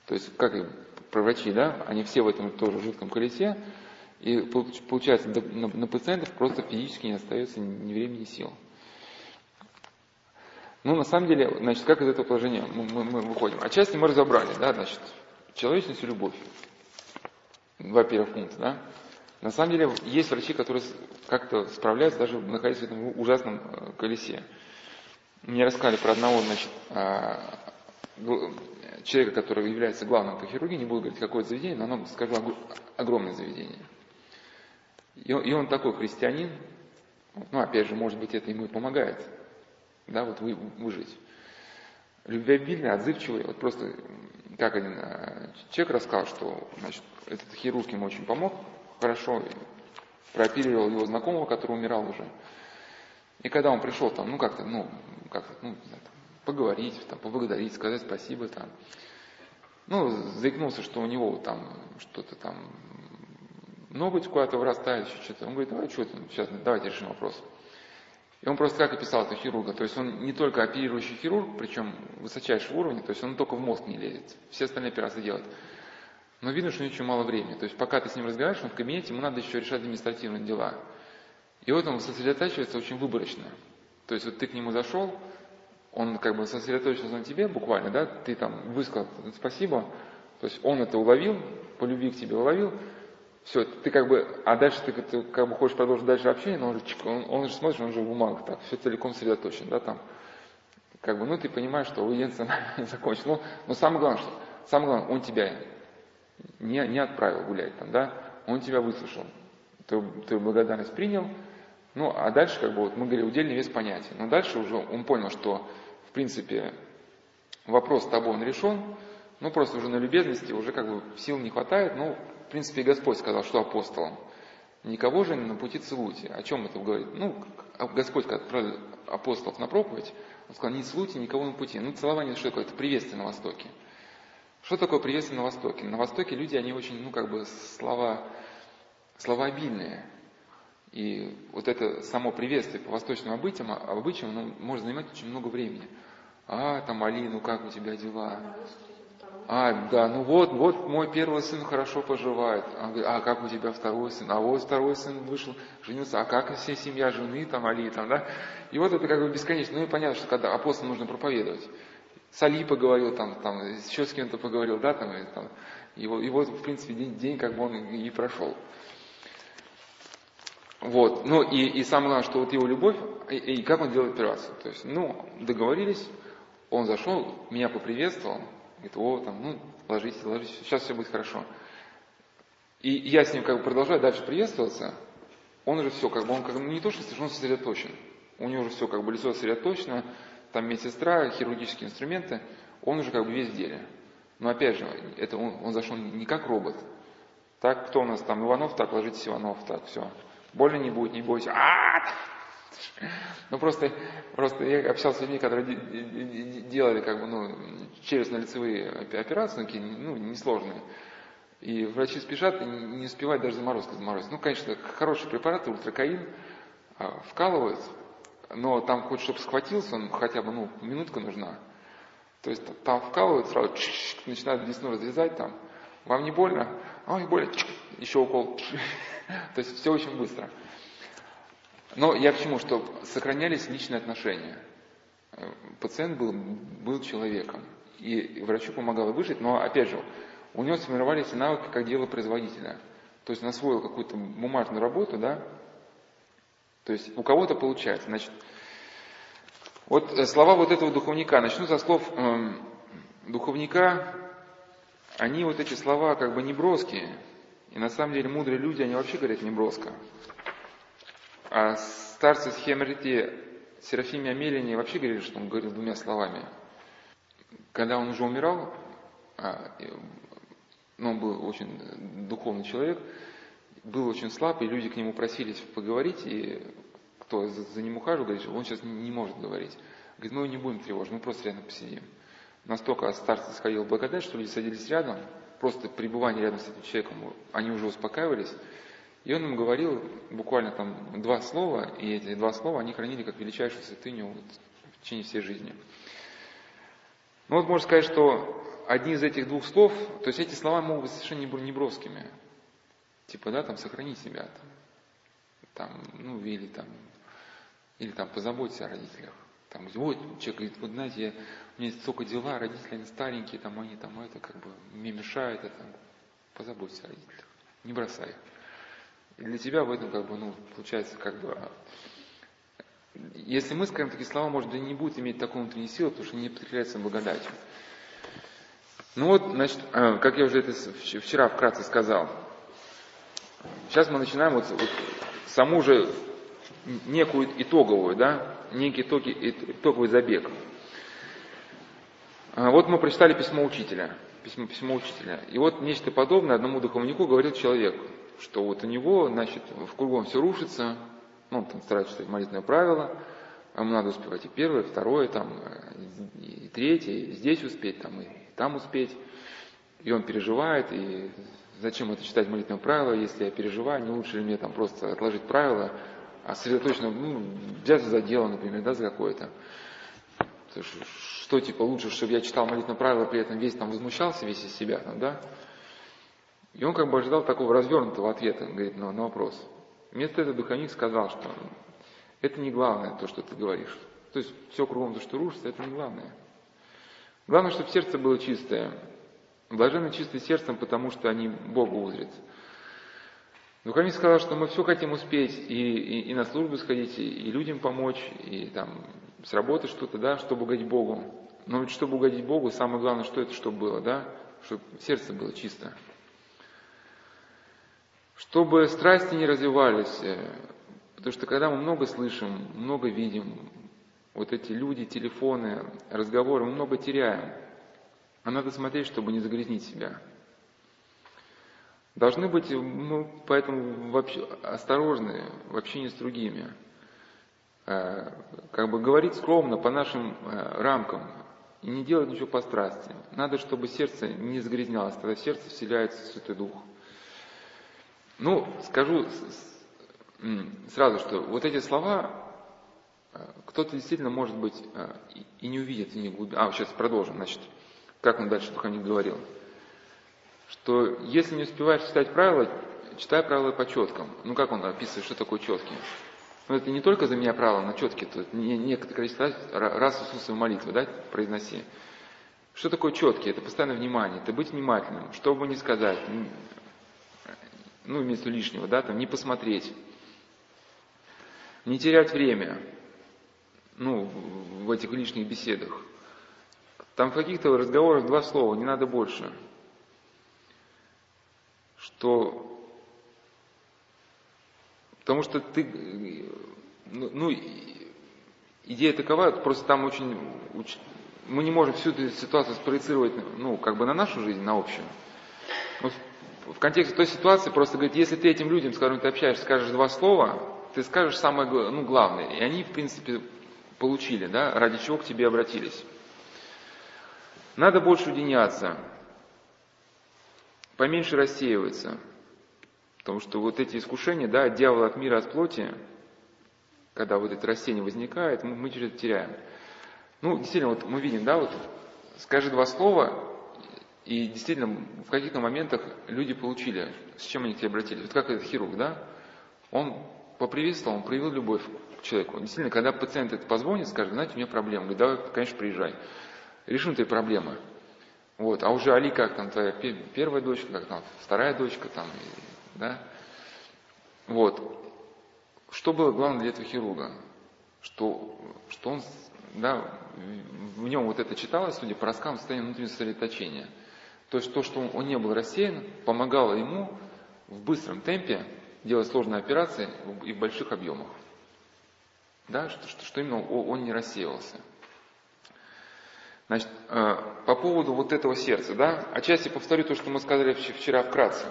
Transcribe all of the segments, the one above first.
То есть, как и про врачи, да, они все в этом тоже жутком колесе, и получается, на пациентов просто физически не остается ни времени, ни сил. Ну, на самом деле, значит, как из этого положения мы выходим? Отчасти мы разобрали, да, значит, человечность и любовь. Два первопункта, да. На самом деле, есть врачи, которые как-то справляются, даже находясь в этом ужасном колесе. Мне рассказали про одного, значит, человека, который является главным по хирургии, не буду говорить, какое заведение, но оно, скажу, огромное заведение. И он такой христианин, ну, опять же, может быть, это ему и помогает, да, вот выжить. Любвеобильный, отзывчивый, вот просто, как один человек рассказал, что, значит, этот хирург ему очень помог, хорошо, прооперировал его знакомого, который умирал уже. И когда он пришел там, поговорить, там, поблагодарить, сказать спасибо, там, заикнулся, что у него там что-то там, ноготь куда-то вырастает, еще что-то. Он говорит, сейчас давайте решим вопрос. И он просто как описал этого хирурга, то есть он не только оперирующий хирург, причем высочайшего уровня, то есть он только в мозг не лезет, все остальные операции делает. Но видно, что у него очень мало времени, то есть пока ты с ним разговариваешь, он в кабинете, ему надо еще решать административные дела. И вот он сосредотачивается очень выборочно. То есть вот ты к нему зашел, он как бы сосредоточился на тебе буквально, да, ты там высказал спасибо, то есть он это уловил, по любви к тебе уловил, все, ты как бы, а дальше ты как бы хочешь продолжить дальше общение, но он же смотрит, он же в бумагах, так, все целиком сосредоточен, да, там, как бы, ты понимаешь, что аудиенция закончена. Но самое главное, он тебя не отправил гулять там, да, он тебя выслушал, твою благодарность принял, а дальше, как бы, вот мы говорили, удельный вес понятия, но дальше уже он понял, что, в принципе, вопрос с тобой он решен, просто уже на любезности, уже как бы сил не хватает, в принципе, и Господь сказал, что апостолам, никого же на пути целуйте. О чем это говорит? Господь, когда отправил апостолов на проповедь, он сказал, не целуйте никого на пути. Целование что такое? Это приветствие на Востоке. Что такое приветствие на Востоке? На Востоке люди, они очень, словообильные. И вот это само приветствие по восточным обычаям может занимать очень много времени. Там, Али, как у тебя дела? Да, вот мой первый сын хорошо поживает. Он говорит, как у тебя второй сын? Вот второй сын вышел, женился, как вся семья жены, там, Али, там, да? И вот это как бы бесконечно. И понятно, что когда апостолу нужно проповедовать. С Али поговорил, там, еще с кем-то поговорил, да, и вот, в принципе, день как бы он и прошел. Вот, и самое главное, что вот его любовь, и как он делает операцию. То есть, договорились, он зашел, меня поприветствовал, говорит, ложитесь, сейчас все будет хорошо. И я с ним как бы продолжаю дальше приветствоваться, он уже все, как бы, он не то, что он сосредоточен, у него уже все, как бы, лицо сосредоточено, там медсестра, хирургические инструменты, он уже как бы весь в деле. Но опять же, это он зашел не как робот. Так, кто у нас там, Иванов, так, ложитесь, Иванов, так, все. Больно не будет, не бойтесь. Просто я общался с людьми, которые делали как бы, челюстно-лицевые операции, несложные. И врачи спешат, и не успевают даже заморозку заморозить. Конечно, хороший препарат, ультракаин, вкалывают, но там хоть чтобы схватился, он хотя бы, минутка нужна. То есть там вкалывают, сразу начинают десну разрезать там. Вам не больно? Ой, больно. Еще укол. То есть все очень быстро. Но я к чему? Что сохранялись личные отношения. Пациент был человеком. И врачу помогало выжить, но опять же, у него сформировались навыки как делопроизводителя. То есть он освоил какую-то бумажную работу, да. То есть у кого-то получается. Значит, вот слова вот этого духовника. Начну со слов духовника. Они вот эти слова как бы не броские. И на самом деле мудрые люди, они вообще говорят не броско. А старцы с Хемерите, Серафиме Амелине вообще говорили, что он говорил двумя словами. Когда он уже умирал, он был очень духовный человек, был очень слаб, и люди к нему просились поговорить, и кто за ним ухаживал, говорит, что он сейчас не может говорить. Говорит, мы его не будем тревожить, мы просто рядом посидим. Настолько от старца сходила благодать, что люди садились рядом, просто пребывание рядом с этим человеком, они уже успокаивались. И он им говорил буквально там 2 слова, и эти 2 слова они хранили как величайшую святыню в течение всей жизни. Можно сказать, что одни из этих двух слов, то есть эти слова могут быть совершенно не броскими. Типа, да, там, сохрани себя, или там, позаботься о родителях. Там, вот, человек говорит, вот знаете, у меня есть столько дела, родители, они старенькие, там, они там, это как бы мне мешает, позаботься о родителях, не бросай их. И для тебя в этом как бы, получается, как бы, если мы скажем такие слова, может, да не будет иметь такой внутренней силы, потому что не подкрепляется благодатью. Значит, как я уже это вчера вкратце сказал, сейчас мы начинаем вот саму же некую итоговую, некий итоговый забег. Вот мы прочитали письмо учителя. И вот нечто подобное одному духовнику говорил человек, что вот у него, значит, в кругом все рушится, он там старается читать молитвенное правило, ему надо успевать и первое, и второе, и третье, и здесь успеть, и там успеть. И он переживает, и зачем это читать молитвенное правило, если я переживаю, не лучше ли мне там просто отложить правила, а сосредоточенно, взяться за дело, например, за какое-то. Что лучше, чтобы я читал молитвенное правило, при этом весь возмущался, весь из себя, И он как бы ожидал такого развернутого ответа, говорит, на вопрос. Вместо этого духовник сказал, что это не главное, то, что ты говоришь. То есть все кругом, то, что рушится, это не главное. Главное, чтобы сердце было чистое. Блаженны чистые сердцем, потому что они Богу узрят. Духовник сказал, что мы все хотим успеть, и на службу сходить, и людям помочь, и с работы что-то, чтобы угодить Богу. Но ведь чтобы угодить Богу, самое главное, чтобы было, чтобы сердце было чисто. Чтобы страсти не развивались, потому что когда мы много слышим, много видим, вот эти люди, телефоны, разговоры, мы много теряем. А надо смотреть, чтобы не загрязнить себя. Должны быть, поэтому вообще осторожны в общении с другими. Как бы говорить скромно, по нашим рамкам, и не делать ничего по страсти. Надо, чтобы сердце не загрязнялось, тогда в сердце вселяется Святой Дух. Скажу сразу, что вот эти слова кто-то действительно, может быть, и не увидит, и не глубин. Сейчас продолжим, значит. Как он дальше духовник говорил, что если не успеваешь читать правила, читай правила по четкам. Как он описывает, что такое четкие? Это не только за меня правила на четкие, то некоторое количество раз Иисусовой молитвы, произноси. Что такое четкие? Это постоянное внимание, это быть внимательным, что бы ни сказать, вместо лишнего, не посмотреть, не терять время, в этих лишних беседах. Там в каких-то разговорах 2 слова, не надо больше. Потому что идея такова, просто там мы не можем всю эту ситуацию спроецировать, на нашу жизнь, на общую. В контексте той ситуации просто говорит, если ты этим людям, с которыми ты общаешься, скажешь 2 слова, ты скажешь самое главное. И они, в принципе, получили, ради чего к тебе обратились. Надо больше уединяться, поменьше рассеиваться. Потому что вот эти искушения, дьявола от мира, от плоти, когда вот это рассеяние возникает, мы через это теряем. Действительно, мы видим, скажи 2 слова, и действительно в каких-то моментах люди получили, с чем они к тебе обратились. Вот как этот хирург, он поприветствовал, он проявил любовь к человеку. Действительно, когда пациент это позвонит, скажет, знаете, у меня проблема, говорит, давай, конечно, приезжай. Решим твои проблемы. А уже Али, как там твоя первая дочка, как там вторая дочка, Что было главное для этого хирурга? Что он, в нем вот это читалось, судя по рассказам, состояние внутреннего сосредоточения. То есть то, что он не был рассеян, помогало ему в быстром темпе делать сложные операции и в больших объемах. Что именно он не рассеивался. Значит, по поводу вот этого сердца, отчасти повторю то, что мы сказали вчера вкратце.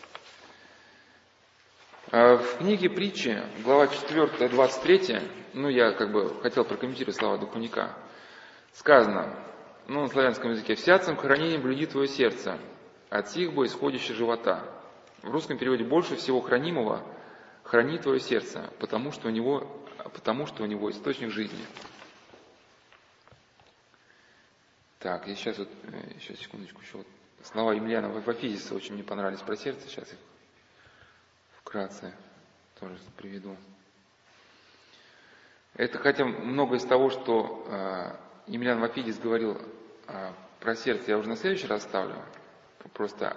В книге притчи, глава 4, 23, я хотел прокомментировать слова духовника, сказано, на славянском языке, «Всяцем хранением блюди твое сердце, от сих бо исходящее живота». В русском переводе «больше всего хранимого храни твое сердце, потому что у него источник жизни». Так, я сейчас вот, сейчас секундочку, еще вот слова Емельяна Вафидиса очень мне понравились про сердце, сейчас их вкратце тоже приведу. Это, хотя много из того, что Емельян Вафидис говорил про сердце, я уже на следующий раз ставлю. Просто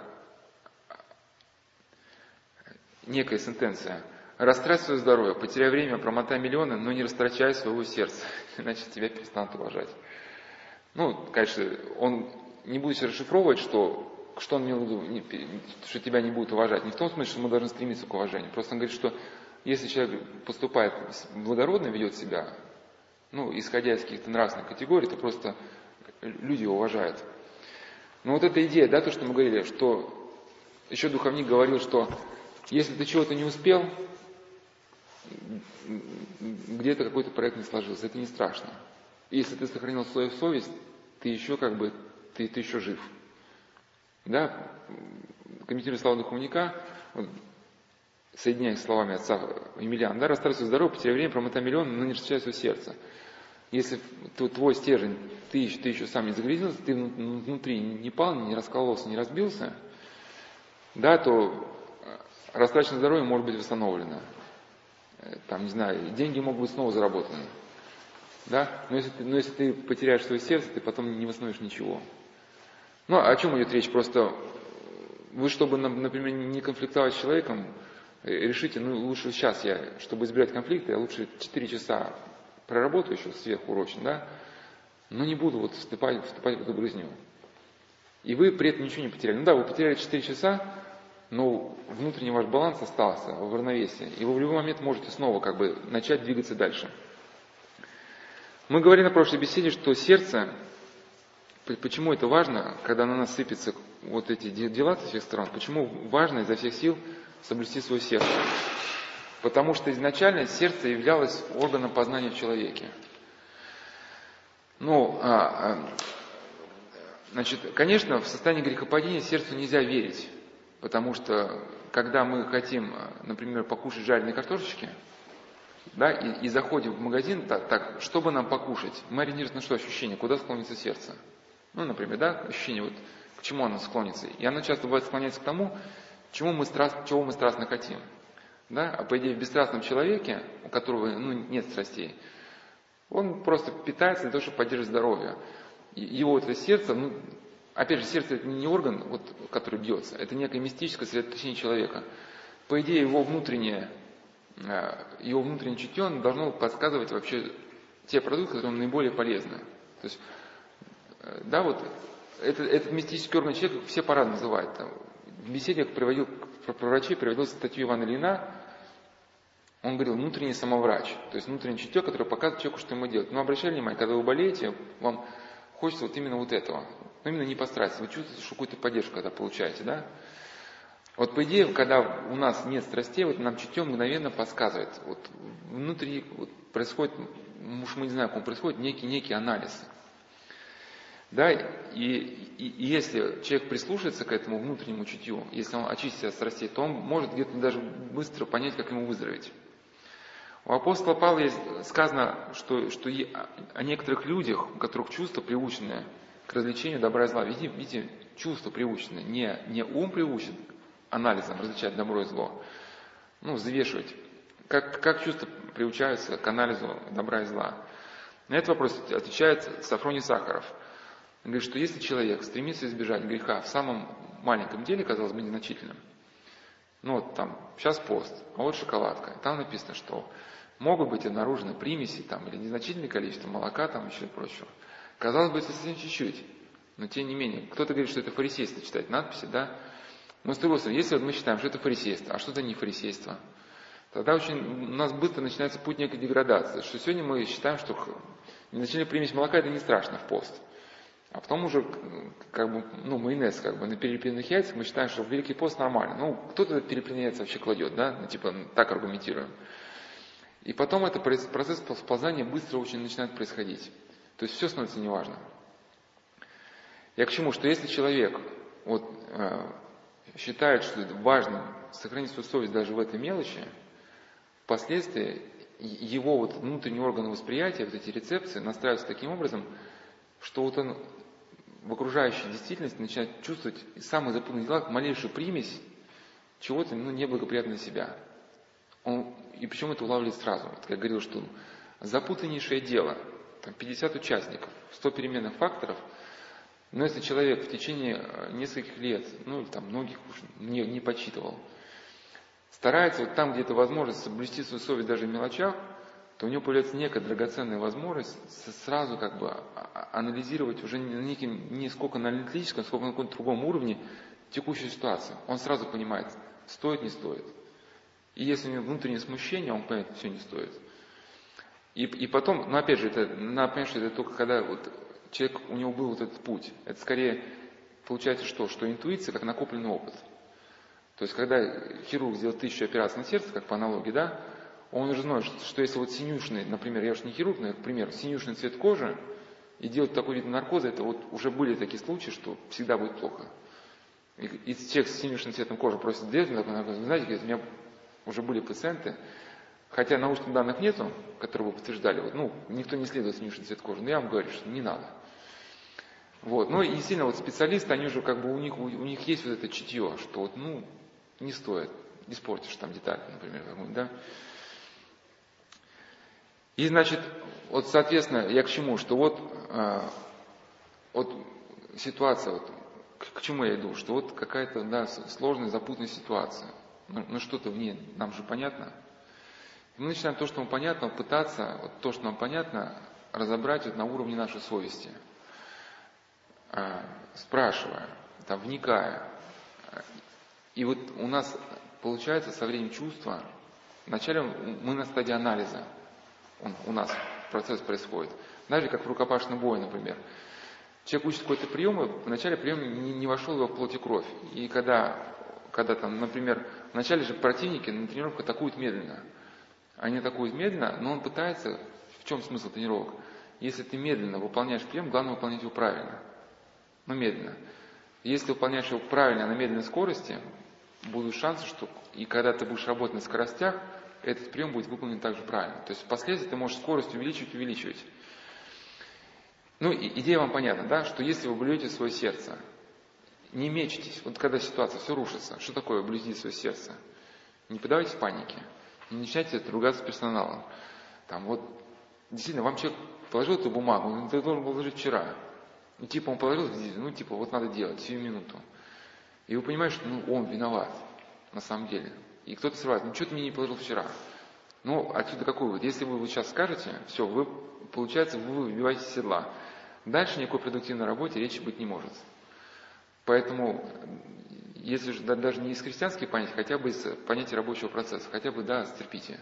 некая сентенция. Растрать свое здоровье, потеряй время, промотай миллионы, но не растрачай своего сердца, иначе тебя перестанут уважать. Ну, конечно, он не будет расшифровывать, что он имел в виду, что тебя не будут уважать. Не в том смысле, что мы должны стремиться к уважению. Просто он говорит, что если человек поступает благородно, ведет себя, ну, исходя из каких-то нравственных категорий, то просто люди его уважают. Но вот эта идея, да, то, что мы говорили, что еще духовник говорил, что если ты чего-то не успел, где-то какой-то проект не сложился, это не страшно. Если ты сохранил свою совесть, ты еще ты еще жив. Да, комментируя слова духовника, соединяясь с словами отца Емельяна, да, растрать свое здоровье, потеряй время, промотай миллион, но не растрачай свое сердце. Если твой стержень, ты еще сам не загрязился, ты внутри не пал, не раскололся, не разбился, да, то растраченное здоровье может быть восстановлено. Там, не знаю, деньги могут быть снова заработаны. Да? Но если ты потеряешь свое сердце, ты потом не восстановишь ничего. Ну, о чем идет речь? Просто вы, чтобы, например, не конфликтовать с человеком, решите, ну, лучше сейчас чтобы избежать конфликта, я лучше 4 часа проработаю еще сверхурочно, да, но не буду вот вступать в эту грызню. И вы при этом ничего не потеряли. Ну да, вы потеряли 4 часа, но внутренний ваш баланс остался в равновесии. И вы в любой момент можете снова начать двигаться дальше. Мы говорили на прошлой беседе, что сердце, почему это важно, когда на нас сыпятся вот эти дела со всех сторон, почему важно изо всех сил соблюсти свое сердце. Потому что изначально сердце являлось органом познания в человеке. Ну, значит, конечно, в состоянии грехопадения сердцу нельзя верить. Потому что, когда мы хотим, например, покушать жареные картошечки, да, и заходим в магазин, так, чтобы нам покушать, мы ориентируемся на что ощущение, куда склонится сердце. Ну, например, да, ощущение, вот, к чему оно склонится. И оно часто бывает склоняется к тому, чего мы страстно хотим. Да? А по идее, в бесстрастном человеке, у которого нет страстей, он просто питается для того, чтобы поддерживать здоровье. И его это сердце, опять же, сердце это не орган, вот, который бьется, это некое мистическое сосредоточение человека. По идее, его внутреннее чутье должно подсказывать вообще те продукты, которые наиболее полезны. То есть, да, вот этот мистический орган человека все по-разному называют. Там, в беседе про врачей приводил статью Ивана Ильина. Он говорил, внутренний самоврач, то есть внутреннее чутье, которое показывает человеку, что ему делать. Но обращайте внимание, когда вы болеете, вам хочется вот именно вот этого. Но именно не постараться. Вы чувствуете, что какую-то поддержку когда получаете, да? Вот по идее, когда у нас нет страстей, вот нам чутье мгновенно подсказывает. Вот внутри вот происходит, уж мы не знаем, как он происходит, некий анализ. Да, и если человек прислушается к этому внутреннему чутью, если он очистится от страстей, то он может где-то даже быстро понять, как ему выздороветь. У апостола Павла есть сказано, что о некоторых людях, у которых чувства приучены к развлечению добра и зла. Видите, чувства приучены, не ум приучен анализом различать добро и зло, взвешивать. Как чувства приучаются к анализу добра и зла? На этот вопрос отвечает Сафроний Сахаров. Он говорит, что если человек стремится избежать греха в самом маленьком деле, казалось бы, незначительном, там, сейчас пост, а вот шоколадка, там написано, что могут быть обнаружены примеси, там, или незначительное количество молока, там, еще и прочего. Казалось бы, это совсем чуть-чуть, но тем не менее, кто-то говорит, что это фарисейство, читать надписи, да? Но с другой стороны, если мы считаем, что это фарисейство, а что-то не фарисейство, тогда у нас быстро начинается путь некой деградации, что сегодня мы считаем, что незначительная примесь молока это не страшно в пост. А потом уже, майонез, на перепелиных яйцах мы считаем, что в Великий пост нормально. Кто-то перепелиные яйца вообще кладет, да, так аргументируем. И потом этот процесс сползания быстро очень начинает происходить. То есть все становится неважно. Я к чему? Что если человек считает, что это важно сохранить свою совесть даже в этой мелочи, впоследствии его внутренние органы восприятия, эти рецепции настраиваются таким образом, что он в окружающей действительности начинает чувствовать в самых запутанных делах малейшую примесь чего-то неблагоприятного для себя. И причем это улавливает сразу. Вот, как я говорил, что запутаннейшее дело, там 50 участников, 100 переменных факторов, но если человек в течение нескольких лет, или там многих уж не подсчитывал, старается вот там, где это возможность, соблюсти свою совесть даже в мелочах, то у него появляется некая драгоценная возможность сразу как бы анализировать уже не сколько на аналитическом, сколько на каком-то другом уровне текущую ситуацию. Он сразу понимает, стоит, не стоит. И если у него внутреннее смущение, он понимает, все не стоит. И потом, опять же, надо понять, что это только когда вот человек, у него был вот этот путь. Это скорее получается что? Что интуиция как накопленный опыт. То есть, когда хирург сделает 1000 операций на сердце, как по аналогии, да, он уже знает, что если вот синюшный, например, я уж не хирург, но, к примеру, синюшный цвет кожи, и делать такой вид наркоза, это вот уже были такие случаи, что всегда будет плохо. И человек с синюшным цветом кожи просит сделать такой наркоз. Вы знаете, у меня уже были пациенты, хотя научных данных нету, которые бы подтверждали, никто не исследует синюшный цвет кожи, но я вам говорю, что не надо. Вот. И действительно, вот специалисты, они уже как бы у них есть вот это чутье, что не стоит, испортишь там деталь, например, какую-нибудь, да. И, значит, вот, соответственно, я к чему, что вот ситуация, к чему я иду, что вот какая-то, да, сложная, запутанная ситуация, что-то в ней нам же понятно. И мы начинаем то, что нам понятно, пытаться то, что нам понятно, разобрать на уровне нашей совести, спрашивая, вникая. И вот у нас получается со временем чувство, вначале мы на стадии анализа, у нас процесс происходит. Даже как в рукопашном бою, например. Человек учит какой-то прием, и в начале приема не вошел его в плоть и кровь. И когда там, например, в начале же противники на тренировках атакуют медленно. Они атакуют медленно, но он пытается, в чем смысл тренировок? Если ты медленно выполняешь прием, главное выполнять его правильно. Медленно. Если выполняешь его правильно на медленной скорости, будут шансы, что и когда ты будешь работать на скоростях, этот прием будет выполнен также правильно. То есть впоследствии ты можешь скорость увеличивать. Идея вам понятна, да, что если вы блюдете свое сердце, не мечтесь, вот когда ситуация, все рушится, что такое блюдите свое сердце? Не поддавайтесь панике, не начинайте ругаться с персоналом. Действительно, вам человек положил эту бумагу, он должен был положить вчера. Он положил, вот надо делать, сию минуту. И вы понимаете, что он виноват, на самом деле. И кто-то сразу, что ты мне не положил вчера? Отсюда какой вывод? Если вы сейчас скажете, все, вы выбиваетесь из седла. Дальше никакой продуктивной работе речи быть не может. Поэтому, если же даже не из христианских понятий, хотя бы из понятия рабочего процесса, хотя бы, да, стерпите.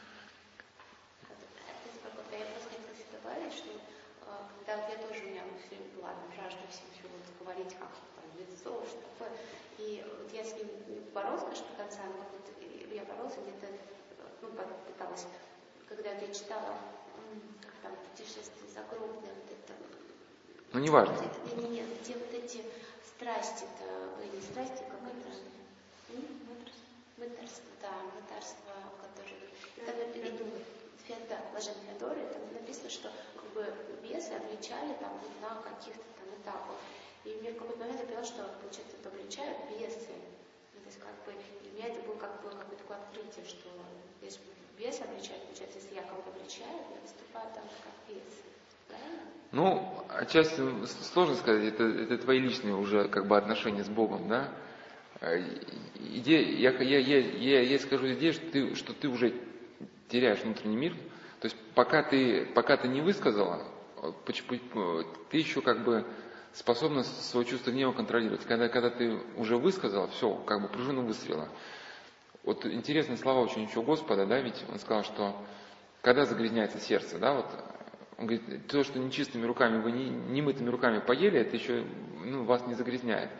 Я просто хотела добавить, что когда я тоже, у меня все была жажда всем говорить, как лицо, что такое. И я с ним боролась, конечно, до конца, но я боролась где-то, пыталась, когда я читала, как там, путешествие загробное, неважно. Нет, где вот эти страсти-то, не страсти, как это? Мытарство, которые... Блаженный Феодорий, там написано, что бесы обличали на каких-то этапах. И мне в какой-то момент я поняла, что, получается, это обличают бесы. То есть, для меня это было какое-то такое открытие, что если бесы обличают, получается, если я кого-то обличаю, я выступаю как бесы. Правильно? Отчасти сложно сказать, это твои личные уже отношения с Богом, да? Идея, я скажу идею, что ты уже теряешь внутренний мир. То есть пока ты не высказала, ты еще способна свое чувство гнева контролировать. Когда ты уже высказала, все, пружина выстрела. Вот интересные слова очень еще Господа, да, ведь Он сказал, что когда загрязняется сердце, да, Он говорит, то, что нечистыми руками вы немытыми руками поели, это еще вас не загрязняет.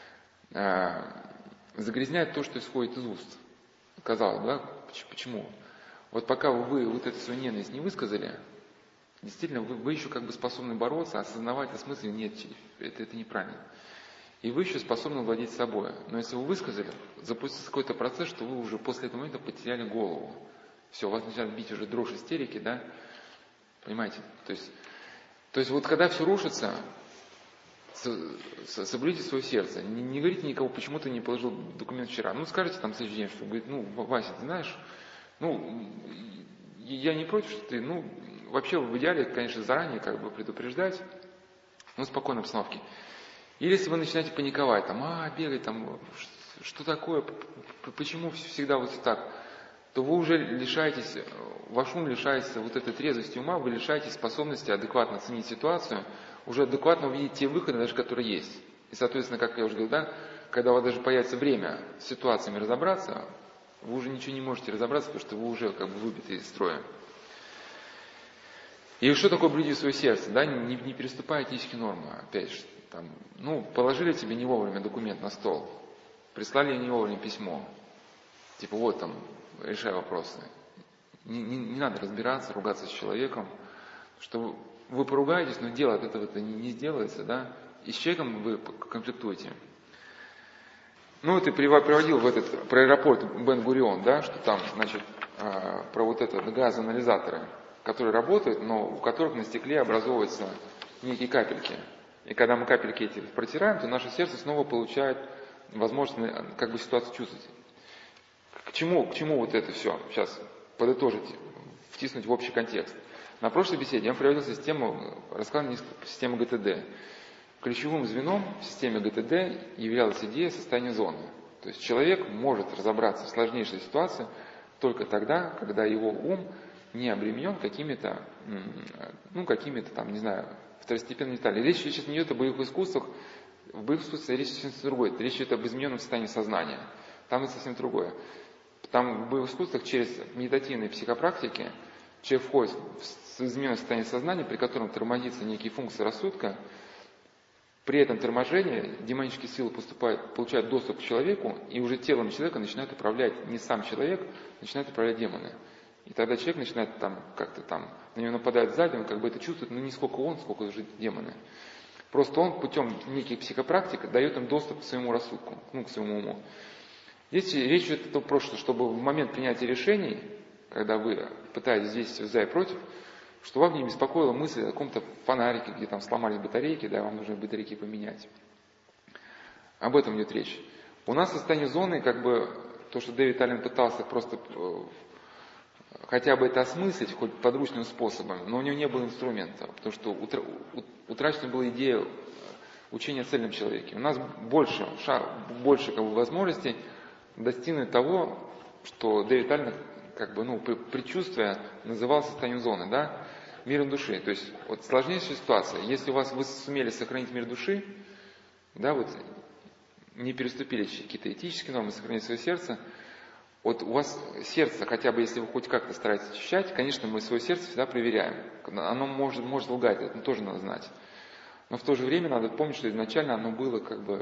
Загрязняет то, что исходит из уст. Казалось, да? Почему? Вот пока вы эту свою ненависть не высказали, действительно, вы еще способны бороться, осознавать, осмыслить, нет, это неправильно. И вы еще способны владеть собой. Но если вы высказали, запустится какой-то процесс, что вы уже после этого момента потеряли голову. Все, вас начинает бить уже дрожь истерики, да? Понимаете? То есть вот когда все рушится, соблюдите свое сердце. Не говорите никому, почему ты не положил документ вчера. Ну, скажите там в следующий день, что говорит, Вася, ты знаешь, я не против, что ты, вообще в идеале, конечно, заранее как бы предупреждать, в спокойной обстановке. Или если вы начинаете паниковать, бегать, что такое, почему всегда вот так, то вы уже лишаетесь, ваш ум лишается вот этой трезвости ума, вы лишаетесь способности адекватно оценить ситуацию, уже адекватно увидеть те выходы, даже которые есть. И, соответственно, как я уже говорил, когда у вас даже появится время с ситуациями разобраться, вы уже ничего не можете разобраться, потому что вы уже как бы выбиты из строя. И что такое блюдите свое сердце? Не переступая этические нормы. Опять же, положили тебе не вовремя документ на стол, прислали не вовремя письмо. Решай вопросы. Не надо разбираться, ругаться с человеком, что вы поругаетесь, но дело от этого-то не сделается, и с человеком вы конфликтуете. Ты приводил про аэропорт Бен-Гурион, что там, про вот это газоанализаторы, которые работают, но у которых на стекле образовываются некие капельки. И когда мы капельки эти протираем, то наше сердце снова получает возможность как бы ситуацию чувствовать. К чему вот это все? Сейчас подытожить, втиснуть в общий контекст. На прошлой беседе я вам приводил рассказал систему ГТД. Ключевым звеном в системе ГТД являлась идея состояния зоны. То есть человек может разобраться в сложнейшей ситуации только тогда, когда его ум не обременен какими-то второстепенными деталями. Речь сейчас не идет о боевых искусствах, в боевых искусствах речь совсем другое. Речь идет об измененном состоянии сознания. Там это совсем другое. Там в боевых искусствах через медитативные психопрактики человек входит в измененное состояние сознания, при котором тормозится некие функции рассудка. При этом торможении демонические силы получают доступ к человеку, и уже телом человека начинают управлять не сам человек, начинают управлять демоны. И тогда человек начинает на него нападать сзади, он как бы это чувствует, но не сколько он, сколько уже демоны. Просто он путем неких психопрактик дает им доступ к своему рассудку, к своему уму. Здесь речь идет о том, чтобы в момент принятия решений, когда вы пытаетесь действовать за и против, что вам не беспокоила мысль о каком-то фонарике, где там сломались батарейки, вам нужно батарейки поменять. Об этом идет речь. У нас в состоянии зоны, то, что Дэвид Аллен пытался просто хотя бы это осмыслить, хоть подручным способом, но у него не было инструмента, потому что утрачена была идея учения о цельном человеке. У нас больше возможностей достигнуть того, что Дэвид Аллен предчувствие называл состоянием зоны, миром души. То есть сложнейшая ситуация. Если вы сумели сохранить мир души, не переступили какие-то этические нормы, сохранить свое сердце, у вас сердце, хотя бы если вы хоть как-то стараетесь очищать, конечно, мы свое сердце всегда проверяем. Оно может лгать, это тоже надо знать. Но в то же время надо помнить, что изначально оно было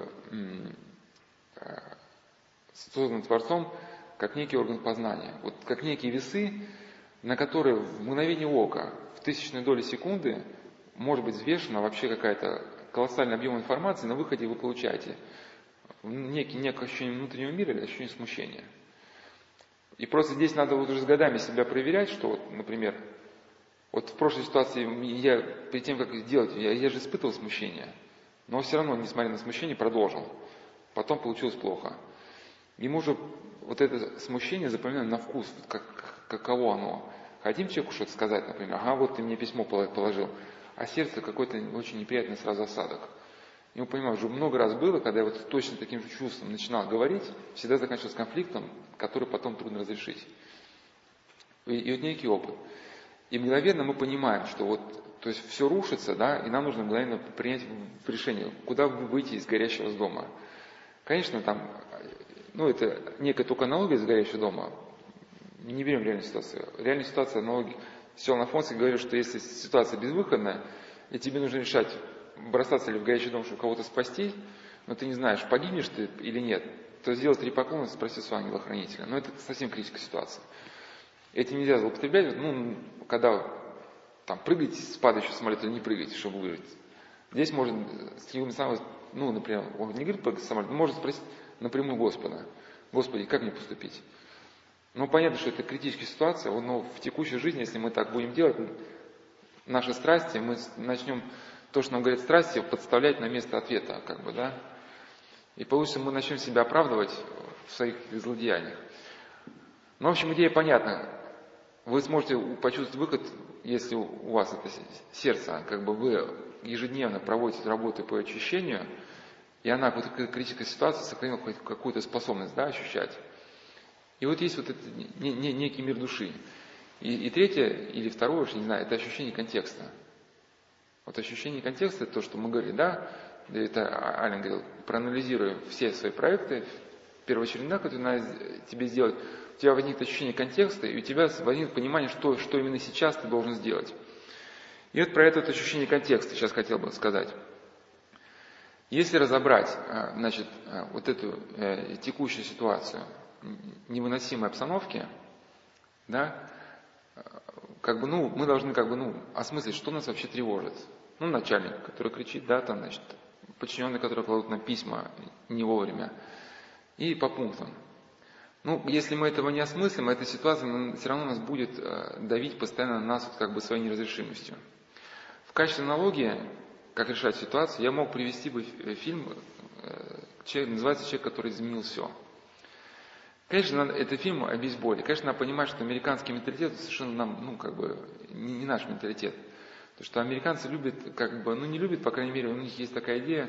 создано Творцом как некий орган познания. Как некие весы, на которые в мгновение ока, в тысячную долю секунды может быть взвешена вообще какая-то колоссальный объем информации, на выходе вы получаете некое ощущение внутреннего мира или ощущение смущения. И просто здесь надо уже с годами себя проверять, что, например, в прошлой ситуации я перед тем, как сделать, я же испытывал смущение, но все равно, несмотря на смущение, продолжил. Потом получилось плохо. И мы уже это смущение запоминаем на вкус, каково оно. Хотим человеку что-то сказать, например, ты мне письмо положил, а сердце какой-то очень неприятный сразу осадок. И мы понимаем, уже много раз было, когда я точно таким же чувством начинал говорить, всегда заканчивался конфликтом, который потом трудно разрешить. И некий опыт. И мгновенно мы понимаем, что то есть все рушится, и нам нужно мгновенно принять решение, куда выйти из горящего дома. Конечно, это некая только аналогия из горящего дома. Не берем реальную ситуацию. Реальная ситуация, аналогия. Сел на Афонский говорил, что если ситуация безвыходная, и тебе нужно решать, бросаться ли в горячий дом, чтобы кого-то спасти, но ты не знаешь, погибнешь ты или нет, то сделай 3 поклона и спроси своего ангела-хранителя. Но это совсем критическая ситуация. Этим нельзя злоупотреблять. Когда прыгаете с падающего самолета или не прыгаете, чтобы выжить. Здесь можно с каким-то самым, например, он не говорит прыгать с самолета, но можно спросить напрямую Господа. Господи, как мне поступить? Понятно, что это критическая ситуация, но в текущей жизни, если мы так будем делать, наши страсти, мы начнем то, что нам говорят страсти, подставлять на место ответа, как бы, да. И получится, мы начнем себя оправдывать в своих злодеяниях. Ну, в общем, идея понятна. Вы сможете почувствовать выход, если у вас это сердце, как бы вы ежедневно проводите работу по очищению, и она в какой-то критической ситуации сохранила какую-то способность, да, ощущать. И вот есть вот этот некий мир души. И третье, или второе, уж не знаю, это ощущение контекста. Вот ощущение контекста, это то, что мы говорили, да, это Ален говорил, проанализируя все свои проекты, первоочередно, которые надо тебе сделать, у тебя возникнет ощущение контекста, и у тебя возникнет понимание, что именно сейчас ты должен сделать. И вот про это вот ощущение контекста сейчас хотел бы сказать. Если разобрать, значит, вот эту текущую ситуацию невыносимой обстановки, да, как бы, ну, мы должны, как бы, ну, осмыслить, что нас вообще тревожит. Ну, начальник, который кричит, да, там, значит, подчиненные, которые кладут нам письма не вовремя. И по пунктам. Ну, если мы этого не осмыслим, эта ситуация все равно нас будет давить постоянно на нас вот, как бы, своей неразрешимостью. В качестве аналогии, как решать ситуацию, я мог привести бы фильм, называется «Человек, который изменил все». Конечно, это фильм о бейсболе. Конечно, надо понимать, что американский менталитет совершенно нам, ну, как бы, не наш менталитет. Потому что американцы любят, как бы, ну, не любят, по крайней мере, у них есть такая идея,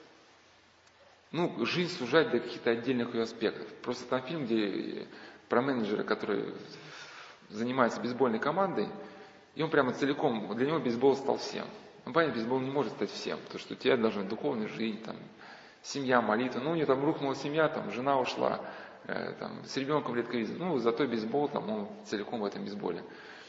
ну, жизнь сужать до каких-то отдельных ее аспектов. Просто там фильм, где про менеджера, который занимается бейсбольной командой, и он прямо целиком, для него бейсбол стал всем. Ну, понятно, бейсбол не может стать всем, потому что у тебя должна быть духовная жизнь, там, семья, молитва. Ну, у нее там рухнула семья, там, жена ушла, там, с ребенком лет кризис. Ну, зато бейсбол, там, он целиком в этом бейсболе.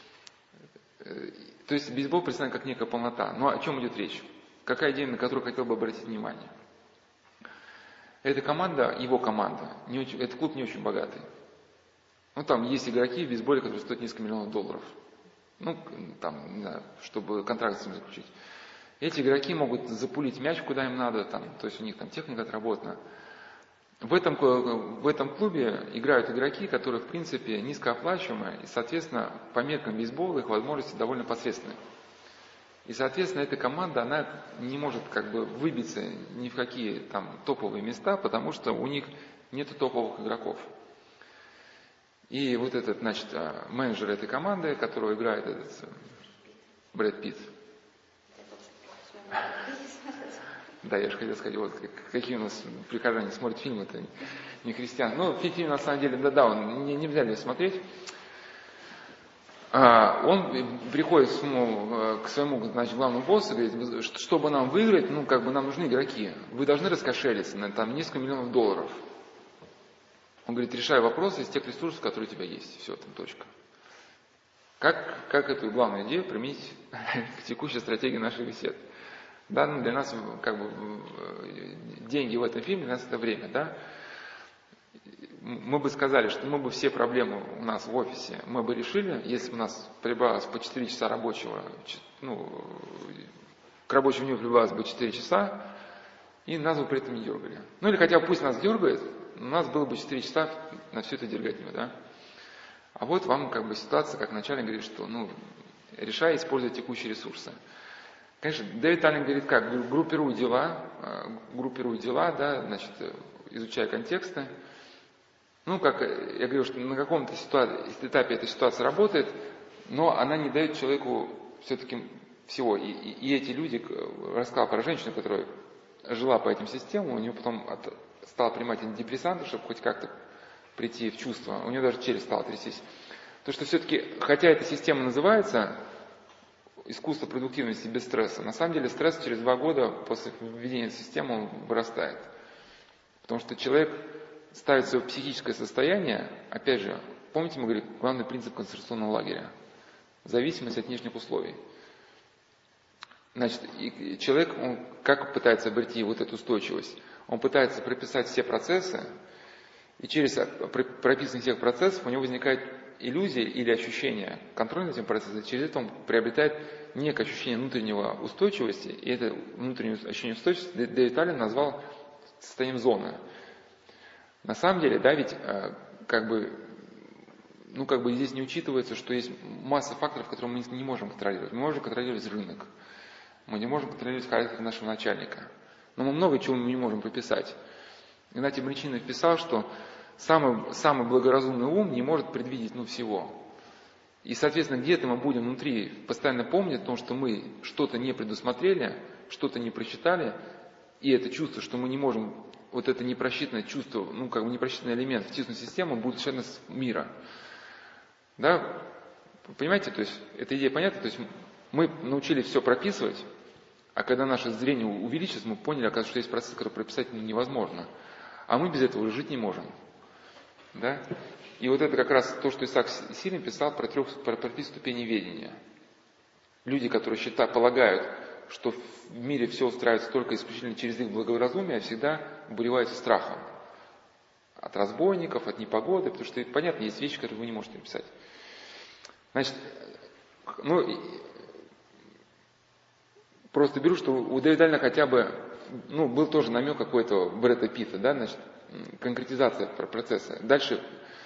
То есть бейсбол представлен как некая полнота. Но о чем идет речь? Какая идея, на которую хотел бы обратить внимание? Эта команда, его команда, этот клуб не очень богатый. Ну, там есть игроки в бейсболе, которые стоят несколько миллионов долларов. Ну, там, не знаю, чтобы контракт с ним заключить. Эти игроки могут запулить мяч куда им надо, там, то есть у них там техника отработана. В этом клубе играют игроки, которые, в принципе, низкооплачиваемые, и, соответственно, по меркам бейсбола их возможности довольно посредственные. И, соответственно, эта команда, она не может как бы выбиться ни в какие там топовые места, потому что у них нет топовых игроков. И вот этот, значит, менеджер этой команды, которого играет этот Брэд Питт. Да, я же хотел сказать, вот какие у нас прихожане смотрят фильмы, это не христиан. Ну, фильм на самом деле, да, он нельзя ли смотреть. Он приходит к своему, значит, главному боссу и говорит, чтобы нам выиграть, ну, как бы нам нужны игроки. Вы должны раскошелиться на там несколько миллионов долларов. Он говорит, решай вопросы из тех ресурсов, которые у тебя есть. Все, там точка. Как эту главную идею применить к текущей стратегии наших бесед? Да, ну, для нас, как бы, деньги в этом фильме, для нас это время, да. Мы бы сказали, что мы бы все проблемы у нас в офисе мы бы решили, если бы у нас прибавилось по 4 часа рабочего, ну, к рабочему дню прибавилось бы 4 часа, и нас бы при этом не дергали. Ну или хотя бы пусть нас дергает, у нас было бы 4 часа на всю эту дерготню, да. А вот вам как бы ситуация, как начальник говорит, что, ну, решай использовать текущие ресурсы. Конечно, Дэвид Аллен говорит как, группируй дела, да, значит, изучая контексты. Ну, как я говорю, что на каком-то этапе эта ситуация работает, но она не дает человеку все-таки всего. И эти люди, рассказал про женщину, которая жила по этим системам, у нее потом стала принимать антидепрессанты, чтобы хоть как-то прийти в чувство. У нее даже челюсть стала трястись. То, что все-таки, хотя эта система называется искусство продуктивности без стресса, на самом деле стресс через 2 года после введения системы вырастает. Потому что человек ставит свое психическое состояние, опять же, помните, мы говорили, главный принцип концентрационного лагеря – зависимость от внешних условий. Значит, и человек, он как пытается обрести вот эту устойчивость? Он пытается прописать все процессы, и через прописывание всех процессов у него возникает иллюзия или ощущение контроля над этим процессом, через это он приобретает некое ощущение внутреннего устойчивости, и это внутреннее ощущение устойчивости Дэвид Аллен назвал состоянием зоны. На самом деле, да, ведь здесь не учитывается, что есть масса факторов, которые мы не можем контролировать. Мы можем контролировать рынок, Мы не можем контролировать характер нашего начальника. Но мы много чего не можем прописать. Игнатий Бринчанинов писал, что самый благоразумный ум не может предвидеть всего. И, соответственно, где-то мы будем внутри постоянно помнить о том, что мы что-то не предусмотрели, что-то не просчитали, и это чувство, что мы не можем, вот это непросчитанное чувство, непросчитанный элемент втиснуть в систему, будет совершенно мира. Да? Понимаете, то есть, эта идея понятна? То есть, мы научились все прописывать, а когда наше зрение увеличилось, мы поняли, оказывается, что есть процесс, который прописать невозможно. А мы без этого уже жить не можем. Да? И вот это как раз то, что Исаак Сирин писал про 3 ступени ведения. Люди, которые полагают, что в мире все устраивается только исключительно через их благоразумие, всегда буреваются страхом. От разбойников, от непогоды, потому что, понятно, есть вещи, которые вы не можете написать. Значит, просто беру, что у Дэвида Аллена хотя бы, был тоже намек какой-то Брэда Питта, да, значит, конкретизация процесса. Дальше,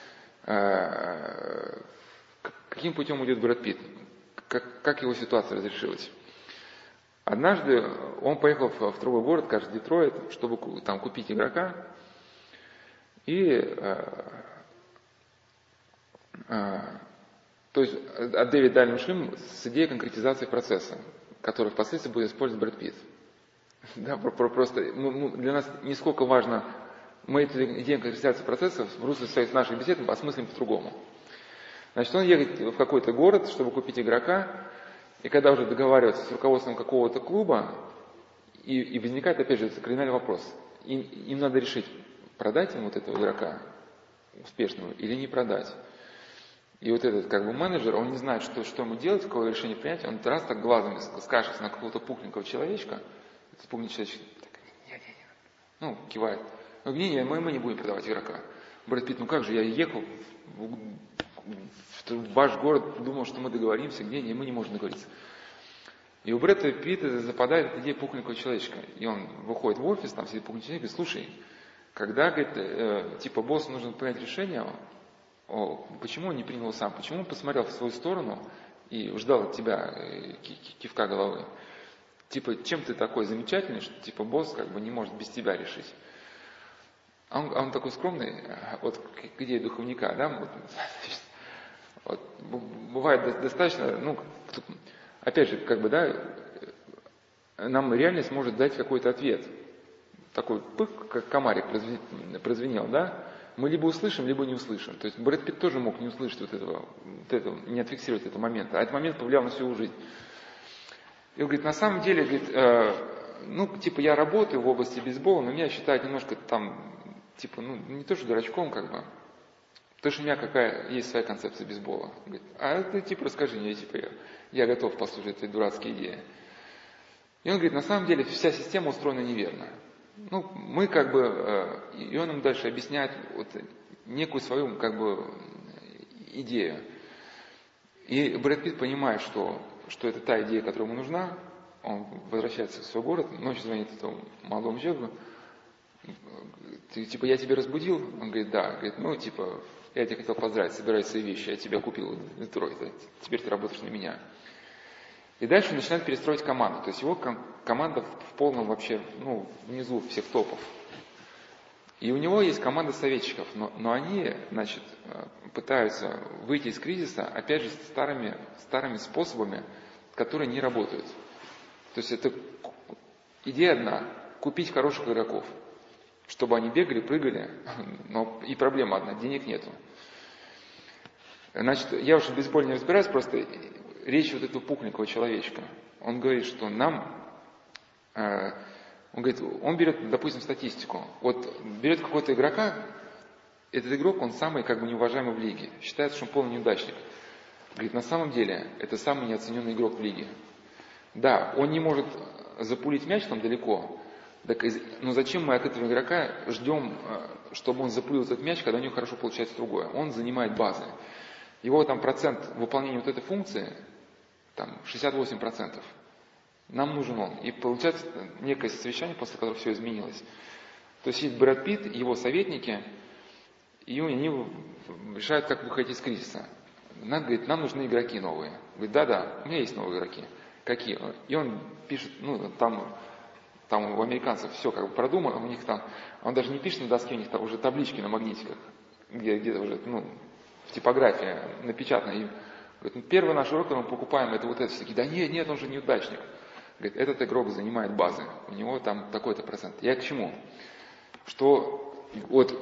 каким путем идет Брэд Питт? Как его ситуация разрешилась? Однажды он поехал в другой город, кажется, Детройт, чтобы там купить игрока. И, то есть, от Дэвида Аллена ушли с идеей конкретизации процесса, который впоследствии будет использовать Брэд Питт. Да, просто для нас не сколько важно, мы эту идею конкретизации процесса в русле своих наших бесед осмыслим по-другому. Значит, он едет в какой-то город, чтобы купить игрока, и когда уже договаривается с руководством какого-то клуба, и возникает, опять же, этот кардинальный вопрос. Им надо решить, продать им вот этого игрока успешного или не продать. И вот этот менеджер, он не знает, что ему делать, какое решение принять, он раз так глазами скажется на какого-то пухленького человечка, этот пухленький человечек так, кивает. Не, мы не будем продавать игрока. Брэд Питт, как же, я ехал в ваш город, думал, что мы договоримся, мы не можем договориться. И у Брэда Питта западает эта идея пухленького человечка. И он выходит в офис, там сидит пухленький человек, и говорит, слушай, когда, говорит, боссу нужно принять решение, почему он не принял его сам? Почему он посмотрел в свою сторону и ждал от тебя кивка головы? Чем ты такой замечательный, что босс не может без тебя решить? А он такой скромный, вот к идее духовника, да, бывает достаточно, опять же, нам реальность может дать какой-то ответ. Такой пык, как комарик прозвенел, да? Мы либо услышим, либо не услышим. То есть Брэд Питт тоже мог не услышать вот этого, не отфиксировать этого момента. А этот момент повлиял на всю его жизнь. И он говорит, на самом деле, говорит, я работаю в области бейсбола, но меня считают немножко не то что дурачком, потому что у меня есть своя концепция бейсбола. Говорит, а ты расскажи мне, я готов послушать эти дурацкие идеи. И он говорит, на самом деле вся система устроена неверно. Мы и он им дальше объясняет некую свою идею. И Брэд Питт понимает, что это та идея, которая ему нужна. Он возвращается в свой город, ночью звонит этому молодому человеку. Я тебя разбудил? Он говорит, да. Говорит, я тебя хотел поздравить, собирай свои вещи, я тебя купил из Детройта, теперь ты работаешь на меня. И дальше он начинает перестроить команду. То есть его команда в полном вообще, внизу всех топов. И у него есть команда советчиков, но они, пытаются выйти из кризиса, опять же, старыми способами, которые не работают. То есть это идея одна – купить хороших игроков, чтобы они бегали, прыгали, но и проблема одна – денег нету. Я уже в бейсболе не разбираюсь, просто речь вот этого пухленького человечка. Он говорит, что он берет, допустим, статистику. Берет какого-то игрока, этот игрок, он самый неуважаемый в лиге. Считается, что он полный неудачник. Говорит, на самом деле, это самый неоцененный игрок в лиге. Да, он не может запулить мяч там далеко, но зачем мы от этого игрока ждем, чтобы он запулил этот мяч, когда у него хорошо получается другое? Он занимает базы. Его процент выполнения вот этой функции, 68%. Нам нужен он. И получается некое совещание, после которого все изменилось. То есть сидит Брэд Питт, его советники, и они решают, как выходить из кризиса. Говорит, нам нужны игроки новые. Говорит, да, у меня есть новые игроки. Какие? И он пишет, там у американцев все как бы продумано, у них там, он даже не пишет на доске, у них там уже таблички на магнитиках, где уже, в типографии напечатано. И говорит, первый наш урок, который мы покупаем, это вот это. Все такие, да нет, он же неудачник. Говорит, этот игрок занимает базы, у него там такой-то процент. Я к чему? Что вот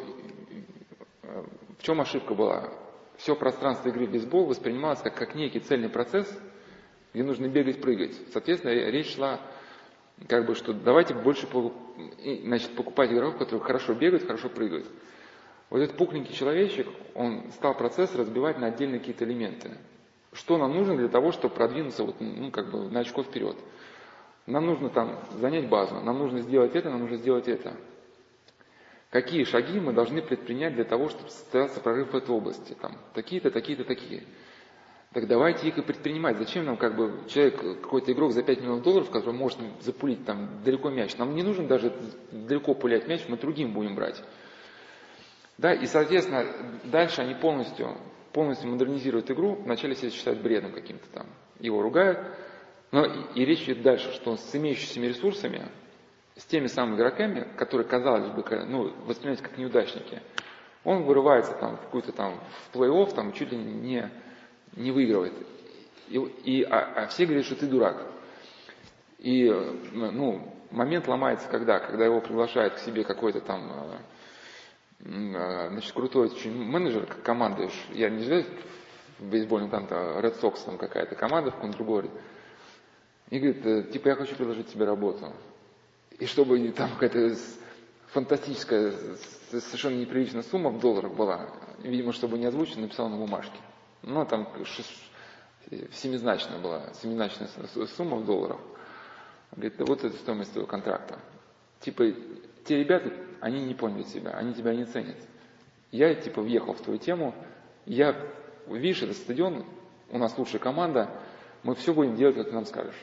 в чем ошибка была? Все пространство игры в бейсбол воспринималось как некий цельный процесс, где нужно бегать, прыгать. Соответственно, речь шла, как бы, что давайте больше покупать игроков, которые хорошо бегают, хорошо прыгают. Вот этот пухленький человечек, он стал процесс разбивать на отдельные какие-то элементы. Что нам нужно для того, чтобы продвинуться на очко вперед? Нам нужно там занять базу, нам нужно сделать это, нам нужно сделать это. Какие шаги мы должны предпринять для того, чтобы состоялся прорыв в этой области? Там, такие-то, такие-то, такие. Так давайте их и предпринимать. Зачем нам человек, какой-то игрок за 5 миллионов долларов, который может запулить там далеко мяч? Нам не нужно даже далеко пулять мяч, мы другим будем брать. Да, и, соответственно, дальше они полностью модернизируют игру, вначале себя считают бредом каким-то там, его ругают, но и речь идет дальше, что с имеющимися ресурсами, с теми самыми игроками, которые, казалось бы, воспринимаются как неудачники, он вырывается там в какую-то там в плей-офф, там чуть ли не выигрывает. А все говорят, что ты дурак. И момент ломается когда его приглашает к себе какой-то там крутой очень менеджер команды. Я не знаю, в бейсболе там Red Sox там какая-то команда в каком-то другом. И говорит, я хочу предложить тебе работу. И чтобы там какая-то фантастическая, совершенно неприличная сумма в долларах была, видимо, чтобы не озвучить, написал на бумажке. Там семизначная сумма в долларах. Говорит, вот это стоимость твоего контракта. Те ребята, они не поняли тебя, они тебя не ценят. Я, въехал в твою тему, видишь, это стадион, у нас лучшая команда, мы все будем делать, как ты нам скажешь.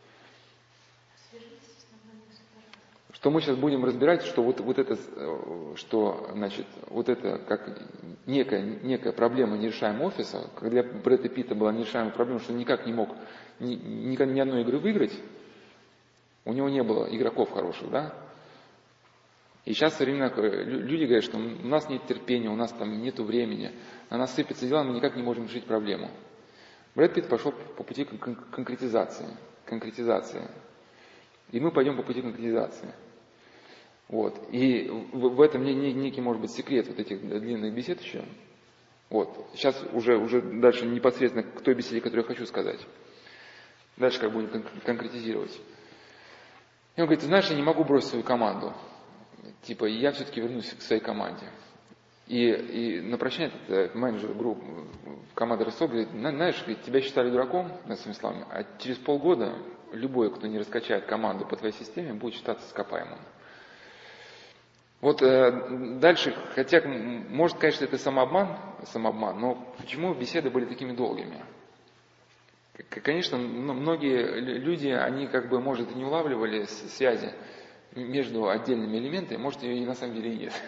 Что мы сейчас будем разбирать, что это как некая проблема нерешаемого офиса, когда для Брэда Питта была нерешаемая проблема, что он никак не мог ни одной игры выиграть, у него не было игроков хороших, да? И сейчас современные люди говорят, что у нас нет терпения, у нас там нету времени, на нас сыпятся дела, мы никак не можем решить проблему. Брэд Питт пошел по пути конкретизации. И мы пойдем по пути конкретизации. Вот. И в этом некий, может быть, секрет вот этих длинных бесед еще. Вот. Сейчас уже дальше непосредственно к той беседе, которую я хочу сказать. Дальше как будем конкретизировать. И он говорит, ты знаешь, я не могу бросить свою команду. Я все-таки вернусь к своей команде. И на прощание этот менеджер группы команды Ростов говорит, знаешь, тебя считали дураком, на своими словами, а через полгода любой, кто не раскачает команду по твоей системе, будет считаться ископаемым. Вот дальше, хотя, может, конечно, это самообман, но почему беседы были такими долгими? Конечно, многие люди, они может, и не улавливали связи между отдельными элементами, может, ее и на самом деле и нет.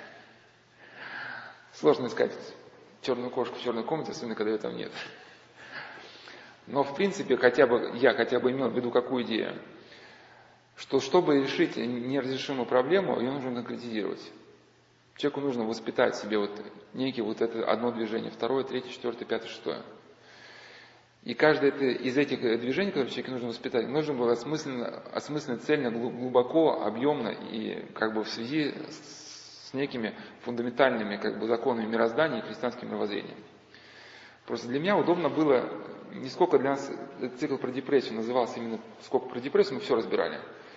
Сложно искать черную кошку в черной комнате, особенно когда ее там нет. Но, в принципе, я хотя бы имел в виду какую идею, что чтобы решить неразрешимую проблему, ее нужно конкретизировать. Человеку нужно воспитать в себе некие это одно движение, второе, третье, четвертое, пятое, шестое. И каждое из этих движений, которые человеку нужно воспитать, нужно было осмысленно, цельно, глубоко, объемно и в связи с некими фундаментальными законами мироздания и христианским мировоззрением. Просто для меня удобно было, не сколько для нас этот цикл про депрессию назывался именно, сколько про депрессию мы все разбирали.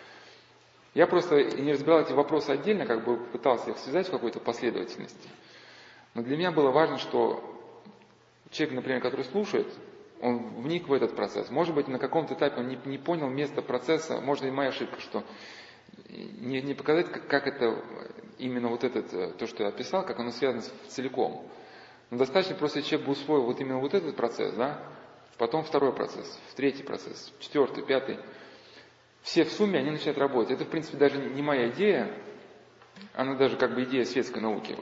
Я просто не разбирал эти вопросы отдельно, пытался их связать в какой-то последовательности. Но для меня было важно, что человек, например, который слушает, он вник в этот процесс. Может быть, на каком-то этапе он не понял место процесса, может, и моя ошибка, что не показать, как это, именно то, что я описал, как оно связано целиком. Но достаточно просто, если человек бы усвоил именно этот процесс, да, потом второй процесс, третий процесс, четвертый, пятый. Все в сумме, они начинают работать. Это, в принципе, даже не моя идея, она даже идея светской науки.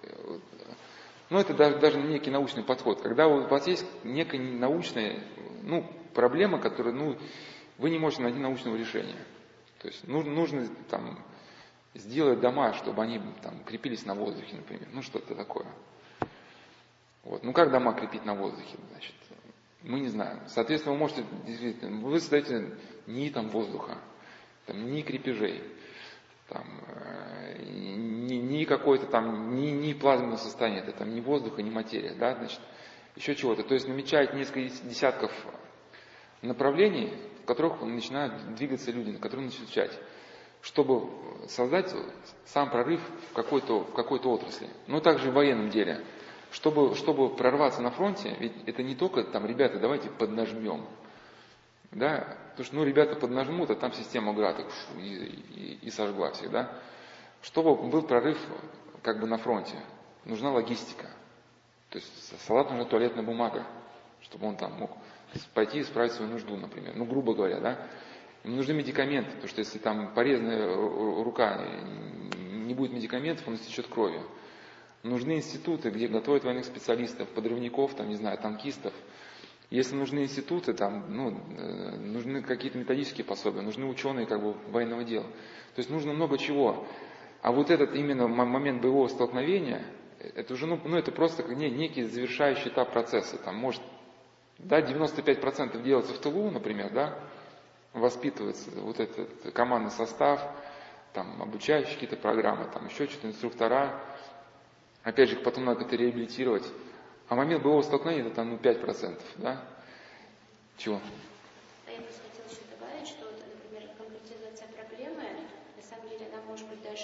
Но это даже некий научный подход. Когда у вас есть некая научная проблема, которая, вы не можете найти научного решения. То есть нужно там сделать дома, чтобы они там крепились на воздухе, например. Ну, что-то такое. Вот. Ну, как дома крепить на воздухе, значит, мы не знаем. Соответственно, вы можете, действительно, вы создаете ни там воздуха, там, ни крепежей, там, ни какой-то там, ни плазменного состояния, это там ни воздуха, ни материя, да, значит, еще чего-то. То есть намечает несколько десятков направлений, в которых начинают двигаться люди, на которые начинают изучать, чтобы создать сам прорыв в какой-то отрасли. Но также и в военном деле. Чтобы прорваться на фронте, ведь это не только там, ребята, давайте поднажмем. Да? Потому что, ребята поднажмут, а там система ГРАД и сожгла всех, да? Чтобы был прорыв как бы на фронте, нужна логистика. То есть солдату нужна туалетная бумага, чтобы он там мог пойти и исправить свою нужду, например. Ну, грубо говоря, да? Ему нужны медикаменты, потому что если там порезанная рука, не будет медикаментов, он истечет кровью. Нужны институты, где готовят военных специалистов, подрывников, там, не знаю, танкистов. Если нужны институты, там, нужны какие-то методические пособия, нужны ученые как бы военного дела. То есть нужно много чего. А вот этот именно момент боевого столкновения, это уже, это просто некий завершающий этап процесса. Там может, да, 95% делается в тылу, например, да, воспитывается вот этот командный состав, там, обучающие какие-то программы, там, еще что-то, инструктора. Опять же, их потом надо это реабилитировать. А момент боевого столкновения это там 5%, да? Чего? Я просто хотела еще добавить, что, например, конкретизация проблемы, на самом деле, она может быть даже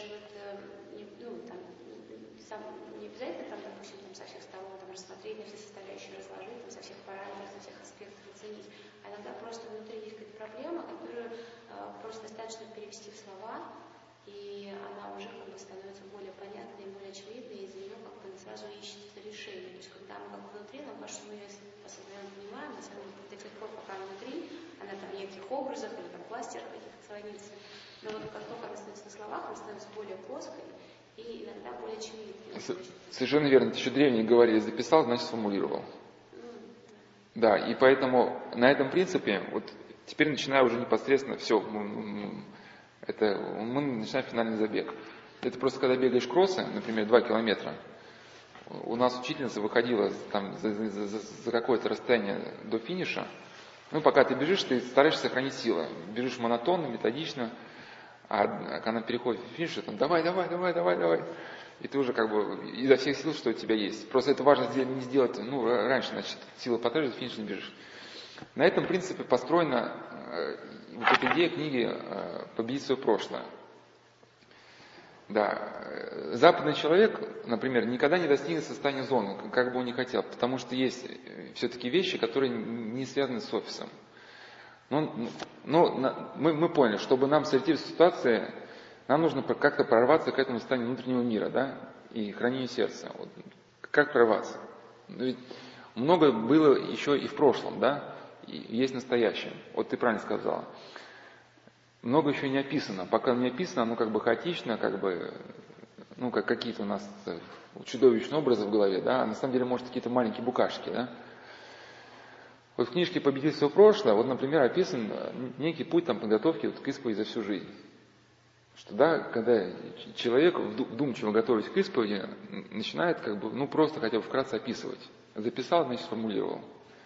не обязательно, там, допустим, там, со всех сторон рассмотреть, на все составляющие разложить, там, со всех параметров, со всех аспектов оценить. А иногда просто внутри есть какая-то проблема, которую просто достаточно перевести в слова, и она уже как бы становится более понятной, более очевидной, и из нее как бы сразу ищется решение. То есть когда мы как бы внутри, нам кажется, что мы ее осознаем, понимаем, на самом деле до тех пор, пока внутри, она там в неких образах или там пластирах каких-то хранится. Но вот как только она становится на словах, она становится более плоской и иногда более очевидной. Совершенно верно. Еще древние говорили, записал, значит сформулировал. Да, и поэтому на этом принципе, вот теперь начинаю уже непосредственно все, мы начинаем финальный забег. Это просто когда бегаешь кроссы, например, 2 километра, у нас учительница выходила там за какое-то расстояние до финиша. Пока ты бежишь, ты стараешься сохранить силы. Бежишь монотонно, методично, а когда она переходит в финиш, там давай. И ты уже как бы изо всех сил, что у тебя есть. Просто это важно не сделать, раньше, значит, силы потратишь, в финиш не бежишь. На этом принципе построена вот эта идея книги «Победить свое прошлое». Да, западный человек, например, никогда не достигнет состояния зоны, как бы он ни хотел, потому что есть все-таки вещи, которые не связаны с офисом. Мы поняли, чтобы нам сойти в ситуации, нам нужно как-то прорваться к этому состоянию внутреннего мира, да, и хранению сердца. Вот, как прорваться? Ведь много было еще и в прошлом, да, и есть настоящее. Вот ты правильно сказала. Много еще не описано. Пока не описано, оно как бы хаотично, как бы, как какие-то у нас чудовищные образы в голове, да, а на самом деле, может, какие-то маленькие букашки, да. Вот в книжке «Победить свое прошлое», вот, например, описан некий путь подготовки к исповеди за всю жизнь. Что, да, когда человек вдумчиво готовясь к исповеди, начинает как бы, просто хотя бы вкратце описывать. Записал, значит, сформулировал.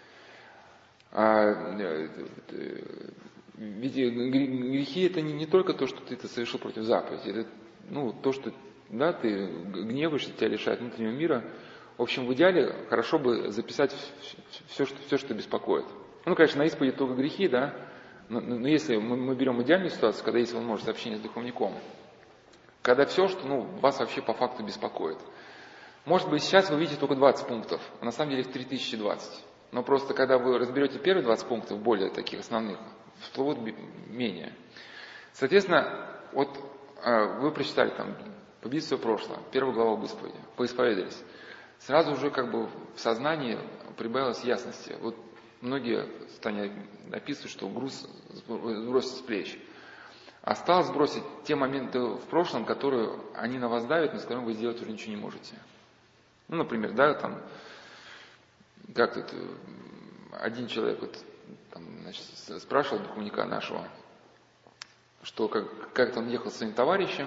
Ведь грехи это не только то, что ты это совершил против заповеди, это то, что да, ты гневаешься, тебя лишает внутреннего мира. В общем, в идеале хорошо бы записать все, что беспокоит. Конечно, на исповеди только грехи, да, но если мы берем идеальную ситуацию, когда есть возможность общения с духовником, когда все, что вас вообще по факту беспокоит. Может быть, сейчас вы видите только 20 пунктов, а на самом деле их 3020. Но просто когда вы разберете первые 20 пунктов, более таких основных, всплывут менее. Соответственно, вот вы прочитали «Победить свое прошлое», первую главу об исповеди, поисповедались. Сразу уже как бы в сознании прибавилось ясности. Вот многие описывают, что груз сбросить с плеч. Осталось сбросить те моменты в прошлом, которые они на вас давят, но с которыми вы сделать уже ничего не можете. Например, да, как тут один человек там, значит, спрашивал духовника нашего, что как-то он ехал с своим товарищем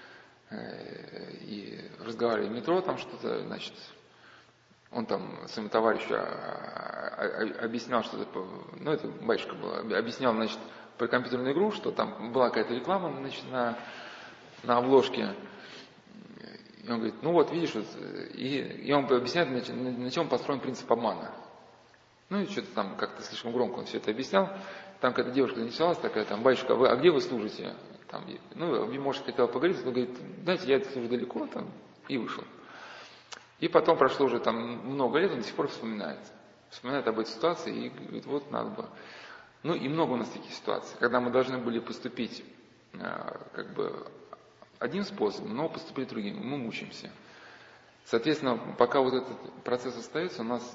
и разговаривали в метро, там что-то, значит, он там своему товарищу объяснял что-то, ну это батюшка был, объяснял, значит, про компьютерную игру, что там была какая-то реклама, значит, на обложке. И он говорит, ну вот, видишь, вот, и он объясняет, на чем построен принцип обмана. Ну и что-то там как-то слишком громко он все это объяснял. Там какая-то девушка началась такая, там, батюшка, а где вы служите? Там, ну, может, хотела поговорить, он говорит, знаете, я служу далеко, там, и вышел. И потом прошло уже там много лет, он до сих пор вспоминает. Вспоминает об этой ситуации и говорит, вот надо бы. Ну и много у нас таких ситуаций, когда мы должны были поступить как бы одним способом, но поступили другим, мы мучаемся. Соответственно, пока вот этот процесс остается, у нас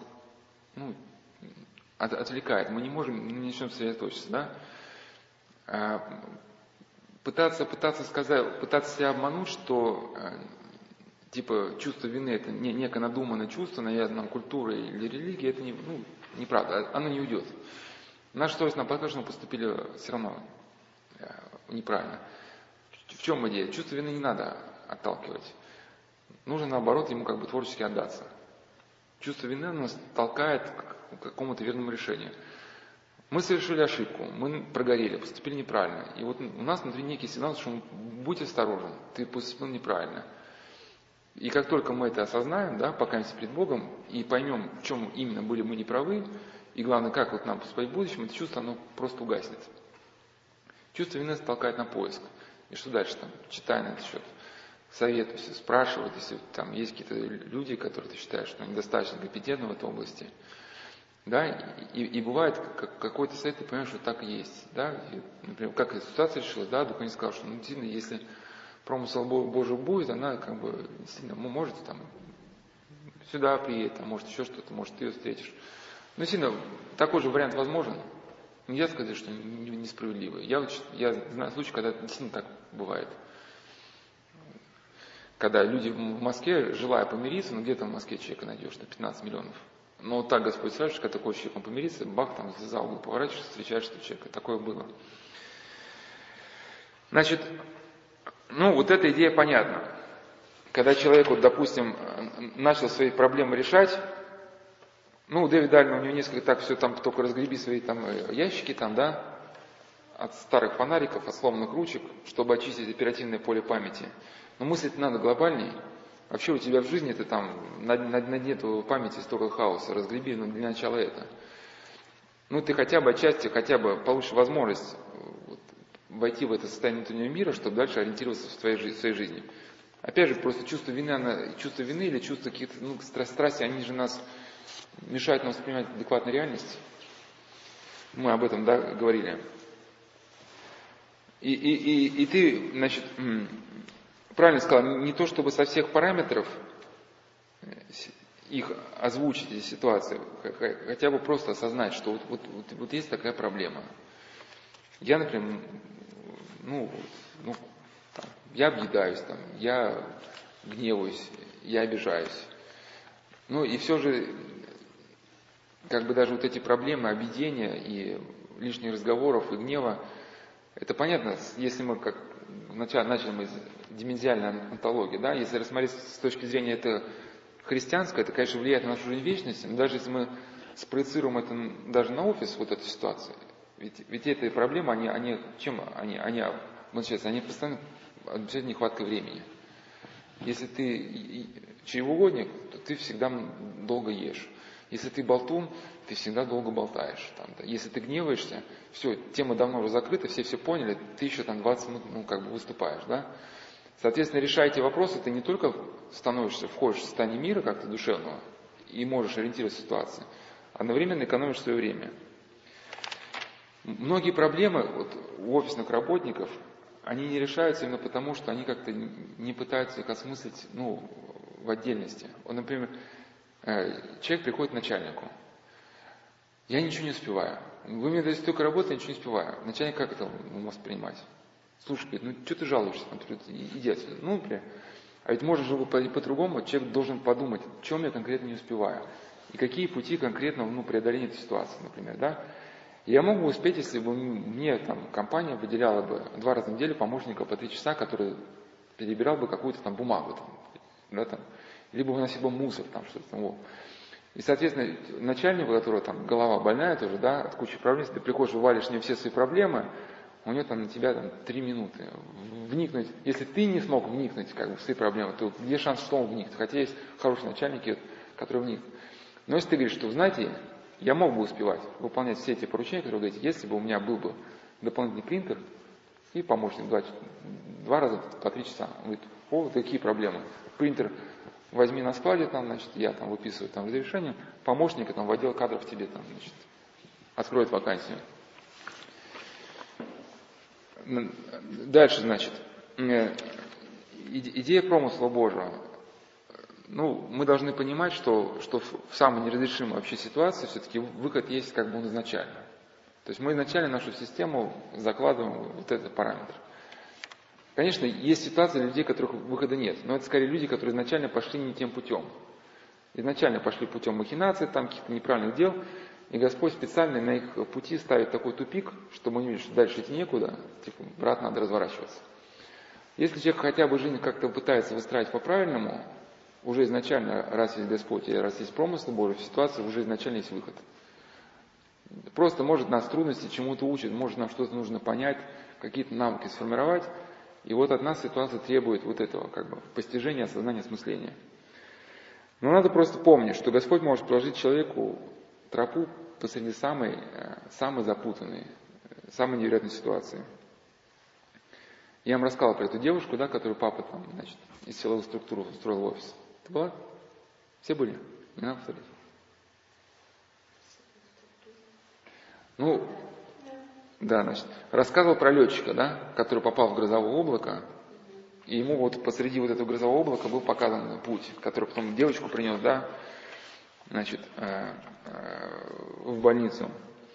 отвлекает, мы не можем, не начнем сосредоточиться, да? Пытаться себя обмануть, что типа чувство вины это некое надуманное чувство, навязанное нам культурой или религией, это неправда, оно не уйдет. Наша совесть нам покажет, что мы поступили все равно неправильно. В чем идея? Чувство вины не надо отталкивать. Нужно, наоборот, ему как бы творчески отдаться. Чувство вины нас толкает к какому-то верному решению. Мы совершили ошибку, мы прогорели, поступили неправильно. И вот у нас внутри некий сигнал, что будь осторожен, ты поступил неправильно. И как только мы это осознаем, да, покаемся перед Богом и поймем, в чем именно были мы неправы, и главное, как вот нам поступать в будущем, это чувство, оно просто угаснет. Чувство вины толкает на поиск. И что дальше там? Читай на этот счет, советуйся, спрашивай, если там есть какие-то люди, которые ты считаешь, что они достаточно компетентны в этой области. Да, и бывает какой-то совет, ты понимаешь, что так и есть. Да? И, например, как эта ситуация решилась, да, духовник сказал, что действительно, если промысел Божий будет, она как бы действительно может там сюда приедет, а может еще что-то, может ты ее встретишь. Но действительно, такой же вариант возможен. Нельзя сказать, что несправедливый. Я знаю случаи, когда действительно так бывает. Когда люди в Москве, желая помириться, где-то в Москве человека найдешь, на 15 миллионов. Но вот так Господь спрашивает, когда такой человек помириться, бах, там за угол поворачиваешься, встречаешь этого человека. Такое было. Значит, вот эта идея понятна. Когда человек, вот, допустим, начал свои проблемы решать, у Дэвида Альма, у него несколько так все там, только разгреби свои там ящики там, да, от старых фонариков, от сломанных ручек, чтобы очистить оперативное поле памяти. Но мыслить надо глобальней. Вообще у тебя в жизни это там, на дне твоей памяти столько хаоса, разгреби для начала это. Ты хотя бы отчасти, хотя бы получишь возможность войти в это состояние внутреннего мира, чтобы дальше ориентироваться в своей жизни. Опять же, просто чувство вины или чувство каких-то страсти, они же нас мешают нам воспринимать адекватную реальность. Мы об этом, да, говорили. И ты, значит, правильно сказал, не то чтобы со всех параметров их озвучить, эти ситуации, хотя бы просто осознать, что вот есть такая проблема. Я, например, я объедаюсь, там, я гневаюсь, я обижаюсь. И все же, как бы даже вот эти проблемы обидения и лишних разговоров и гнева, это понятно, если мы как начали мы из димензиальной онтологии, да, если рассмотреть с точки зрения это христианское, это, конечно, влияет на нашу жизнь вечности, но даже если мы спроецируем это даже на офис, вот эту ситуацию, ведь эти проблемы, они постоянно обязательно нехваткой времени. Если ты чревоугодник, то ты всегда долго ешь. Если ты болтун, ты всегда долго болтаешь. Там, да. Если ты гневаешься, все, тема давно уже закрыта, все поняли, ты еще там 20 минут выступаешь. Да? Соответственно, решая эти вопросы, ты не только входишь в состояние мира как-то душевного и можешь ориентироваться в ситуации, одновременно экономишь свое время. Многие проблемы у офисных работников, они не решаются именно потому, что они как-то не пытаются их осмыслить в отдельности. Например, человек приходит к начальнику. Я ничего не успеваю. Вы мне даете столько работы, я ничего не успеваю. Начальник как это может принимать? Слушай, говорит, что ты жалуешься? Иди отсюда. Например. А ведь можно же по-другому, человек должен подумать, в чем я конкретно не успеваю. И какие пути конкретно преодоления этой ситуации, например, да? Я мог бы успеть, если бы мне там компания выделяла бы 2 раза в неделю помощника по 3 часа, который перебирал бы какую-то там бумагу, там, да, там, либо выносил бы мусор, там что-то там. Вот. И, соответственно, начальнику, у которого там голова больная тоже, да, от кучи проблем, если ты приходишь, вывалишь в нее все свои проблемы, у него там на тебя там 3 минуты. Вникнуть, если ты не смог вникнуть как бы, в свои проблемы, то где шанс, что он вникнет? Хотя есть хорошие начальники, которые вникнут. Но если ты говоришь, что, знаете, я мог бы успевать выполнять все эти поручения, которые вы говорите, если бы у меня был бы дополнительный принтер и помощник 2 раза по 3 часа. Он говорит, о, какие проблемы. Принтер возьми на складе, там, значит, я там выписываю там разрешение, помощника там в отдел кадров тебе там, значит, откроет вакансию. Дальше, значит, идея промысла Божьего. Ну, мы должны понимать, что в самой неразрешимой вообще ситуации все-таки выход есть как бы он изначально. То есть мы изначально нашу систему закладываем вот этот параметр. Конечно, есть ситуации людей, у которых выхода нет, но это скорее люди, которые изначально пошли не тем путем. Изначально пошли путем махинаций, там каких-то неправильных дел, и Господь специально на их пути ставит такой тупик, чтобы они видели, что дальше идти некуда, типа, брат, надо разворачиваться. Если человек хотя бы жизнь как-то пытается выстраивать по-правильному, уже изначально, раз есть Господь и раз есть промысл Божий, в ситуации уже изначально есть выход. Просто может нас трудности чему-то учит, может нам что-то нужно понять, какие-то навыки сформировать, и вот от нас ситуация требует вот этого, как бы, постижения, осознания, осмысления. Но надо просто помнить, что Господь может положить человеку тропу посреди самой запутанной, самой невероятной ситуации. Я вам рассказал про эту девушку, да, которую папа там, значит, из силовых структур устроил в офис. Ты была? Все были? Не надо повторить. Ну, да, значит, рассказывал про летчика, да, который попал в грозовое облако, и ему вот посреди вот этого грозового облака был показан путь, который потом девочку принес, да, значит, в больницу.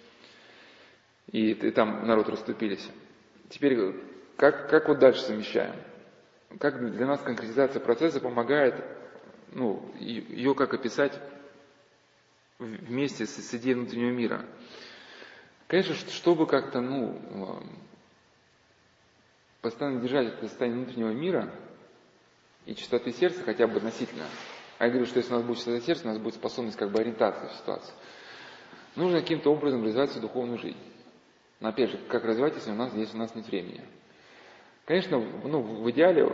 И там народ расступились. Теперь, как вот дальше совмещаем? Как для нас конкретизация процесса помогает, ну, ее как описать вместе с идеей внутреннего мира? Конечно, чтобы как-то, ну, постоянно держать это состояние внутреннего мира и чистоты сердца хотя бы относительно. А я говорю, что если у нас будет чистота сердца, у нас будет способность как бы ориентации в ситуации. Нужно каким-то образом развивать свою духовную жизнь. Но опять же, как развивать, если у нас нет времени? Конечно, ну, в идеале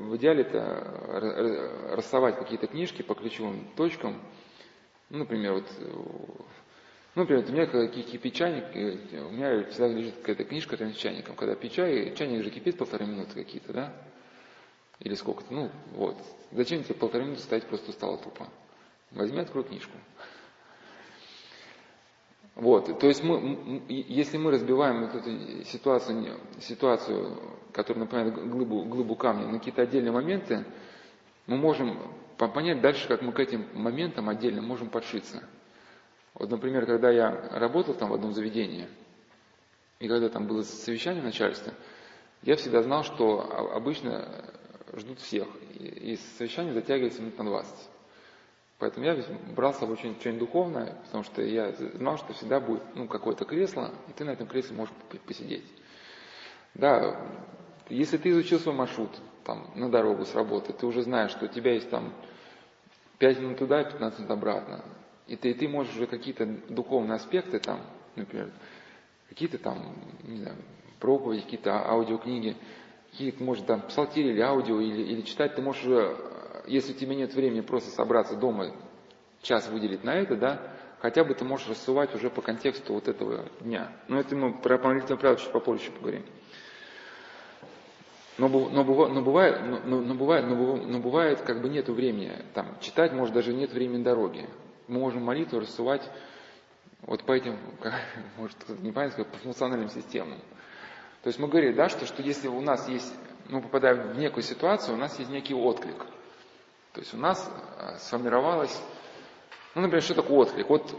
это рассовать какие-то книжки по ключевым точкам. Ну, например, вот, у меня кипит чайник, у меня всегда лежит какая-то книжка с чайником. Когда пью чай, чайник же кипит 1,5 минуты какие-то, да? Или сколько-то, ну, вот. Зачем тебе 1,5 минуты стоять, просто устало тупо? Возьми, открой книжку. Вот, то есть если мы разбиваем вот эту ситуацию, которая напоминает глыбу камня, на какие-то отдельные моменты, мы можем понять дальше, как мы к этим моментам отдельно можем подшиться. Вот, например, когда я работал там в одном заведении, и когда там было совещание в начальстве, я всегда знал, что обычно ждут всех, и совещание затягивается минут на 20. Поэтому я брал с собой что-нибудь духовное, потому что я знал, что всегда будет какое-то кресло, и ты на этом кресле можешь посидеть. Да, если ты изучил свой маршрут там, на дорогу с работы, ты уже знаешь, что у тебя есть там 5 минут туда и 15 минут обратно. И ты можешь уже какие-то духовные аспекты, там, например, какие-то там, не знаю, проповеди, какие-то аудиокниги, какие-то, может, там, псалтирь или аудио, или читать, ты можешь уже, если у тебя нет времени просто собраться дома, час выделить на это, да, хотя бы ты можешь рассувать уже по контексту вот этого дня. Но это мы про молитвенную правду чуть попозже поговорим. Но бывает, как бы нету времени там читать, может, даже нет времени дороги. Мы можем молитву рассувать вот по этим, может, не понятно, по функциональным системам. То есть мы говорим, да, что если у нас есть, попадаем в некую ситуацию, у нас есть некий отклик. То есть у нас сформировалось, например, что такое отклик? Вот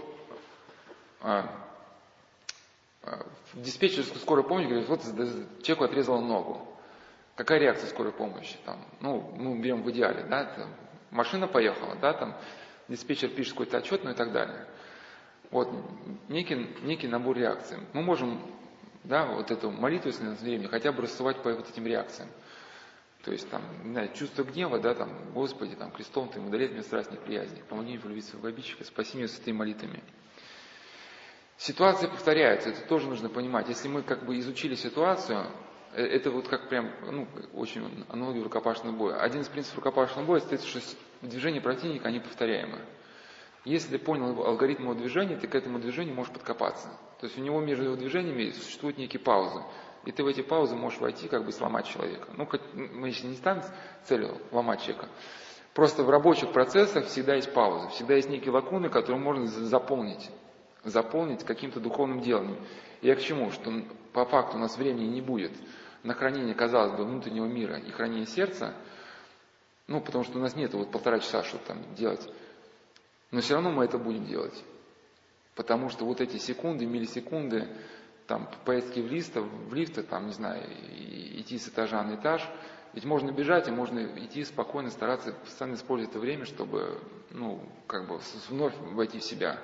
в диспетчерскую скорой помощи говорят, вот человеку отрезало ногу. Какая реакция скорой помощи? Там, мы берем в идеале, да, там, машина поехала, да, там, диспетчер пишет какой-то отчет, и так далее. Вот некий набор реакций. Мы можем, да, вот эту молитвенность времени хотя бы рассылать по вот этим реакциям. То есть там, не знаю, чувство гнева, да, там, Господи, там, крестом Ты удалить мне страсть неприязни, помоги мне полюбить своего обидчика, спаси меня святыми молитвами. Ситуации повторяются, это тоже нужно понимать. Если мы как бы изучили ситуацию, это вот как прям, очень аналогия рукопашного боя. Один из принципов рукопашного боя состоит, что движения противника, они повторяемы. Если ты понял алгоритм его движения, ты к этому движению можешь подкопаться. То есть у него между его движениями существуют некие паузы. И ты в эти паузы можешь войти, как бы сломать человека. Хоть мы еще не ставим целью ломать человека. Просто в рабочих процессах всегда есть паузы, всегда есть некие лакуны, которые можно заполнить каким-то духовным делом. И я к чему? Что по факту у нас времени не будет на хранение, казалось бы, внутреннего мира и хранение сердца, потому что у нас нет вот 1,5 часа что-то там делать. Но все равно мы это будем делать. Потому что вот эти секунды, миллисекунды, там, поездки в лифты, там, не знаю, идти с этажа на этаж, ведь можно бежать, и можно идти спокойно, стараться постоянно использовать это время, чтобы, вновь войти в себя.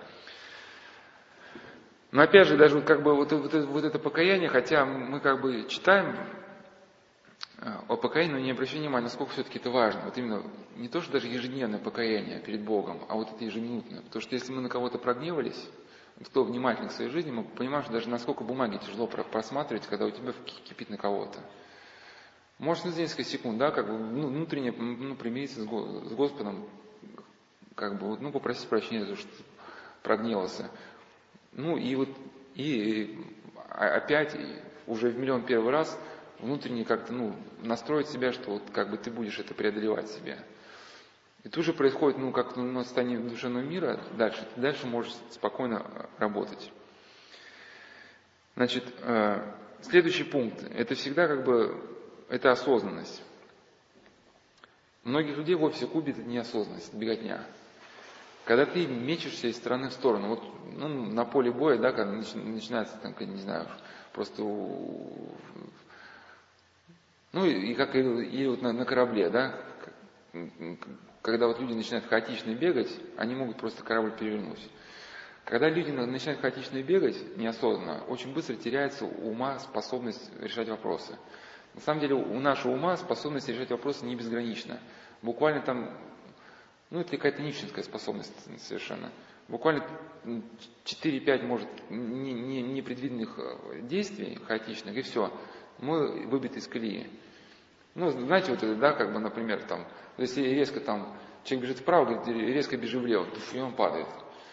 Но опять же, даже вот это покаяние, хотя мы как бы читаем о покаянии, но не обращаем внимания, насколько все-таки это важно. Вот именно не то, что даже ежедневное покаяние перед Богом, а вот это ежеминутное. Потому что если мы на кого-то прогневались, кто внимательный к своей жизни, мы понимаем, что даже насколько бумаги тяжело просматривать, когда у тебя кипит на кого-то. Может, за несколько секунд, да, как бы внутренне примириться с Господом, попросить прощения за то, что прогневался. Опять, уже в миллион первый раз, внутренне как-то, настроить себя, что вот как бы ты будешь это преодолевать себя. И тут же происходит, как-то состояние душевного мира, дальше можешь спокойно работать. Значит, следующий пункт, это всегда это осознанность. Многих людей в офисе губит это неосознанность, беготня. Когда ты мечешься из стороны в сторону, на поле боя, да, когда начинается, не знаю, просто или вот на корабле, да, когда вот люди начинают хаотично бегать, они могут просто корабль перевернуть. Когда люди начинают хаотично бегать, неосознанно, очень быстро теряется у ума способность решать вопросы. На самом деле у нашего ума способность решать вопросы не безгранична. Буквально там, это какая-то нищенская способность совершенно. Буквально 4-5, может, непредвиденных действий хаотичных, и все. Мы выбиты из колеи. Знаете, вот это, да, например, если резко человек бежит вправо, резко бежит влево, и он падает.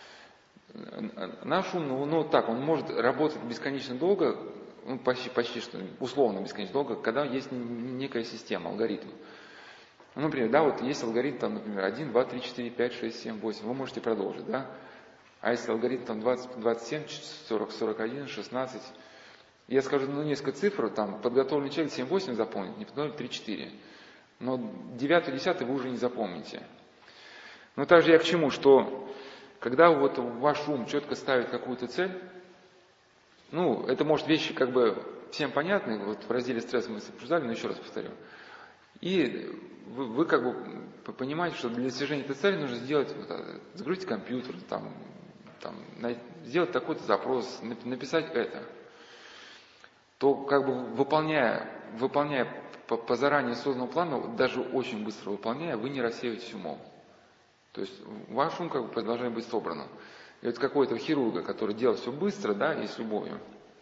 Наш ум, он может работать бесконечно долго, почти что условно бесконечно долго, когда есть некая система, алгоритм. Например, да, вот есть алгоритм, например, 1, 2, 3, 4, 5, 6, 7, 8, вы можете продолжить, да? А если алгоритм 20, 27, 40, 41, 16, я скажу, несколько цифр, подготовленный человек 7-8 запомнит, не подготовленный 3-4. Но 9-10 вы уже не запомните. Но также я к чему, что когда вот ваш ум четко ставит какую-то цель, это может вещи всем понятны, вот в разделе стресса мы обсуждали, но еще раз повторю. И вы понимаете, что для достижения этой цели нужно сделать, загрузить компьютер, сделать такой-то запрос, написать это. То выполняя по заранее созданному плану, даже очень быстро выполняя, вы не рассеиваетесь умом. То есть ваш ум продолжает быть собранным. И вот какой-то хирурга, который делает все быстро, да, и с любовью.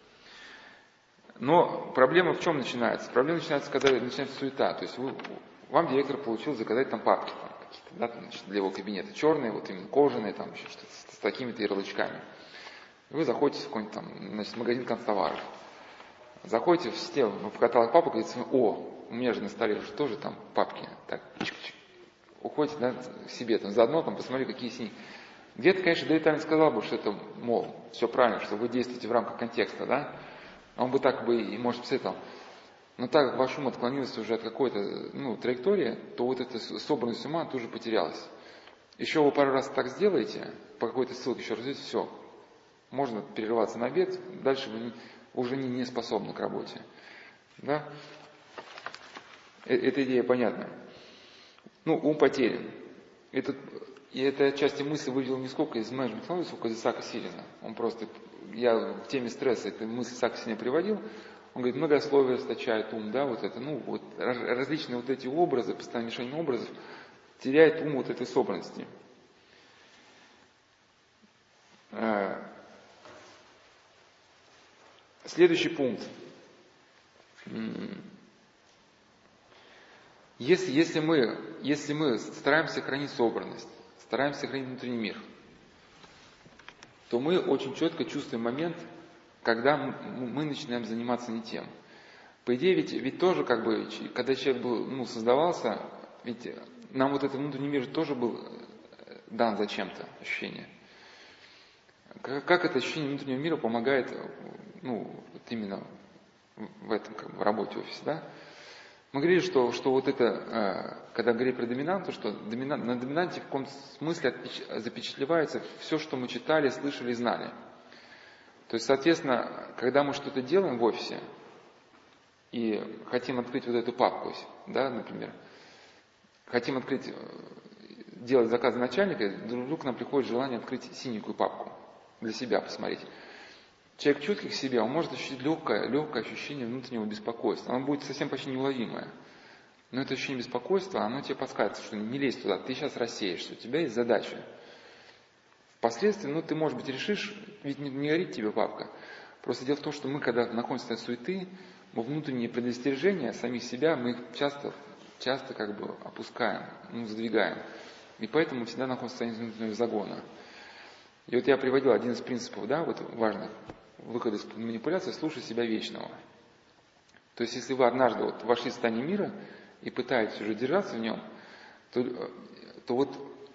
Но проблема в чем начинается? Проблема начинается, когда начинается суета. То есть вам директор получил заказать папки какие-то, да, для его кабинета. Черные, вот именно кожаные, еще что-то с такими-то ярлычками. Вы заходите в какой-нибудь магазин канцтоваров. Заходите в каталог папок и говорите, у меня же на столе уже тоже папки. Так, чик-чик. Уходите, да, к себе, заодно посмотрите, какие синие. Где-то, конечно, Давид Таллин сказал бы, что это, все правильно, что вы действуете в рамках контекста, да. Он бы так и, может, посоветовал. Но так как ваш ум отклонился уже от какой-то, траектории, то вот эта собранность ума тоже потерялась. Еще вы пару раз так сделаете, по какой-то ссылке еще раз идете, все. Можно перерываться на обед, дальше вы уже не способны к работе. Да? Эта идея понятна. Ум потерян. И эта отчасти мысль вывела не сколько из менеджмента, сколько из Исаака Сирина. Он просто, я в теме стресса эту мысль Исаака Сирина приводил, он говорит, многословие расточает ум, да, вот это, различные вот эти образы, постоянное мешание образов, теряет ум вот этой собранности. Следующий пункт. Если мы стараемся хранить собранность, стараемся хранить внутренний мир, то мы очень четко чувствуем момент, когда мы начинаем заниматься не тем. По идее, ведь тоже, когда человек был, создавался, ведь нам вот этот внутренний мир тоже был дан зачем-то, ощущение. Как это ощущение внутреннего мира помогает, вот именно в этом, в работе офиса, да? Мы говорили, что вот это, когда говорили про доминанту, что на доминанте в каком-то смысле запечатлевается все, что мы читали, слышали, знали. То есть, соответственно, когда мы что-то делаем в офисе и хотим открыть вот эту папку, да, например, хотим делать заказ начальника, вдруг нам приходит желание открыть синенькую папку, для себя посмотреть. Человек чуткий к себе, он может ощутить легкое ощущение внутреннего беспокойства. Оно будет совсем почти неуловимое. Но это ощущение беспокойства, оно тебе подсказывает, что не лезь туда, ты сейчас рассеешься, у тебя есть задача. Впоследствии, ты, может быть, решишь, ведь не горит тебе папка. Просто дело в том, что мы, когда находимся в суеты, мы внутренние предостережения самих себя, мы их часто опускаем, задвигаем. И поэтому мы всегда находимся в состоянии внутреннего загона. И вот я приводил один из принципов, да, вот важных, выхода из манипуляции, слушать себя вечного. То есть, если вы однажды вошли в состояние мира и пытаетесь уже держаться в нем, то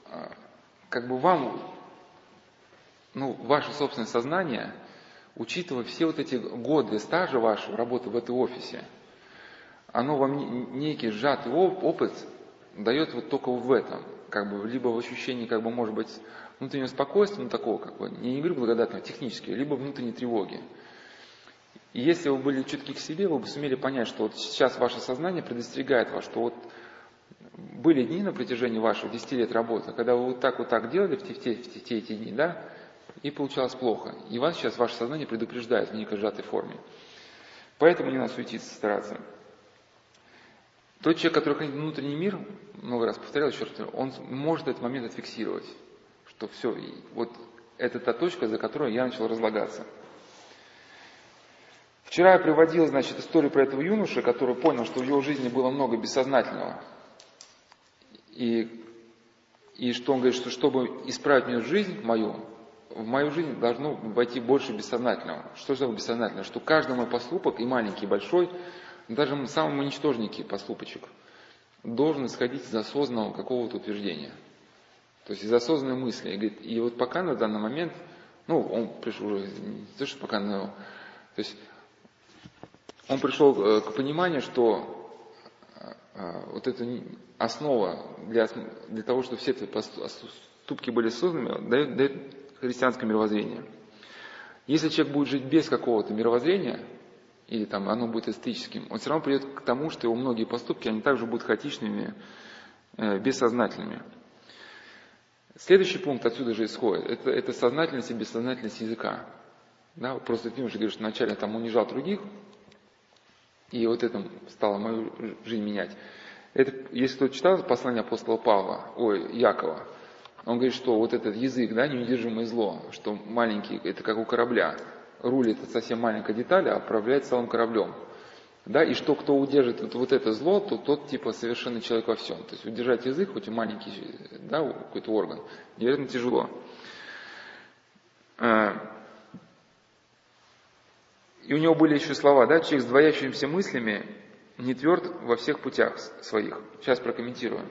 вам, ваше собственное сознание, учитывая все вот эти годы стажа вашего работы в этой офисе, оно вам некий сжатый опыт дает вот только в этом, либо в ощущении, может быть, внутреннего спокойствия, такого, не говорю благодатного, технически, либо внутренней тревоги. И если вы были чутки к себе, вы бы сумели понять, что вот сейчас ваше сознание предостерегает вас, что были дни на протяжении ваших 10 лет работы, когда вы вот так делали в те эти дни, да, и получалось плохо. И вас сейчас ваше сознание предупреждает в некой сжатой форме. Поэтому не надо суетиться, стараться. Тот человек, который хранит внутренний мир, много раз повторял еще раз, он может этот момент отфиксировать, что все, вот это та точка, за которой я начал разлагаться. Вчера я приводил, историю про этого юношу, который понял, что в его жизни было много бессознательного. И что он говорит, что чтобы исправить мою жизнь, в мою жизнь должно войти больше бессознательного. Что же такое бессознательное? Что каждый мой поступок, и маленький, и большой, даже самый уничтожненький поступочек, должен исходить из осознанного какого-то утверждения. То есть из осознанной мысли. И вот пока на данный момент, он пришел уже, не то, что пока, то есть он пришел к пониманию, что вот эта основа для того, чтобы все эти поступки были осознанными, дает христианское мировоззрение. Если человек будет жить без какого-то мировоззрения, или оно будет эстетическим, он все равно придет к тому, что его многие поступки, они также будут хаотичными, бессознательными. Следующий пункт отсюда же исходит. Это сознательность и бессознательность языка. Да, просто ты уже говоришь, что вначале унижал других, и вот это стало мою жизнь менять. Это, если кто читал послание апостола Якова, он говорит, что вот этот язык, да, неудержимое зло, что маленький, это как у корабля. Руль это совсем маленькая деталь, а управляет целым кораблем. Да, и что кто удержит вот это зло, то тот совершенный человек во всем. То есть удержать язык, хоть и маленький, да, какой-то орган, невероятно тяжело. И у него были еще слова, да, человек с двоящимися мыслями не тверд во всех путях своих. Сейчас прокомментирую.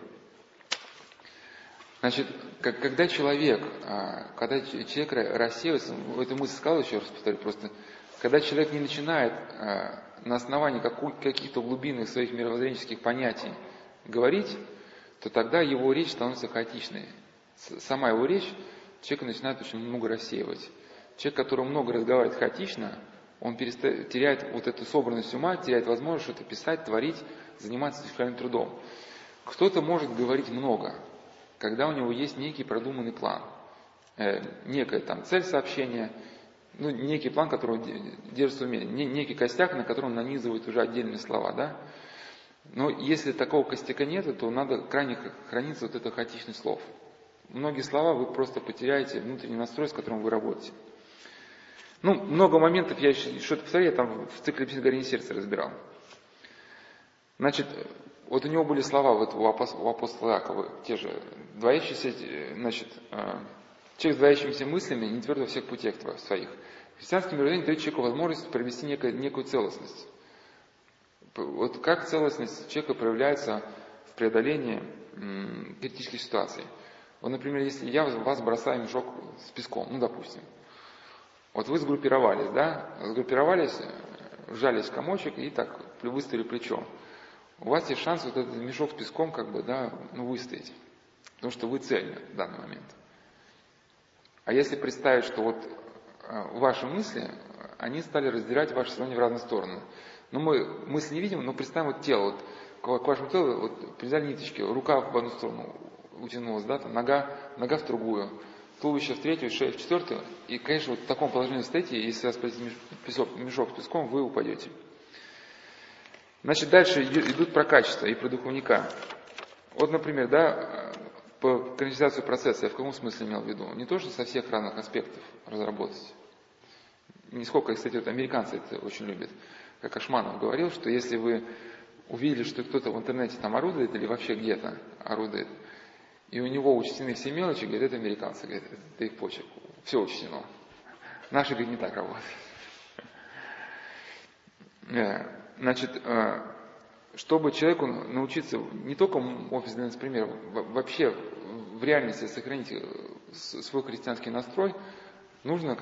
Когда человек рассеивается, эту мысль сказал, еще раз повторю, просто, когда человек не начинает на основании каких-то глубинных своих мировоззренческих понятий говорить, то тогда его речь становится хаотичной. Сама его речь человек начинает очень много рассеивать. Человек, который много разговаривает хаотично, он теряет вот эту собранность ума, теряет возможность что-то писать, творить, заниматься интеллектуальным трудом. Кто-то может говорить много, когда у него есть некий продуманный план, некая там цель сообщения, некий план, который держится в уме, некий костяк, на котором нанизывают уже отдельные слова, да? Но если такого костяка нет, то надо крайне храниться вот это хаотичность слов. Многие слова вы просто потеряете внутренний настрой, с которым вы работаете. Много моментов я еще что-то посмотрел, я там в цикле «Песнь горения сердца» разбирал. Значит, вот у него были слова вот у апостола Иакова, те же, двоящиеся, значит, человек с двоящимися мыслями не тверд во всех путях своих. Христианское мировоззрение дает человеку возможность провести некую целостность. Вот как целостность человека проявляется в преодолении критических ситуаций. Вот, например, если я вас бросаю в мешок с песком, допустим. Вот вы сгруппировались, да? Сгруппировались, сжались в комочек и так выставили плечо. У вас есть шанс вот этот мешок с песком выстоять. Потому что вы цельны в данный момент. А если представить, что вот ваши мысли, они стали раздирать ваше сознание в разные стороны. Мы мысли не видим, но представим вот тело. Вот, к вашему телу привязали ниточки, рука в одну сторону утянулась, да, там, нога в другую, туловище в третью, шея в четвертую. И, конечно, вот в таком положении стоите, если вас пойдет мешок с песком, вы упадете. Значит, дальше идут про качество и про духовника. Вот, например, да, по конкретизацию процесса я в каком смысле имел в виду? Не то, что со всех разных аспектов разработать. Нисколько, кстати, вот американцы это очень любят. Как Ашманов говорил, что если вы увидели, что кто-то в интернете там орудует или вообще где-то орудует, и у него учтены все мелочи, говорит, это американцы, говорит, это их почерк. Все учтено. Наши, говорит, не так работают. Значит, чтобы человеку научиться не только офисный пример, вообще в реальности сохранить свой христианский настрой, нужно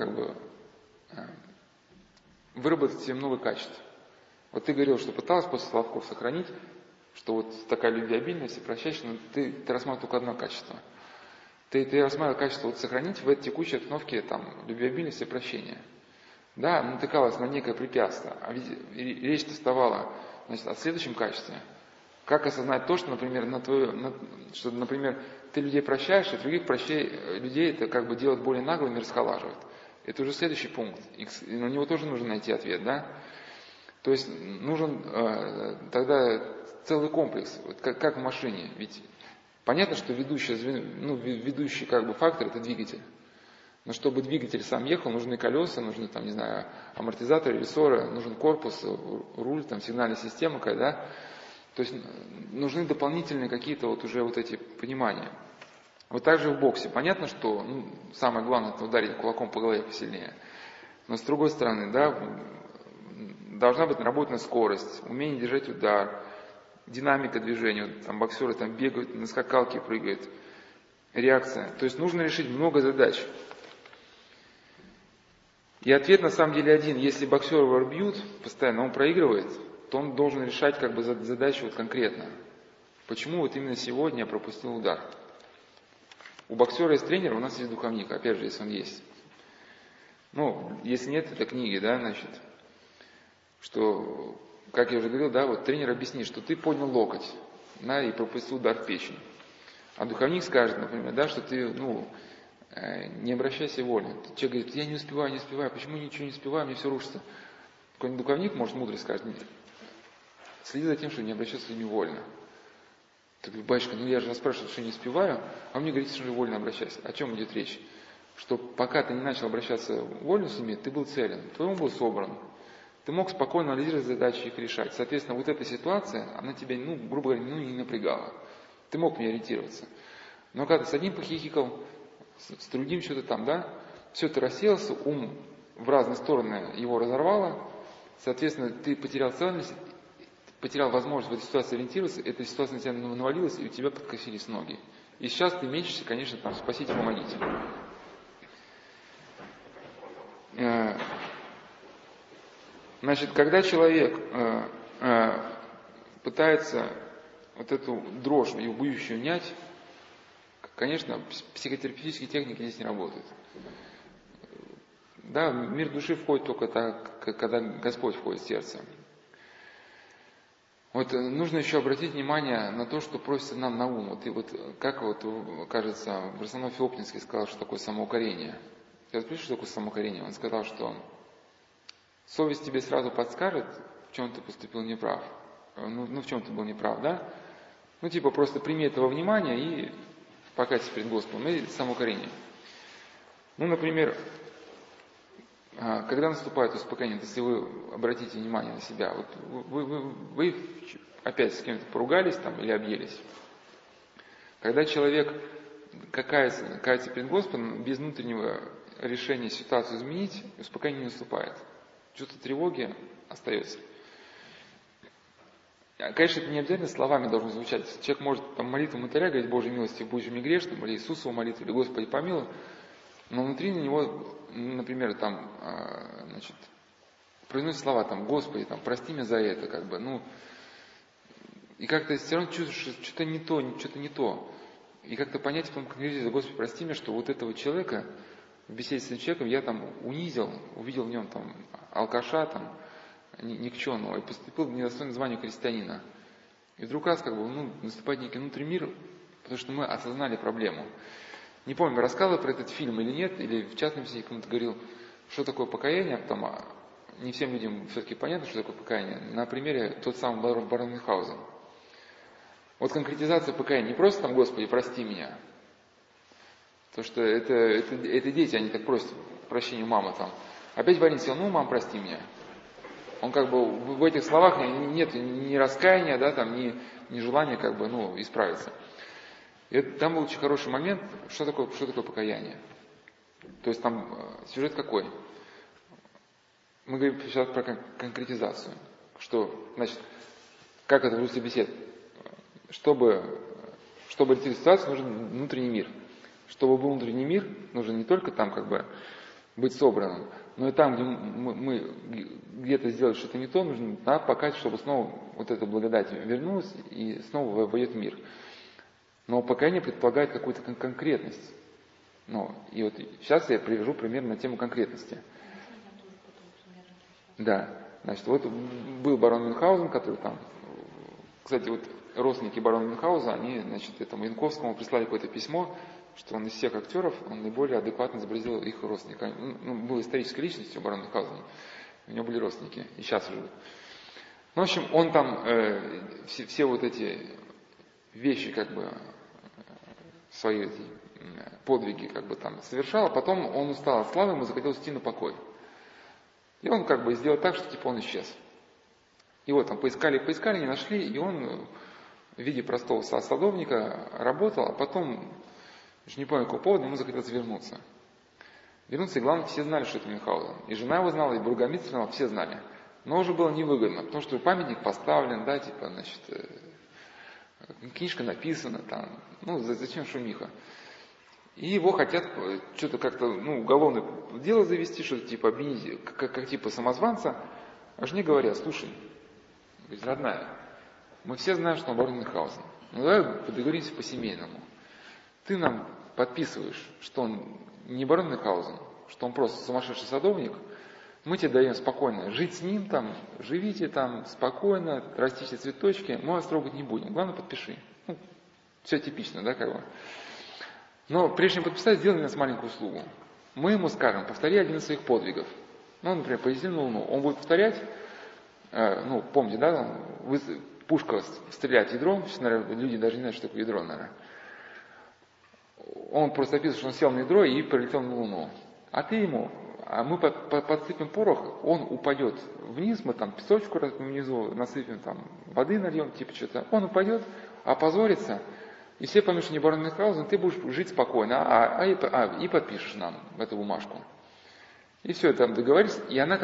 выработать себе много качеств. Вот ты говорил, что пыталась после Соловков сохранить, что вот такая любвеобильность и прощающая, но ты рассматривал только одно качество. Ты рассматривал качество вот сохранить в этой текущей обстановке любвеобильность и прощение. Да, натыкалась на некое препятствие, а ведь речь-то вставала, значит, о следующем качестве. Как осознать то, что, например, например, ты людей прощаешь, и других людей это делать более наглыми и расхолаживает. Это уже следующий пункт. И на него тоже нужно найти ответ, да? То есть нужен тогда целый комплекс, вот как в машине. Ведь понятно, что ведущий фактор это двигатель. Но чтобы двигатель сам ехал, нужны колеса, нужны амортизаторы, рессоры, нужен корпус, руль, сигнальная система, да? То есть нужны дополнительные какие-то эти понимания. Вот так же в боксе. Понятно, что самое главное это ударить кулаком по голове посильнее. Но с другой стороны, да, должна быть наработана скорость, умение держать удар, динамика движения. Боксеры бегают, на скакалке прыгают, реакция. То есть нужно решить много задач. И ответ на самом деле один. Если боксера его бьют постоянно, он проигрывает, то он должен решать задачу конкретно. Почему именно сегодня я пропустил удар? У боксера есть тренер, у нас есть духовник, опять же, если он есть. Если нет, это книги, да, значит, что, как я уже говорил, да, тренер объяснит, что ты поднял локоть, да, и пропустил удар в печень. А духовник скажет, например, да, что ты, не обращайся вольно. Человек говорит, я не успеваю, почему ничего не успеваю, мне все рушится. Какой-нибудь духовник, может, мудрый скажет, нет, следи за тем, чтобы не обращаться с людьми вольно. Ты говоришь, батюшка, я же вас спрашиваю, что не успеваю, а мне говорите, что вольно обращайся. О чем идет речь? Что пока ты не начал обращаться вольно с людьми, ты был целен, твой ум был собран. Ты мог спокойно анализировать задачи и их решать. Соответственно, эта ситуация, она тебя, грубо говоря, не напрягала. Ты мог в ней ориентироваться. Но когда ты с одним похихикал, с другим что-то да, все это рассеялся, ум в разные стороны его разорвало, соответственно, ты потерял цельность, потерял возможность в этой ситуации ориентироваться, эта ситуация на тебя навалилась, и у тебя подкосились ноги. И сейчас ты мечешься, конечно, спасите, помогите. Значит, когда человек пытается эту дрожь, ее бьющую унять, конечно, психотерапевтические техники здесь не работают. Да, в мир души входит только так, когда Господь входит в сердце. Вот нужно еще обратить внимание на то, что просится нам на ум. Вот, и вот как вот, кажется, Барсанов Феоптинский сказал, что такое самоукорение. Я спросил, что такое самоукорение. Он сказал, что совесть тебе сразу подскажет, в чем ты поступил неправ. Ну, в чем ты был неправ, да? Ну, типа, просто прими этого внимания и покайся перед Господом. И самоукорение. Ну, например, когда наступает успокоение, если вы обратите внимание на себя, вот вы опять с кем-то поругались там или объелись. Когда человек кается перед Господом, без внутреннего решения ситуацию изменить, успокоение не наступает. Чувство тревоги остается. Конечно, это не обязательно словами должно звучать. Человек может там молитву мытаря говорить: Божьей милости будь же мне грешным, или Иисусову молитву, или Господи помилуй. Но внутри на него, например, там, произносит слова там: Господи, там, прости меня за это, как бы, ну, и как-то все равно чувствуешь, что что-то не то, что-то не то. И как-то понять в том конкретно: Господи, прости меня, что вот этого человека, в беседе с этим человеком я там унизил, увидел в нем там алкаша, там, никчемного, и поступил в недостойное звание христианина. И вдруг раз, как бы, наступает некий внутренний мир, потому что мы осознали проблему. Не помню, рассказывал про этот фильм или нет, или в частности я кому-то говорил, что такое покаяние, потом не всем людям все-таки понятно, что такое покаяние. На примере тот самый барон Мюнхгаузен. Вот конкретизация покаяния не просто там: Господи, прости меня. То, что это дети, они так просят прощения у мамы там. Опять Варин сел: мам, прости меня. Он как бы в этих словах нет ни раскаяния, да, там, ни желания как бы, исправиться. И там был очень хороший момент, что такое покаяние. То есть там сюжет какой? Мы говорим сейчас про конкретизацию. Что, значит, как это в русле бесед? Чтобы решить ситуацию, нужен внутренний мир. Чтобы был внутренний мир, нужно не только там как бы быть собранным, но и там, где мы где-то сделали что-то не то, нужно покать, чтобы снова вот эта благодать вернулась и снова войдет в мир. Но покаяние предполагает какую-то конкретность. И вот сейчас я привяжу пример на тему конкретности. Да, значит, вот был барон Мюнхгаузен, который там, кстати, вот родственники барона Мюнхгаузена, они, значит, этому Янковскому прислали какое-то письмо, что он из всех актеров, он наиболее адекватно изобразил их родственника. Был исторической личностью барона Мюнхгаузена, у него были родственники, и сейчас живут. В общем, он там все вот эти вещи, как бы, свои эти подвиги, как бы, там совершал, а потом он устал от славы, ему захотелось идти на покой. И он как бы сделал так, что типа он исчез. И вот там поискали, не нашли, и он в виде простого садовника работал, а потом, не помню какого повода, ему захотелось вернуться. Вернуться, и главное, все знали, что это Мюнхгаузен. И жена его знала, и бургомистр знал, все знали. Но уже было невыгодно, потому что памятник поставлен, да, типа, значит, книжка написана, там, зачем шумиха. И его хотят что-то как-то, уголовное дело завести, что-то типа обвинить, как типа самозванца. А жене говорят: слушай, говорит, родная, мы все знаем, что он барон Мюнхгаузен. Давай договоримся по-семейному. Ты нам подписываешь, что он не барон Мюнхгаузен, что он просто сумасшедший садовник. Мы тебе даем спокойно жить с ним там, живите там спокойно, растите цветочки, мы вас трогать не будем. Главное, подпиши. Все типично, да, как бы. Но прежде чем подписать, сделай нас маленькую услугу. Мы ему скажем: повтори один из своих подвигов. Например, полетели на Луну. Он будет повторять, помните, да, пушка стреляет ядром, сейчас, наверное, люди даже не знают, что такое ядро, наверное. Он просто описывает, что он сел на ядро и полетел на Луну. А мы подсыпем порох, он упадет вниз, мы там песочку внизу насыпем, там воды нальем, типа что-то. Он упадет, опозорится, и все поймут, что не барон Мюнхгаузен, ты будешь жить спокойно, и подпишешь нам эту бумажку. И все, там договорились, и она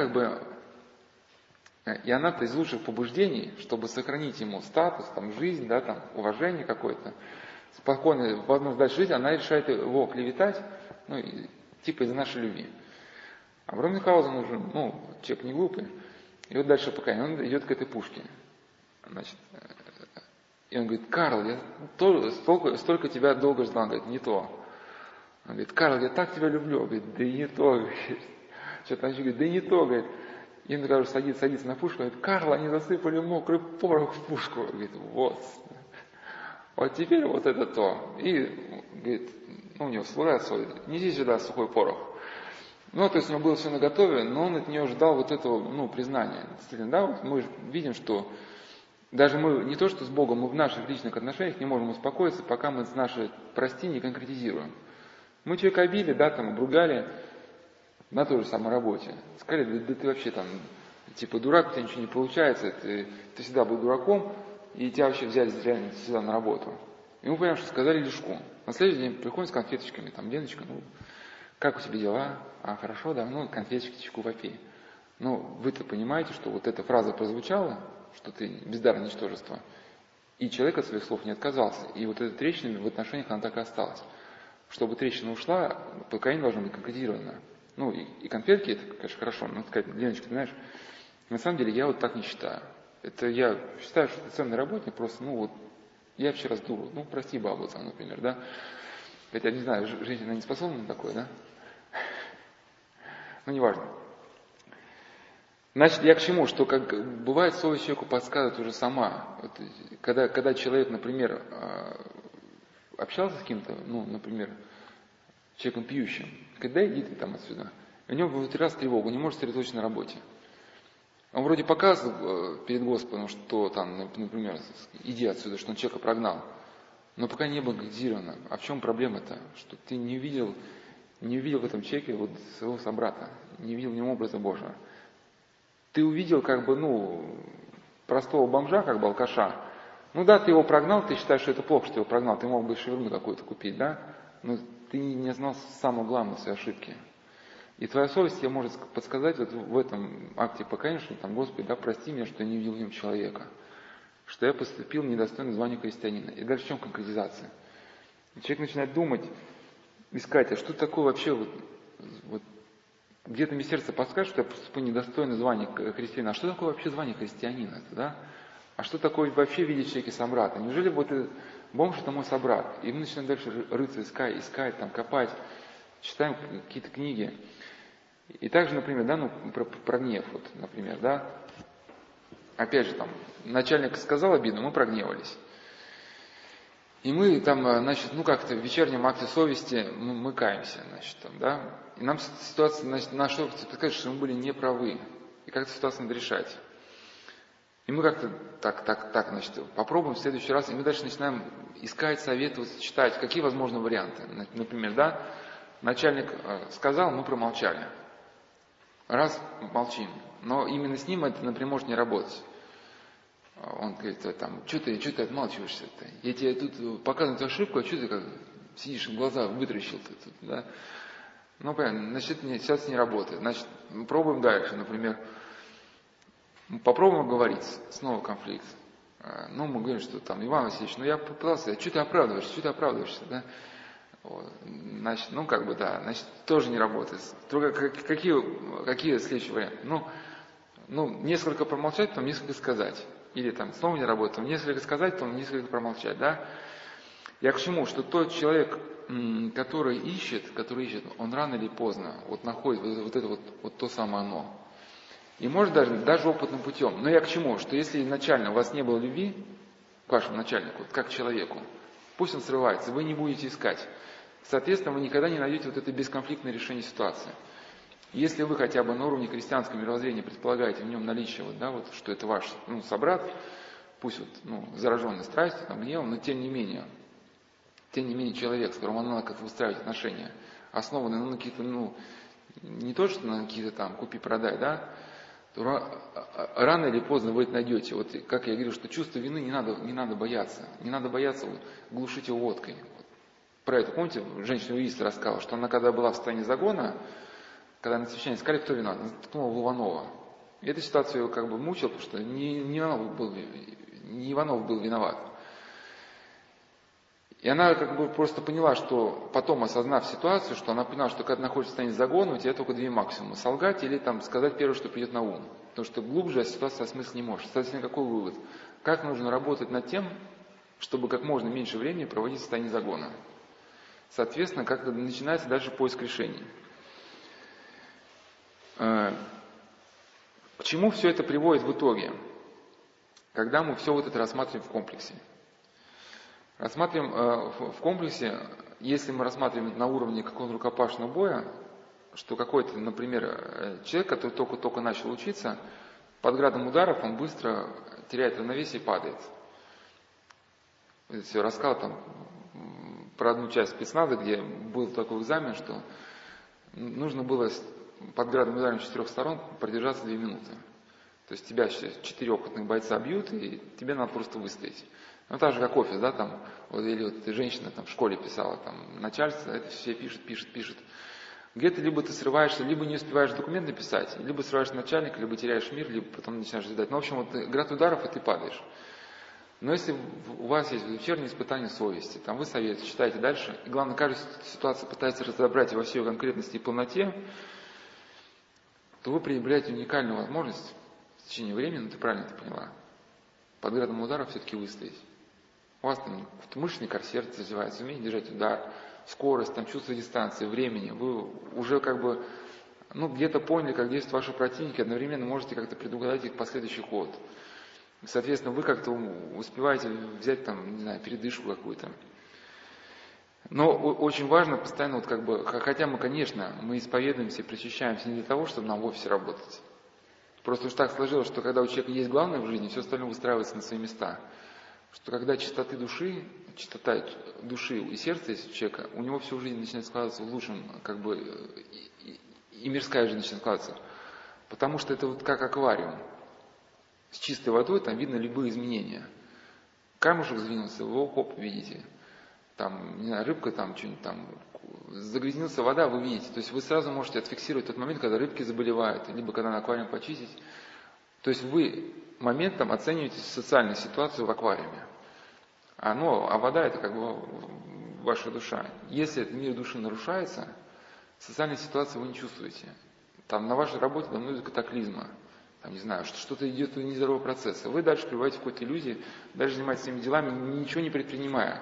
из лучших побуждений, чтобы сохранить ему статус, там, жизнь, да, там, уважение какое-то, спокойно возможность дальше жить, она решает его клеветать, типа из-за нашей любви. А барон Мюнхгаузен уже, человек не глупый, и вот дальше пока он идет к этой пушке. Значит, и он говорит: Карл, я столько тебя долго ждал. Он говорит: не то. Он говорит: Карл, я так тебя люблю. Он говорит: да и не то. Говорит. Что-то говорит: да и не то. Говорит: И он, говорит, садится на пушку, говорит: Карл, они засыпали мокрый порох в пушку. Говорит: вот теперь вот это то. И, говорит, у него слуга свой: неси сюда сухой порох. То есть у него было все наготове, но он от нее ждал вот этого, признания. Действительно, да, вот мы видим, что даже мы не то, что с Богом, мы в наших личных отношениях не можем успокоиться, пока мы наши «прости» не конкретизируем. Мы человека обидели, да, там, обругали на той же самой работе. Сказали: да ты вообще там, типа, дурак, у тебя ничего не получается, ты всегда был дураком, и тебя вообще взяли реально сюда на работу. И мы понимаем, что сказали лишку. На следующий день приходим с конфеточками, там: Леночка, как у тебя дела? Хорошо, да, конфеточки, чайку попей. Вы-то понимаете, что вот эта фраза прозвучала, что ты бездарное ничтожество, и человек от своих слов не отказался. И вот эта трещина в отношениях, она так и осталась. Чтобы трещина ушла, покаяние должно быть конкретировано. И конфетки, это, конечно, хорошо, но сказать: Леночка, ты знаешь, на самом деле я вот так не считаю. Это я считаю, что ты ценный работник, просто, я вчера сдуру, прости бабу, там, например, да. Хотя, не знаю, женщина не способна на такое, да? Неважно. Значит, я к чему? Что как бывает, совесть человеку подсказывает уже сама. Когда человек, например, общался с кем-то, например, человеком пьющим, говорит: да иди ты там отсюда. У него внутри раз тревога, не может сосредоточиться на работе. Он вроде показывал перед Господом, что там, например, иди отсюда, что он человека прогнал. Но пока не было конкретизировано. А в чем проблема-то? Что ты не увидел в этом человеке вот своего собрата, не видел в нем образа Божьего. Ты увидел простого бомжа, алкаша. Да, ты его прогнал, ты считаешь, что это плохо, что его прогнал, ты мог бы шаверму какую-то купить, да? Но ты не знал самого главного своей ошибки. И твоя совесть тебе может подсказать вот в этом акте покаяния, что там: Господи, да, прости меня, что я не видел в нем человека, что я поступил недостойно звания христианина. И дальше в чем конкретизация? И человек начинает думать, искать: а что такое вообще вот где-то мне сердце подскажет, что я поступил недостойно звания христианина. А что такое вообще звание христианина? Да? А что такое вообще видеть в человеке собрата? Неужели вот этот бомж — это мой собрат? И мы начинаем дальше рыться, искать, там, копать, читаем какие-то книги. И также, например, да, про гнев, например, да. Опять же, там, начальник сказал обиду, мы прогневались. И мы там, как-то в вечернем акте совести мы каемся, да. И нам ситуация, наш опыт подсказывает, что мы были неправы. И как-то ситуацию надо решать. И мы как-то так, попробуем в следующий раз. И мы дальше начинаем искать, советоваться, читать, какие возможны варианты. Например, да, начальник сказал, мы промолчали. Раз, молчим. Но именно с ним это, например, может не работать. Он говорит: что ты отмалчиваешься-то? Я тебе тут показываю эту ошибку, а что ты как сидишь, глаза вытращил-то тут, да? Понятно, значит, сейчас не работает. Значит, мы пробуем дальше, например, попробуем говорить, снова конфликт. Мы говорим, что там: Иван Васильевич, я попытался, что ты оправдываешься, да? Значит, значит, тоже не работает. Какие следующие варианты? Несколько промолчать, потом несколько сказать. Или там снова не работает, потом несколько сказать, потом несколько промолчать, да? Я к чему? Что тот человек, который ищет, он рано или поздно находит вот это то самое оно. И может даже опытным путем. Но я к чему? Что если изначально у вас не было любви к вашему начальнику, как к человеку, пусть он срывается, вы не будете искать. Соответственно, вы никогда не найдете это бесконфликтное решение ситуации. Если вы хотя бы на уровне христианского мировоззрения предполагаете в нем наличие, что это ваш собрат, пусть зараженный страстью, гневом, но тем не менее человек, с которым надо как-то выстраивать отношения, основанные на какие-то, не то, что на какие-то там купи-продай, да, то рано или поздно вы это найдете. Как я говорил, что чувство вины не надо бояться. Не надо бояться глушить его водкой. Про это, помните, женщина Уисли рассказала, что она, когда была в состоянии загона, когда на священнике сказали, кто виноват, она ткнула в Иванова. И эта ситуация ее мучила, потому что не Иванов был виноват. И она просто поняла, что потом, осознав ситуацию, что она поняла, что когда находишься в состоянии загона, у тебя только две максимума: солгать или сказать первое, что придет на ум. Потому что глубже ситуация осмыслить не может. Соответственно, какой вывод? Как нужно работать над тем, чтобы как можно меньше времени проводить в состоянии загона? Соответственно, как начинается дальше поиск решений. К чему все это приводит в итоге, когда мы все вот это рассматриваем в комплексе? Рассматриваем в комплексе, если мы рассматриваем на уровне какого-то рукопашного боя, что какой-то, например, человек, который только-только начал учиться, под градом ударов он быстро теряет равновесие и падает. Я все рассказал там про одну часть спецназа, где был такой экзамен, что нужно было под градом ударов с 4 сторон продержаться 2 минуты. То есть тебя 4 опытных бойца бьют, и тебе надо просто выстоять. Ну, так же, как офис, да, там, вот, или вот женщина там в школе писала, там, начальство, это все пишет. Где-то либо ты срываешься, либо не успеваешь документ написать, либо срываешь начальника, либо теряешь мир, либо потом начинаешь ждать. Ну, в общем, вот град ударов, и ты падаешь. Но если у вас есть вечернее испытание совести, там вы совет, читаете дальше, и главное, каждая ситуация пытается разобрать во всей ее конкретности и полноте, то вы приобретаете уникальную возможность в течение времени, ты правильно это поняла, под градом ударов все-таки выстоять. У вас там мышечный корсет развивается, умение держать удар, скорость, там, чувство дистанции, времени. Вы уже как бы, где-то поняли, как действуют ваши противники, одновременно можете как-то предугадать их последующий ход. Соответственно, вы как-то успеваете взять там, не знаю, передышку какую-то. Но очень важно постоянно, вот как бы, хотя мы, конечно, мы исповедуемся и причащаемся не для того, чтобы нам в офисе работать. Просто уж так сложилось, что когда у человека есть главное в жизни, все остальное выстраивается на свои места. Что когда чистота души и сердца есть у человека, у него всю жизнь начинает складываться в лучшем, как бы, и мирская жизнь начинает складываться. Потому что это вот как аквариум. С чистой водой там видно любые изменения. Камушек сдвинулся, вы его хоп, видите. Там, не знаю, рыбка там что-нибудь там, загрязнился вода, вы видите. То есть вы сразу можете отфиксировать тот момент, когда рыбки заболевают, либо когда на аквариум почистить. То есть вы моментом оцениваете социальную ситуацию в аквариуме. А вода это как бы ваша душа. Если этот мир души нарушается, социальной ситуации вы не чувствуете. Там на вашей работе давно идет катаклизма. Там, не знаю, что-то идет нездоровый процесс. Вы дальше пребываете в какой-то иллюзии, дальше занимаетесь своими делами, ничего не предпринимая.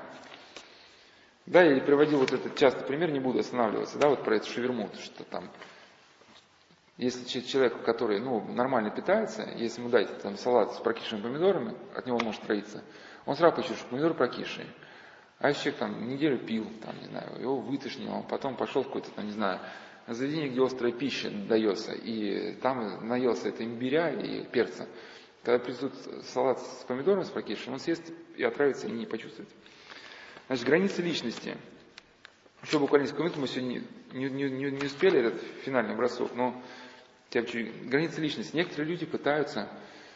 Да, я приводил вот этот частый пример, не буду останавливаться, да, вот про эту шаверму, что там, если человек, который, нормально питается, если ему дать там салат с прокисшими помидорами, от него он может троиться, он сразу почувствует, что помидоры прокисшие. А если человек там неделю пил, там, не знаю, его вытошнило, он потом пошел в какое-то, там, не знаю, заведение, где острая пища дается, и там наелся это имбиря и перца. Когда придет салат с помидорами, с прокисшим, он съест и отравится, и не почувствует. Значит, границы личности. Еще буквально несколько минут, мы сегодня не успели этот финальный бросок, но границы личности. Некоторые люди пытаются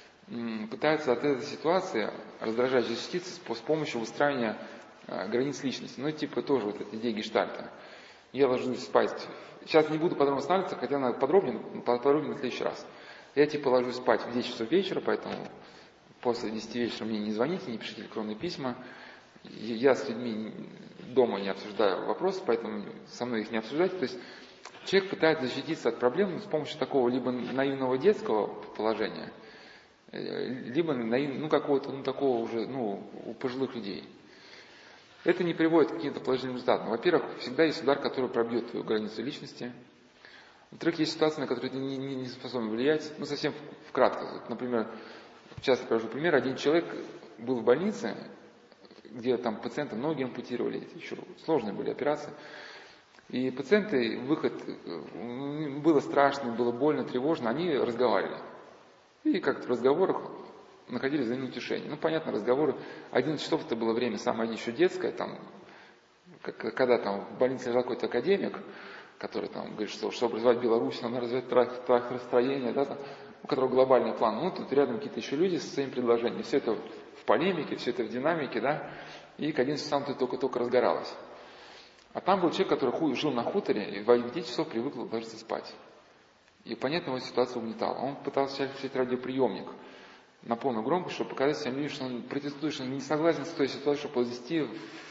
от этой ситуации раздражать, защититься с помощью выстраивания границ личности. Типа тоже вот эта идея гештальта. Я ложусь спать. Сейчас не буду подробно останавливаться, хотя надо подробнее в следующий раз. Я ложусь спать в 10 часов вечера, поэтому после 10 вечера мне не звоните, не пишите электронные письма. Я с людьми дома не обсуждаю вопросы, поэтому со мной их не обсуждайте. То есть человек пытается защититься от проблем с помощью такого либо наивного детского положения, либо какого-то такого уже у пожилых людей. Это не приводит к каким-то положительным результатам. Во-первых, всегда есть удар, который пробьет твою границу личности. Во-вторых, есть ситуации, на которые ты не способен влиять. Совсем вкратце. Например, часто привожу пример. Один человек был в больнице, где там пациента ноги ампутировали, еще сложные были операции. И пациенты, выход, было страшно, было больно, тревожно, они разговаривали. И как-то в разговорах находили взаимоутешение. Понятно, разговоры. 11 часов это было время самое еще детское, там, когда там в больнице лежал какой-то академик, который там говорит, что чтобы развивать Беларусь, надо развивать тракторостроение, да, там, у которого глобальный план. Тут рядом какие-то еще люди со своими предложениями. Все это в полемике, все это в динамике, да, и к 11 часам это только разгоралось. А там был человек, который жил на хуторе, и в 9 часов привык ложиться спать. И, понятно, его ситуация угнетала. Он пытался включить радиоприемник на полную громкость, чтобы показать всем людям, что он протестует, что он не согласен с той ситуацией, чтобы возвести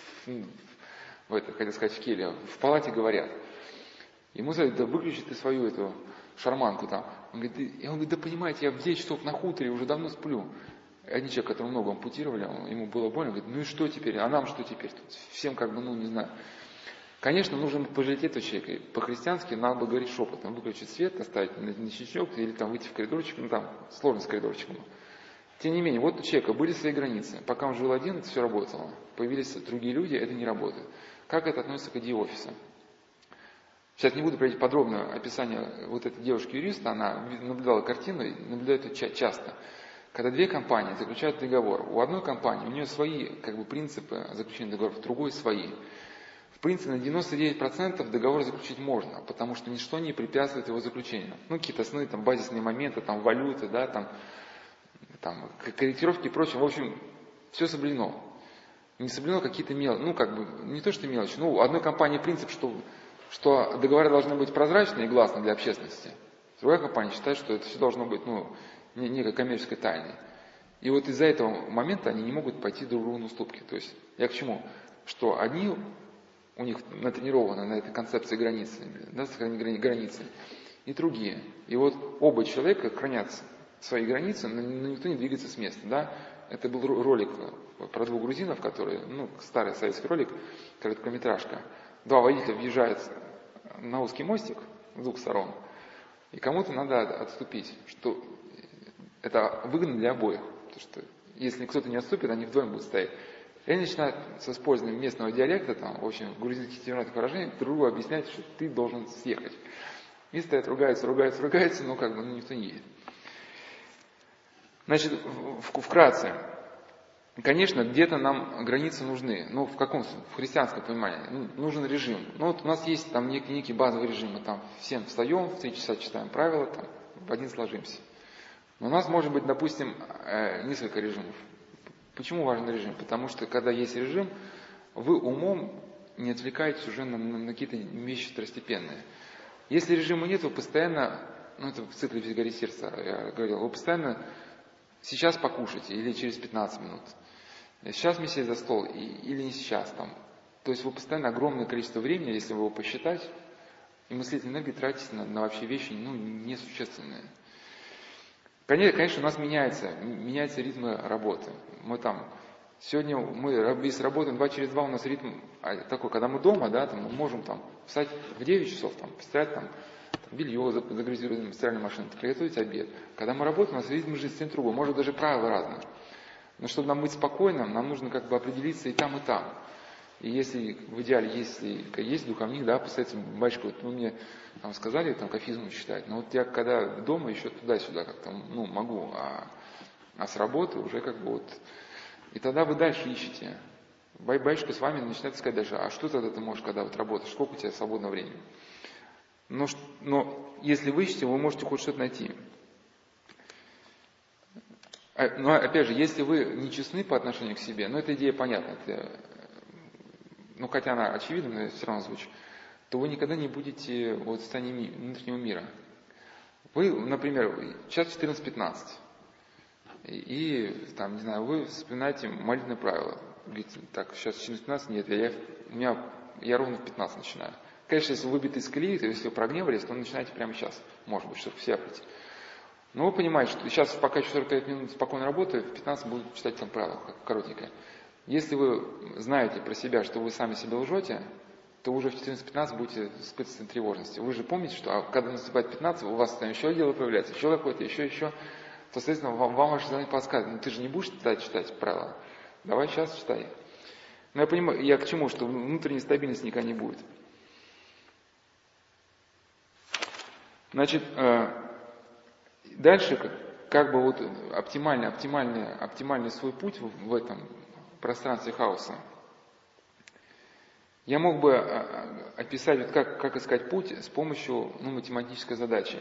в келье. В палате говорят. Ему сказали, да выключи ты свою эту шарманку там. Он говорит, да понимаете, я в 9 часов на хуторе уже давно сплю. Один человек, которому ногу ампутировали, ему было больно, говорит, и что теперь, а нам что теперь? Тут всем не знаю. Конечно, нужно пожалеть этого человека. И по-христиански надо бы говорить шепотом, выключить свет, оставить на ночничок или там выйти в коридорчик, ну там сложно с коридорчиком. Тем не менее, вот у человека были свои границы. Пока он жил один, это все работало. Появились другие люди, это не работает. Как это относится к идее офиса? Сейчас не буду приводить подробное описание вот этой девушки-юриста, она наблюдала картину, наблюдает это часто. Когда две компании заключают договор, у одной компании, у нее свои принципы заключения договоров, в другой свои. В принципе, на 99% договор заключить можно, потому что ничто не препятствует его заключению. Ну, какие-то основные базисные моменты, валюты, корректировки и прочее. В общем, все соблюдено. Не соблюдено какие-то мелочи, не то что мелочи, у одной компании принцип, что договоры должны быть прозрачны и гласны для общественности. Другая компания считает, что это все должно быть, некой коммерческой тайной. И вот из-за этого момента они не могут пойти друг другу на уступки. То есть, я к чему? Что одни, у них натренированы на этой концепции границы, границы, и другие. И вот оба человека хранят свои границы, но никто не двигается с места. Да? Это был ролик про двух грузинов, которые, старый советский ролик, короткометражка. Два водителя въезжают на узкий мостик с двух сторон, и кому-то надо отступить, что это выгодно для обоих. Потому что если кто-то не отступит, они вдвоем будут стоять. И они начинают с использованием местного диалекта, очень грузинских терминатных выражений, друг другу объяснять, что ты должен съехать. И стоят, ругаются, но никто не едет. Значит, вкратце. Конечно, где-то нам границы нужны. В каком? В христианском понимании. Нужен режим. У нас есть некий базовый режим. Мы всем встаем, в 3 часа читаем правила, в 11 ложимся. Но у нас может быть, допустим, несколько режимов. Почему важен режим? Потому что, когда есть режим, вы умом не отвлекаетесь уже на какие-то вещи второстепенные. Если режима нет, вы постоянно, это в цикле «Физгори сердца» я говорил, вы постоянно сейчас покушайте или через 15 минут. Сейчас мне сесть за стол или не сейчас. То есть вы постоянно огромное количество времени, если вы его посчитать, и мыслительной энергии тратите на вообще вещи несущественные. Конечно, у нас меняются ритмы работы. Сегодня если работаем 2 через 2, у нас ритм такой, когда мы дома, мы можем встать в 9 часов, постирать белье, загрузить стиральную машину, приготовить обед. Когда мы работаем, у нас ритм жизни совсем другой, может даже правила разные. Но чтобы нам быть спокойным, нам нужно определиться и там, и там. И если в идеале, если есть духовник, представьте, батюшка, вы мне сказали кафизму читать, но я когда дома еще туда-сюда могу, а с работы уже и тогда вы дальше ищете. Батюшка с вами начинает искать дальше, а что тогда ты можешь, когда работаешь, сколько у тебя свободного времени? Но если вы ищете, вы можете хоть что-то найти. Но опять же, если вы не честны по отношению к себе, эта идея понятна, хотя она очевидна, но я все равно звучит, то вы никогда не будете в состоянии внутреннего мира. Вы, например, сейчас 14:15, и вы вспоминаете молитвенное правило. Говорите, сейчас 14:15, нет, я ровно в 15 начинаю. Конечно, если вы выбиты из колеи, то если вы прогневались, то начинаете прямо сейчас, может быть, чтобы все прийти. Но вы понимаете, что сейчас, пока еще 45 минут спокойно работаю, в 15 буду читать правила, коротенькое. Если вы знаете про себя, что вы сами себе лжете, то уже в 14:15 будете испытывать тревожности. Вы же помните, что когда наступает 15, у вас еще дело появляется, еще какое-то, еще, то, соответственно, вам ваше сознание подсказывает, ты же не будешь читать правила, давай сейчас читай. Но я понимаю, я к чему, что внутренней стабильности никогда не будет. Значит, дальше оптимальный свой путь в этом пространстве хаоса. Я мог бы описать, как искать путь с помощью математической задачи.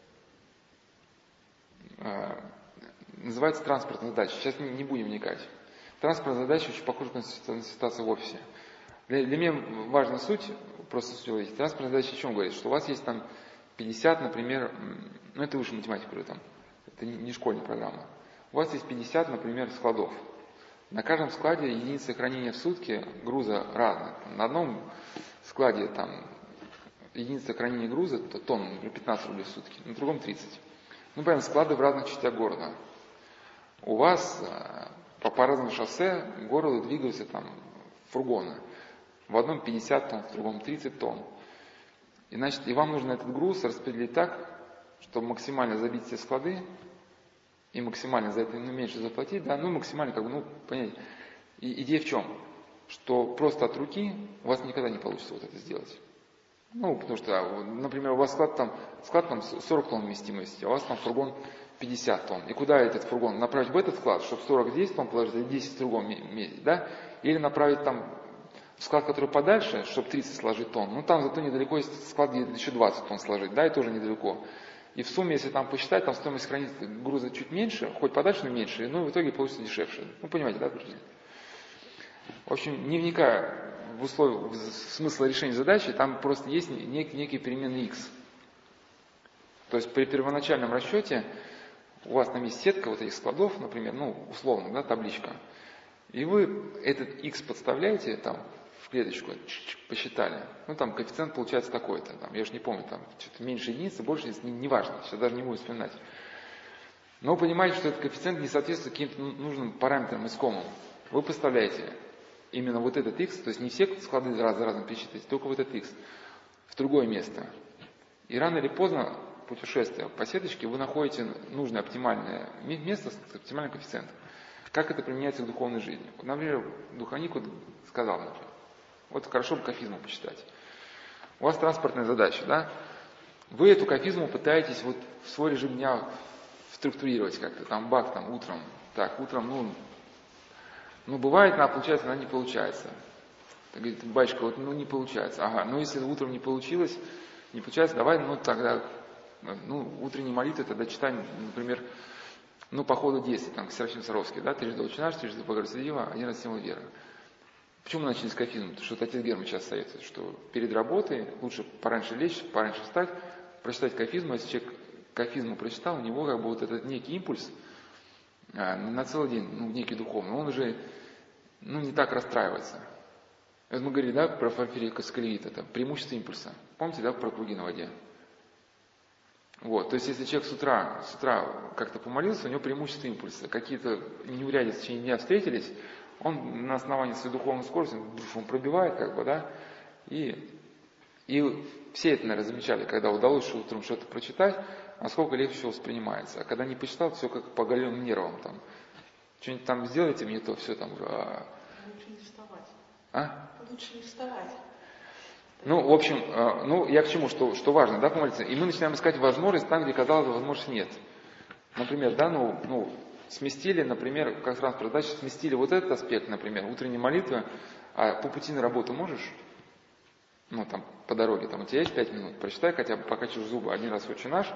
Называется транспортная задача. Сейчас не будем вникать. Транспортная задача очень похожа на ситуацию в офисе. Для меня важна суть, просто суть увидеть. Транспортная задача о чем говорит? Что у вас есть 50, например, это выше математика уже это не школьная программа. У вас есть 50, например, складов. На каждом складе единицы хранения в сутки груза разные. На одном складе единица хранения груза, тонн, например, 15 рублей в сутки, на другом 30. Понятно, склады в разных частях города. У вас по разным шоссе к городу двигаются фургоны. В одном 50 тонн, в другом 30 тонн. И вам нужно этот груз распределить так, чтобы максимально забить все склады и максимально за это меньше заплатить, да, максимально, понять. И идея в чем? Что просто от руки у вас никогда не получится вот это сделать. Потому что, например, у вас склад там 40 тонн вместимости, а у вас там фургон 50 тонн. И куда этот фургон? Направить в этот склад, чтобы 40-10 тонн положить, или 10 в другом месте, да? Или направить там в склад, который подальше, чтобы 30 сложить тонн. Там зато недалеко есть склад, где еще 20 тонн сложить, да, и тоже недалеко. И в сумме, если там посчитать, там стоимость хранить груза чуть меньше, хоть подальше, но меньше, в итоге получится дешевше. Понимаете, да, друзья? В общем, не вникая в смысл решения задачи, там просто есть некий переменный x. То есть при первоначальном расчете у вас там есть сетка вот этих складов, например, условно, да, табличка. И вы этот x подставляете там в клеточку, посчитали. Там коэффициент получается такой-то. Я же не помню, там что-то меньше единицы, больше единицы, неважно, сейчас даже не буду вспоминать. Но вы понимаете, что этот коэффициент не соответствует каким-то нужным параметрам искомым. Вы поставляете именно вот этот x, то есть не все склады раз за разом пересчитываете, только вот этот x в другое место. И рано или поздно, путешествуя по сеточке, вы находите нужное оптимальное место с оптимальным коэффициентом. Как это применяется в духовной жизни? Например, духовник сказал, например, хорошо бы кафизму почитать. У вас транспортная задача, да? Вы эту кафизму пытаетесь в свой режим дня структурировать как-то, бак, утром. Так, утром, бывает, получается, она не получается. Так говорит, батюшка, не получается. Ага, если утром не получилось, давай, тогда, утренние молитвы тогда читаем, например, по ходу действия, Серафим Саровский, да, трижды Отче наш, трижды Богородица Дева, один раз символ веры. Почему мы начали с кафизма? Потому что отец Герман сейчас советует, что перед работой лучше пораньше лечь, пораньше встать, прочитать кафизму. Если человек кафизму прочитал, у него этот некий импульс на целый день, некий духовный, он уже не так расстраивается. Это мы говорили, да, про Порфирия Каскалевита, это преимущество импульса. Помните, да, про круги на воде? То есть, если человек с утра как-то помолился, у него преимущество импульса. Какие-то неурядицы в течение дня встретились, он на основании своей духовной скорости, он пробивает, и все это, наверное, замечали, когда удалось утром что-то прочитать, насколько легче все воспринимается. А когда не почитал, все как по оголенным нервам. Что-нибудь сделайте мне то, все там. Лучше не вставать. Лучше не вставать. В общем, я к чему, что важно, да, помолиться. И мы начинаем искать возможность там, где, казалось бы, возможности нет. Например, да, сместили, например, как раз продача, сместили вот этот аспект, например, утренней молитвы, а по пути на работу можешь? По дороге, у тебя есть 5 минут, прочитай хотя бы, пока чешешь зубы, один раз Отче наш,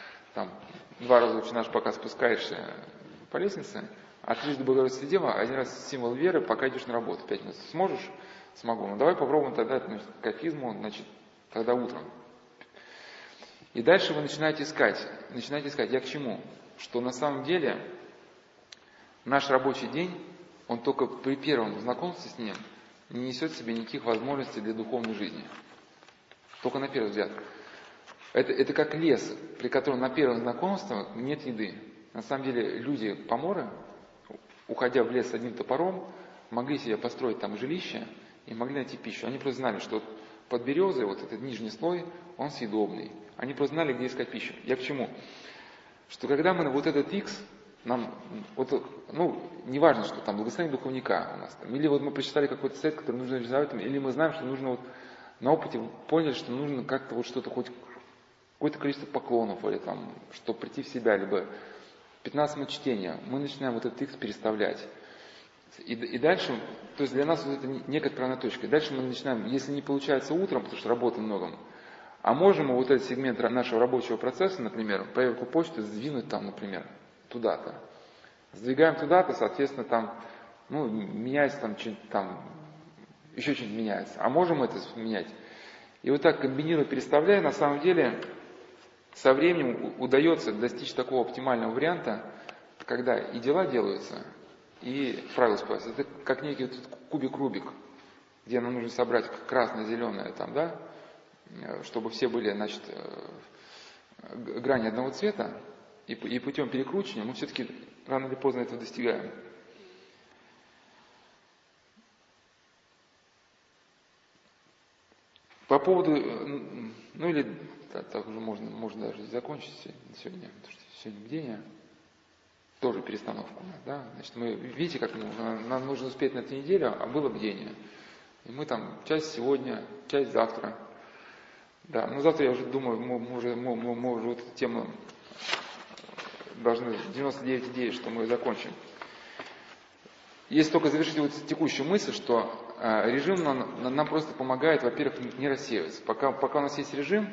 2 раза Отче наш, пока спускаешься по лестнице, а трижды Богородица Дева, один раз символ веры, пока идешь на работу, 5 минут. Сможешь? Смогу. Давай попробуем тогда кафизму, тогда утром. И дальше вы начинаете искать. Я к чему? Что на самом деле наш рабочий день, он только при первом знакомстве с ним не несет в себе никаких возможностей для духовной жизни. Только на первый взгляд. Это как лес, при котором на первом знакомстве нет еды. На самом деле люди-поморы, уходя в лес с одним топором, могли себе построить там жилище и могли найти пищу. Они просто знали, что под березой, этот нижний слой, он съедобный. Они просто знали, где искать пищу. Я к чему? Что когда мы на этот X, нам, не важно, что там благословение духовника у нас, или мы прочитали какой-то совет, который нужно реализовать, или мы знаем, что нужно на опыте поняли, что нужно как-то что-то, хоть какое-то количество поклонов, или чтобы прийти в себя, либо 15 минут чтения, мы начинаем этот X переставлять. И дальше, то есть для нас это некая отправная точка. И дальше мы начинаем, если не получается утром, потому что работы много, а можем мы этот сегмент нашего рабочего процесса, например, проверку почты сдвинуть например, туда-то. Сдвигаем туда-то, соответственно, меняется что-нибудь еще что-нибудь меняется. А можем это менять? И так комбинируя, переставляя, на самом деле, со временем удается достичь такого оптимального варианта, когда и дела делаются, и правила исполняются. Это как некий кубик-рубик, где нам нужно собрать красное, зеленое, чтобы все были, грани одного цвета, и путем перекручивания мы все-таки рано или поздно этого достигаем. По поводу, ну или так уже можно даже закончить сегодня, потому что сегодня бдение, тоже перестановка у нас, да. Значит, мы, видите, как нам нужно успеть на этой неделе, а было бдение. И мы там часть сегодня, часть завтра. Да, ну завтра я уже думаю, мы уже вот эту тему должны 99 идей, что мы ее закончим. Если только завершить вот текущую мысль, что режим нам просто помогает, во-первых, не рассеиваться. Пока у нас есть режим,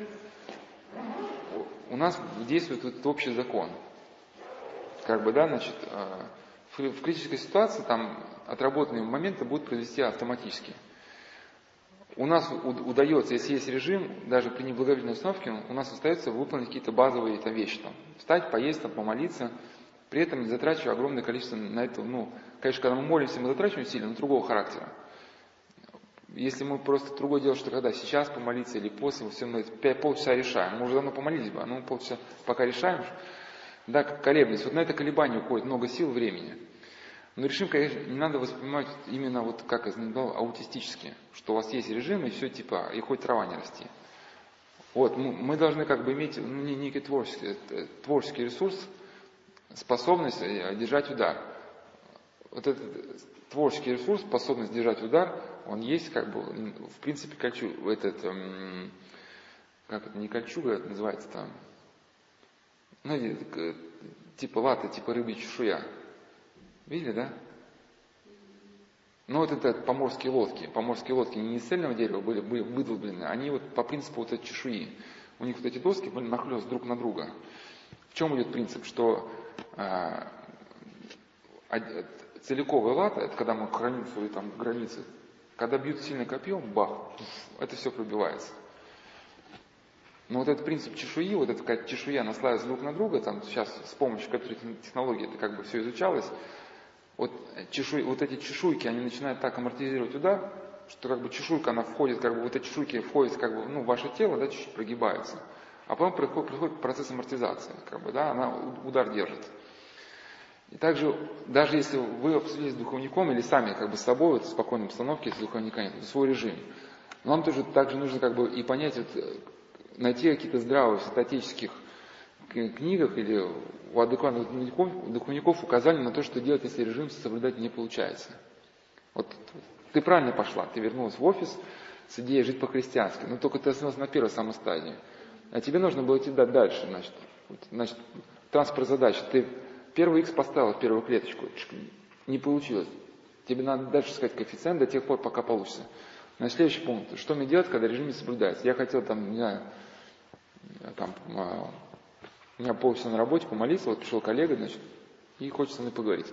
у нас действует этот общий закон. Как бы, да, значит, в критической ситуации там отработанные моменты будут произвести автоматически. У нас удается, если есть режим, даже при неблаговидной установке, у нас остается выполнить какие-то базовые там вещи. Там, встать, поесть, там, помолиться, при этом не затрачивая огромное количество на это. Ну, конечно, когда мы молимся, мы затрачиваем сильно, но другого характера. Если мы просто другое дело, что когда сейчас помолиться или после, все мы полчаса решаем. Мы уже давно помолились бы, но полчаса пока решаем, да, колеблемся. Вот на это колебание уходит много сил, времени. Но режим, конечно, не надо воспринимать именно вот как я назвал, аутистически, что у вас есть режим и все типа, и хоть трава не расти. Вот, мы должны как бы иметь некий творческий ресурс, способность держать удар. Вот этот творческий ресурс, способность держать удар, он есть как бы, в принципе, как это не кольчуга, это называется там, ну, типа латы, типа рыбья чешуя. Видели, да? Ну, вот это поморские лодки. Поморские лодки не из цельного дерева были выдолблены, они вот по принципу вот этой чешуи. У них вот эти доски были нахлёст друг на друга. В чем идет принцип? Что целиковая лата, это когда мы храним свои там границы, когда бьют сильно копьем, бах, это все пробивается. Но вот этот принцип чешуи, вот эта чешуя наслаивается друг на друга, там сейчас с помощью компьютерной технологии это как бы все изучалось, вот эти чешуйки, они начинают так амортизировать удар, что как бы чешуйка, она входит, как бы вот эти чешуйки входят как бы, ну, в ваше тело, да, чуть-чуть прогибается. А потом происходит процесс амортизации, как бы, да, она удар держит. И также, даже если вы обсудили с духовником или сами как бы с собой, вот в спокойной обстановке, если духовника нет, свой режим, вам тоже также нужно как бы и понять, вот, найти какие-то здравые в статических книгах или у адекватных духовников указания на то, что делать, если режим соблюдать не получается. Вот ты правильно пошла, ты вернулась в офис с идеей жить по-христиански, но только ты остановилась на первой самой стадии. А тебе нужно было идти дальше, значит, трансфер задач. Ты первый X поставил в первую клеточку, не получилось. Тебе надо дальше сказать коэффициент до тех пор, пока получится. На следующий пункт. Что мне делать, когда режим не соблюдается? Я хотел там, не знаю, там, у меня полчаса на работе помолиться, вот пришел коллега, значит, и хочется со мной поговорить.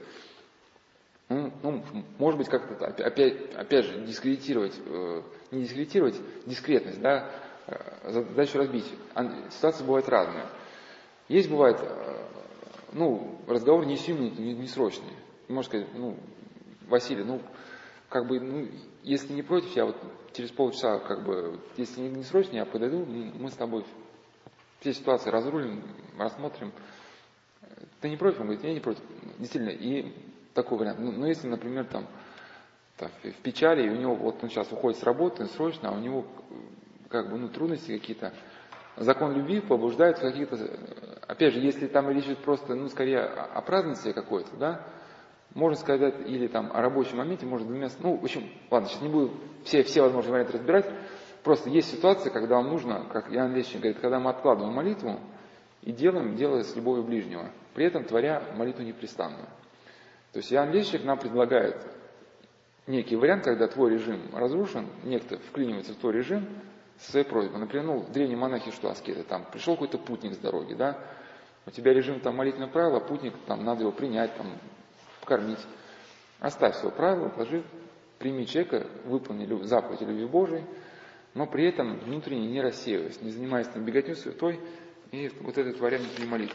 Ну, может быть, как-то опять же, дискредитировать, не дискредитировать, дискретность, да, задачу разбить. Ситуации бывают разные. Есть, бывает, разговор не сиюминутный, не срочный. Можно сказать, Василий, как бы, если не против, я вот через полчаса, как бы, если не срочно, я подойду, мы с тобой все ситуации разрулим, рассмотрим. Ты не против? Он говорит, я не против. Действительно, и такой вариант. Но если, например, там, в печали, и у него, вот он сейчас уходит с работы срочно, а у него, как бы, трудности какие-то, закон любви побуждает в каких-то, опять же, если там речь идет просто, скорее о праздности какой-то, да, можно сказать, или там о рабочем моменте, может в общем, ладно, сейчас не буду все возможные варианты разбирать. Просто есть ситуация, когда вам нужно, как Иоанн Лещик говорит, когда мы откладываем молитву и делая с любовью ближнего, при этом творя молитву непрестанную. То есть Иоанн Лещик нам предлагает некий вариант, когда твой режим разрушен, некто вклинивается в твой режим со своей просьбой. Например, древние монахи, что аскеты, там пришел какой-то путник с дороги, да, у тебя режим там молитвенное правило, путник, там надо его принять, там, кормить. Оставь свое правило, положи, прими человека, выполни заповедь любви Божией, но при этом внутренне не рассеиваясь, не занимаясь там беготней святой и вот это творя внутренней молитву.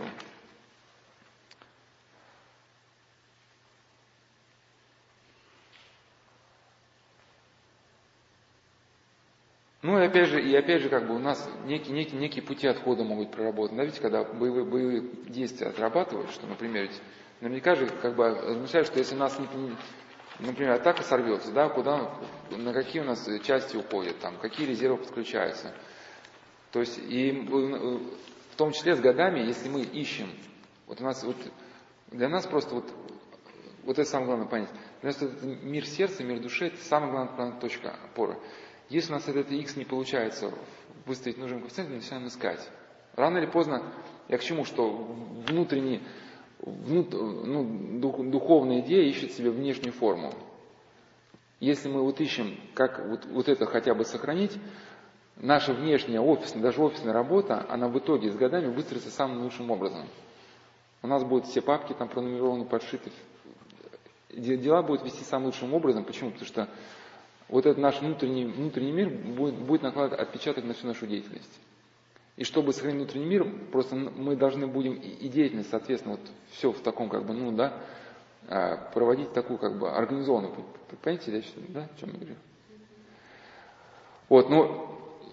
И опять же, как бы у нас некие пути отхода могут проработаны. Да, ведь когда боевые действия отрабатывают, что, например, наверняка же как бы означает, что если нас например, атака сорвется, да, куда, на какие у нас части уходят, там, какие резервы подключаются. То есть, и в том числе с годами, если мы ищем, вот у нас, вот, для нас просто вот это самое главное понять. Для нас это мир сердца, мир души, это самая главная точка опоры. Если у нас этот X не получается выставить нужным коэффициентом, мы начинаем искать. Рано или поздно, я к чему, что духовная идея ищет себе внешнюю форму. Если мы вот ищем, как вот это хотя бы сохранить, наша внешняя офисная, даже офисная работа, она в итоге с годами выстроится самым лучшим образом. У нас будут все папки там пронумерованы, подшиты. Дела будут вести самым лучшим образом. Почему? Потому что вот этот наш внутренний мир будет накладывать отпечаток на всю нашу деятельность. И чтобы сохранить внутренний мир, просто мы должны будем и деятельность, соответственно, вот все в таком, как бы, проводить такую, как бы, организованную. Понимаете, да, о чем я говорю? Вот,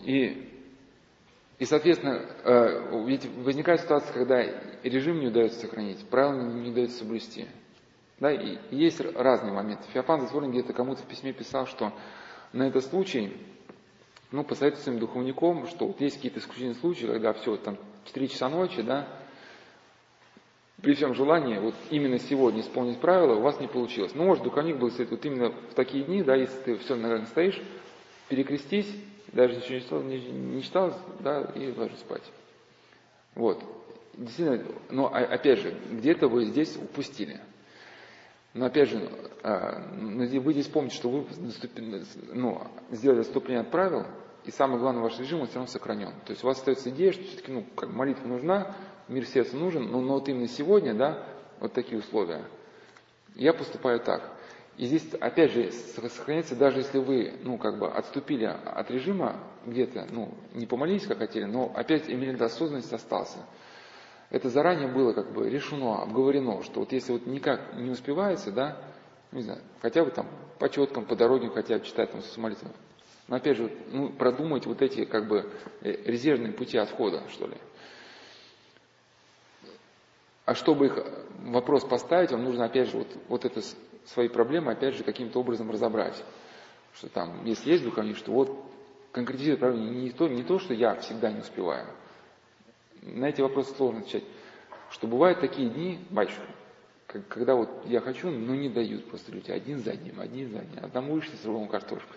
и соответственно, ведь возникает ситуация, когда режим не удается сохранить, правила не удается соблюсти. Да, и есть разные моменты. Феофан Затворник где-то кому-то в письме писал, что на этот случай, посоветуйте своим духовником, что вот есть какие-то исключительные случаи, когда все, там, 4 часа ночи, да, при всем желании, вот именно сегодня исполнить правила, у вас не получилось. Может, духовник был советовать вот именно в такие дни, да, если ты все ногами стоишь, перекрестись, даже ничего не читал, да, и ложись спать. Вот. Действительно, но опять же, где-то вы здесь упустили. Но опять же, вы здесь помните, что вы сделали отступление от правил, и самое главное, ваш режим, он все равно сохранен. То есть у вас остается идея, что все-таки, молитва нужна, мир сердца нужен, но вот именно сегодня, да, вот такие условия. Я поступаю так. И здесь, опять же, сохраняется, даже если вы, отступили от режима где-то, не помолились, как хотели, но опять элемент осознанности остался. Это заранее было, решено, обговорено, что вот если вот никак не успевается, да, не знаю, хотя бы там по четкам, по дороге, хотя бы читать там молитву. Но опять же, продумать вот эти, резервные пути отхода, что ли. А чтобы их вопрос поставить, вам нужно, опять же, вот это свои проблемы, опять же, каким-то образом разобрать. Что там, если есть духовник, что вот конкретизировать проблему не то, что я всегда не успеваю. На эти вопросы сложно отвечать. Что бывают такие дни, батюшка, когда вот я хочу, но не дают просто люди. Один за одним. Одному вышли, с другому картошку.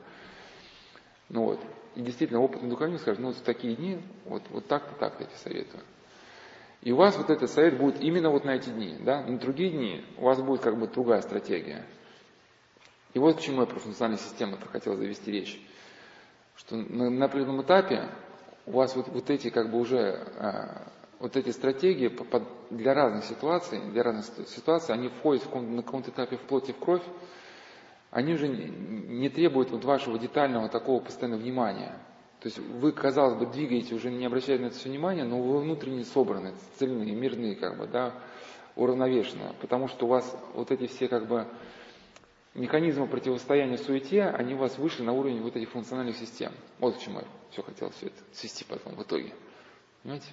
И действительно, опытный духовник скажет, в такие дни, вот так-то, так-то я тебе советую. И у вас вот этот совет будет именно вот на эти дни, да? На другие дни у вас будет другая стратегия. И вот к чему я про функциональную систему хотел завести речь. Что на определенном этапе у вас вот эти уже вот эти стратегии для разных ситуаций, они входят на каком-то этапе в плоть и в кровь, они уже не требуют вашего детального такого постоянного внимания. То есть вы, казалось бы, двигаете, уже не обращая на это все внимание, но вы внутренне собраны, цельные, мирные, уравновешенные. Потому что у вас вот эти все механизмы противостояния суете, они у вас вышли на уровень вот этих функциональных систем. Вот к чему я все хотел все это свести потом в итоге. Понимаете?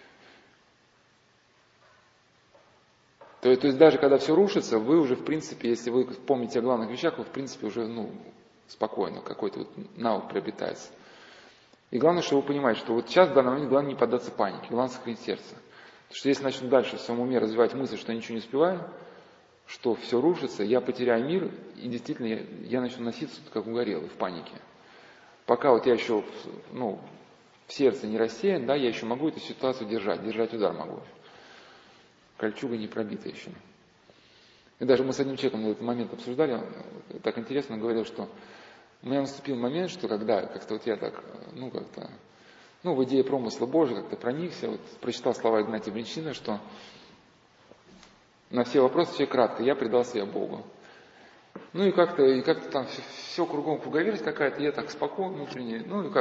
То есть даже когда все рушится, вы уже, в принципе, если вы помните о главных вещах, вы, в принципе, уже, спокойно, какой-то навык приобретается. И главное, что вы понимаете, что вот сейчас, в данный момент, главное не поддаться панике, главное сохранить сердце. Потому что если начну дальше в своем уме развивать мысль, что я ничего не успеваю, что все рушится, я потеряю мир, и действительно я начну носиться как угорелый, в панике. Пока вот я еще в сердце не рассеян, да, я еще могу эту ситуацию держать удар могу. Кольчуга не пробита еще. И даже мы с одним человеком на этот момент обсуждали, так интересно, он говорил, что у меня наступил момент, что когда как-то вот я так, в идее промысла Божия как-то проникся, прочитал слова Игнатия Бринчина, что на все вопросы все кратко, я предал себя Богу. И как-то там все кругом круговерть какая-то, я так спокойно внутренне,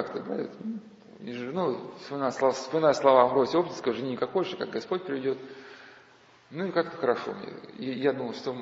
вспоминая слова Амвросия Оптицкого, жени как хочешь, как Господь приведет. И как-то хорошо. Я думал, что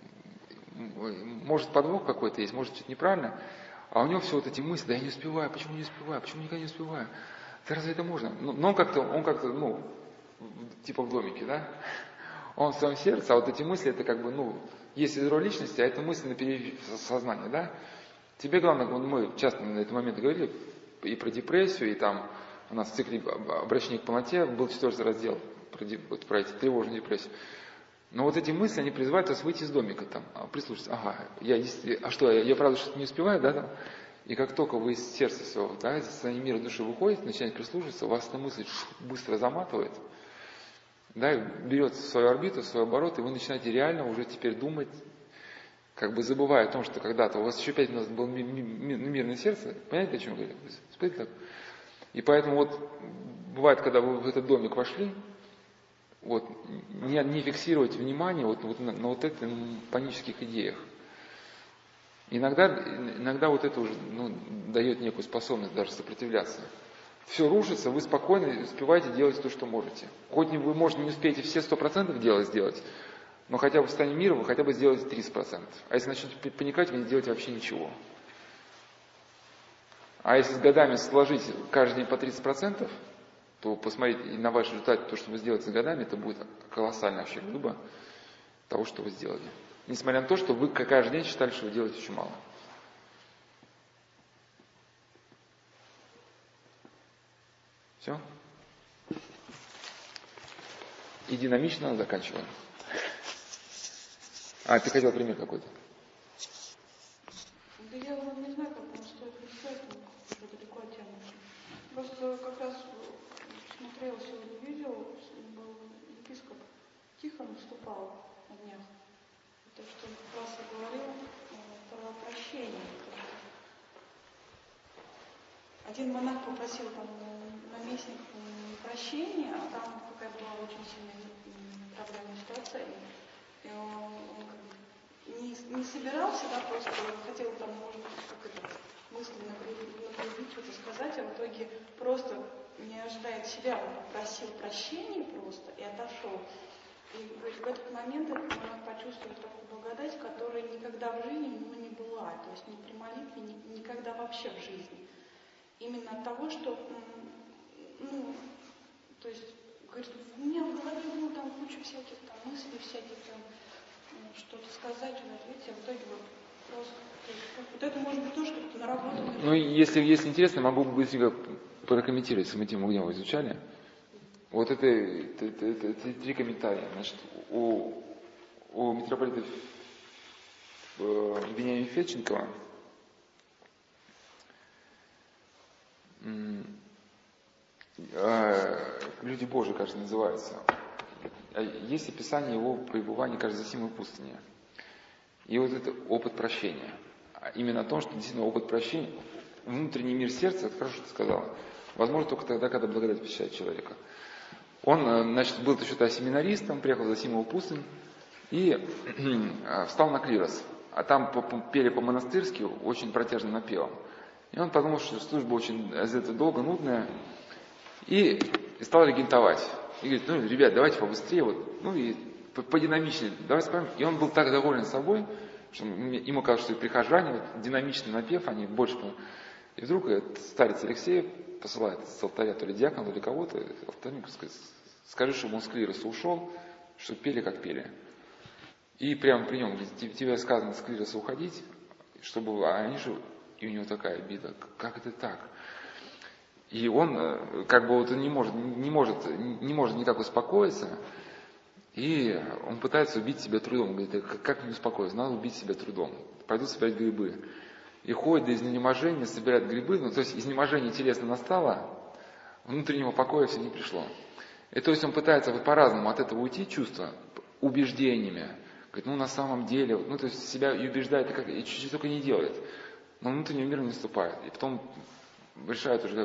может подвох какой-то есть, может что-то неправильно. А у него все вот эти мысли, да я не успеваю, почему никогда не успеваю? Да разве это можно? Но он как-то, типа в домике, да? Он в своем сердце, а вот эти мысли, это есть ядро личности, а это мысли на периферии сознания, да? Тебе главное, мы часто на этот момент говорили и про депрессию, и там у нас в цикле обращения к полноте был 4-й раздел про эти тревожные депрессии. Но вот эти мысли, они призывают вас выйти из домика там, прислушаться. Ага, я правда что-то не успеваю, да, там? И как только вы из сердца своего, да, из состояния мира души выходите, начинаете прислушиваться, вас эта мысль быстро заматывает, да, и берет в свою орбиту, в свой оборот, и вы начинаете реально уже теперь думать, как бы забывая о том, что когда-то у вас еще 5 минут было мирное сердце, понимаете, о чем я говорю? И поэтому вот бывает, когда вы в этот домик вошли, вот, не фиксировать внимание вот на вот этих панических идеях. Иногда вот это уже дает некую способность даже сопротивляться. Все рушится, вы спокойно успеваете делать то, что можете. Хоть вы, может, не успеете все 100% дела сделать, но хотя бы в состоянии мира вы хотя бы сделаете 30%. А если начнете паниковать, вы не делаете вообще ничего. А если с годами сложить каждый день по 30%, то посмотрите на ваш результат, то, что вы сделаете с годами, это будет колоссальная вообще глыба того, что вы сделали. Несмотря на то, что вы каждый день считали, что вы делаете очень мало. Все? И динамично заканчиваем. Ты хотел пример какой-то? Да я не знаю, как он стоит писать, уже далеко от темы. Просто как раз смотрела сегодня видео, был епископ Тихон выступал на днях. То, что он как раз и говорил про прощение. Один монах попросил там наместник прощения, а там какая была очень сильная проблемная ситуация. И он как бы не собирался, да, просто хотел там, может быть, как-то мысленно нагрубить, что-то сказать, а в итоге просто, не ожидая себя, он попросил прощения просто и отошел. И в этот момент он почувствовал такую благодать, которая никогда в жизни не была, то есть ни при молитве, никогда вообще в жизни. Именно от того, что, то есть, говорит, у меня в голове было там куча всяких там мыслей, всяких там, что-то сказать, что-то ответить, а в итоге вот просто, то есть, вот это может быть тоже как-то наработано. Если интересно, могу быстренько прокомментировать, если мы тему гнева изучали. Вот это 3 комментария. Значит, у митрополита Вениамина Федченкова «Люди Божии», кажется, называется. Есть описание его пребывания, кажется, в Зосимой пустыне. И вот это опыт прощения. Именно о том, что действительно опыт прощения, внутренний мир сердца, это хорошо, что ты сказала, возможно только тогда, когда благодать посещает человека. Он, значит, был еще тогда семинаристом, приехал в Зосимову пустынь и встал на клирос. А там пели по-монастырски очень протяжным напевом. И он подумал, что служба очень долго, нудная, и стал регентовать. И говорит, ребят, давайте побыстрее, и подинамичнее, давайте споем. И он был так доволен собой, что ему казалось, что и прихожане, динамичный напев, они больше... И вдруг старец Алексей посылает с алтаря то ли диакона, то ли кого-то, алтарнику, скажи, чтобы он с клироса ушел, чтобы пели, как пели. И прямо при нем говорит, тебе сказано с клироса уходить, чтобы... они же... И у него такая обида, как это так? И он не может никак успокоиться, и он пытается убить себя трудом. Он говорит, как не успокоиться? Надо убить себя трудом. Пойду собирать грибы. И ходит до изнеможения, собирает грибы, то есть изнеможение телесно настало, внутреннего покоя все не пришло. И то есть он пытается по-разному от этого уйти, чувства, убеждениями. Говорит, на самом деле, то есть себя и убеждает, и чуть-чуть только не делает. Но внутренний мир не наступает. И потом решает уже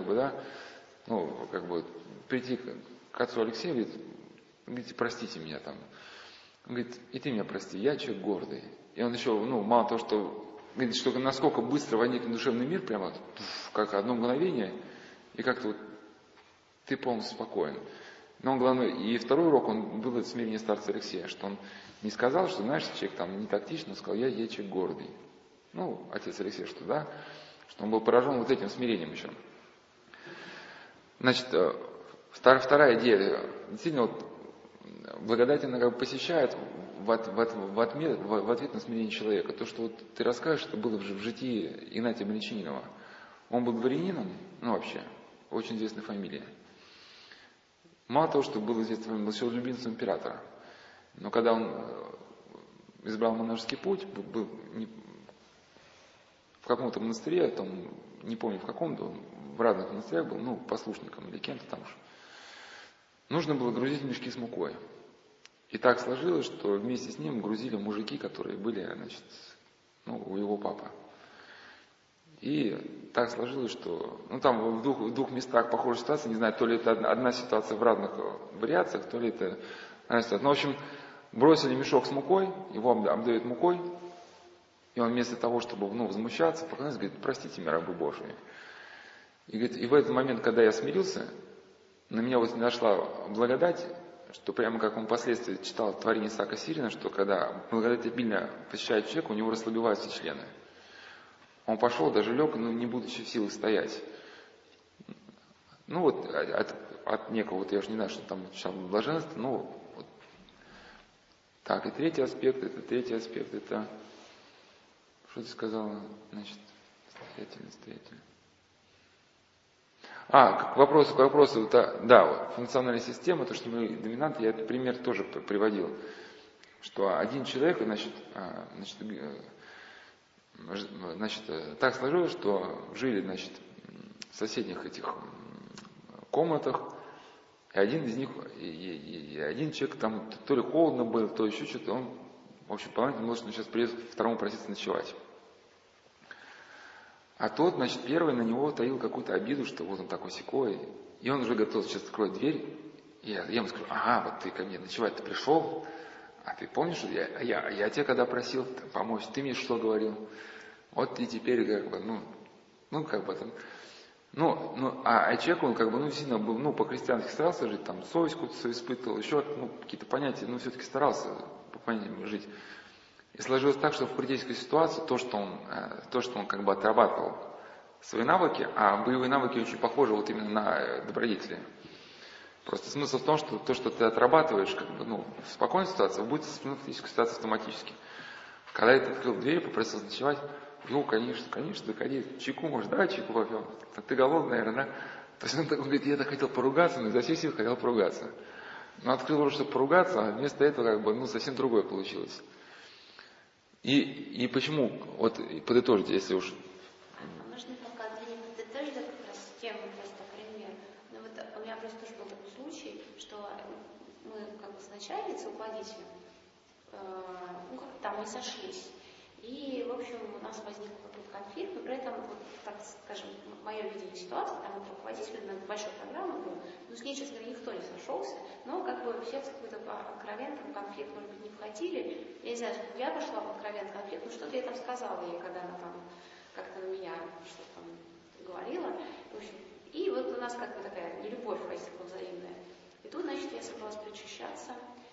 прийти к отцу Алексею, говорит, простите меня там. Он говорит, и ты меня прости, я человек гордый. И он еще, мало того, что, говорит, что насколько быстро возникнет душевный мир, прямо как одно мгновение, и как-то ты полностью спокоен. Но он, главное, и второй урок, он был от смирения старца Алексея, что он не сказал, что, знаешь, человек там не тактично, он сказал, я человек гордый. Отец Алексей, что он был поражен вот этим смирением еще. Значит, вторая идея. Действительно, благодать, она посещает в ответ на смирение человека. То, что вот ты расскажешь, это было в житии Игнатия Брянчанинова. Он был дворянином, ну вообще, очень известной фамилии. Мало того, что был известной фамилией, был еще любимцем императора. Но когда он избрал монашеский путь, был в каком-то монастыре, там, не помню в каком-то, в разных монастырях был, ну, послушником или кем-то там уж. Нужно было грузить мешки с мукой. И так сложилось, что вместе с ним грузили мужики, которые были, значит, ну, у его папы. И так сложилось, что, ну, там в двух местах похожая ситуация, не знаю, то ли это одна ситуация в разных вариациях, то ли это одна ситуация. Ну, в общем, бросили мешок с мукой, его обдают мукой, и он вместо того, чтобы, ну, возмущаться, поклонился, говорит: простите меня, рабы Божьи. И говорит, и в этот момент, когда я смирился, на меня вот нашла благодать, что прямо как он впоследствии читал творение Исаака Сирина, что когда благодать обильно посещает человека, у него расслабеваются члены. Он пошел, даже лег, но не будучи в силах стоять. Ну вот от некого, вот я уже не знаю, что там сейчас блаженство, но вот. Так, и третий аспект, это, что ты сказала, значит, настоятельно. К вопросу, да, вот, функциональная система, то, что мы доминанты, я этот пример тоже приводил, что один человек, значит, так сложилось, что жили, значит, в соседних этих комнатах, и один из них, и один человек там то ли холодно было, то еще что-то, он, в общем, понятно, может, он сейчас придет второму проситься ночевать. А тот, значит, первый на него таил какую-то обиду, что вот он такой сякой, и он уже готов сейчас откроет дверь, и я ему скажу: ага, вот ты ко мне ночевать-то пришел, а ты помнишь, что я тебя когда просил помочь, ты мне что говорил? Вот и теперь как бы, а человек, он как бы, действительно был, по-христиански старался жить, там, совесть какую-то испытывал, еще, какие-то понятия, все-таки старался по понятиям жить. И сложилось так, что в критической ситуации то, что он как бы отрабатывал свои навыки, а боевые навыки очень похожи вот именно на добродетели. Просто смысл в том, что то, что ты отрабатываешь, как бы, в спокойной ситуации, будет в критической ситуации автоматически. Когда я открыл дверь, попросил ночевать, конечно, заходи, чайку, может, давай чайку попьем. Ты голодный, наверное, да? То есть он такой говорит: я так хотел поругаться, но изо всех сил хотел поругаться. Но открыл рот, чтобы поругаться, а вместо этого как бы, совсем другое получилось. И почему, вот подытожить, если уж... Можно пока подытожить как раз тему, просто пример. Вот у меня просто тоже был такой случай, что мы как бы с начальницей, руководителем, там не сошлись. И, в общем, у нас возник какой-то конфликт, но при этом, вот, так скажем, мое видение ситуации, там вот руководитель, у нас большая программа была, с ней, честно говоря, никто не сошелся, но как бы все в какой-то откровенный конфликт, может быть, не входили. Я не знаю, я пошла в откровенный конфликт, что-то я там сказала ей, когда она там как-то на меня что-то там говорила. В общем, и вот у нас как бы такая нелюбовь возникла взаимная. И тут, значит, я собралась причащаться.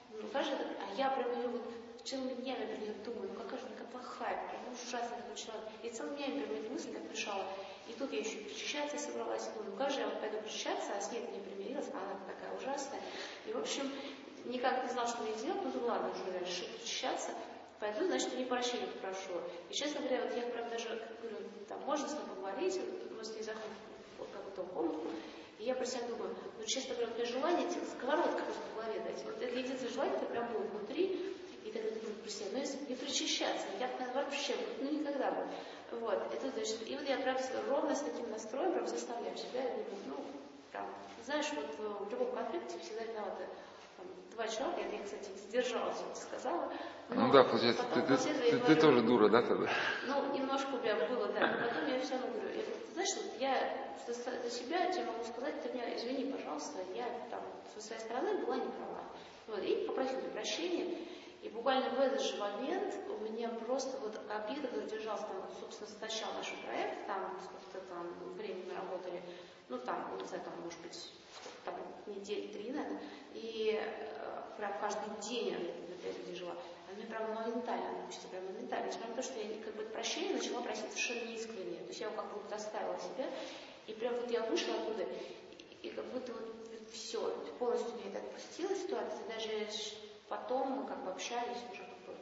А я прям ее вот целыми днями думаю, какая же она такая плохая, прям ужасный такой человек. И целыми днями прям эта мысль так мешала. И тут я еще причащаться собралась, думаю, как же я вот пойду причащаться, а с ней не примирилась, а она такая ужасная. И, в общем, никак не знала, что мне делать, ну ладно, уже решила причащаться. Пойду, значит, у нее прощения попрошу. И, честно говоря, вот я прям даже говорю, там, можно с ней поговорить, мы с ней заходим в какую-то комнатку. И я про себя думаю, честно говоря, у меня желание сковородкой просто по голове дать. Вот это единственное желание, это прям было внутри. И тогда думаю про себя, если не причащаться, я бы вообще, никогда бы. Вот, это, значит, и вот я прям ровно с таким настроем прям заставляю себя, я думаю, прям, знаешь, вот в любом конфликте всегда виноваты два человека, я, кстати, сдержалась, сказала. Получается, ты тоже дура, да, тогда? Немножко у меня было, да, но потом я все равно говорю, знаешь, вот я за себя тебе могу сказать, ты меня извини, пожалуйста, я там со своей стороны была не права. Вот, и попросила прощения. И буквально в этот же момент у меня просто вот обида задержалась, там, собственно, сначала наш проект, там сколько-то там времени мы работали, там, не знаю, там, может быть, там, недели 3, наверное, и прям каждый день я где жила. А мне прям моментально, несмотря на то, что я как бы прощения начала просить совершенно неискренне. То есть я как будто оставила себя, и прям вот я вышла оттуда, и как будто вот все, полностью меня так отпустила ситуация, даже потом мы как бы общались уже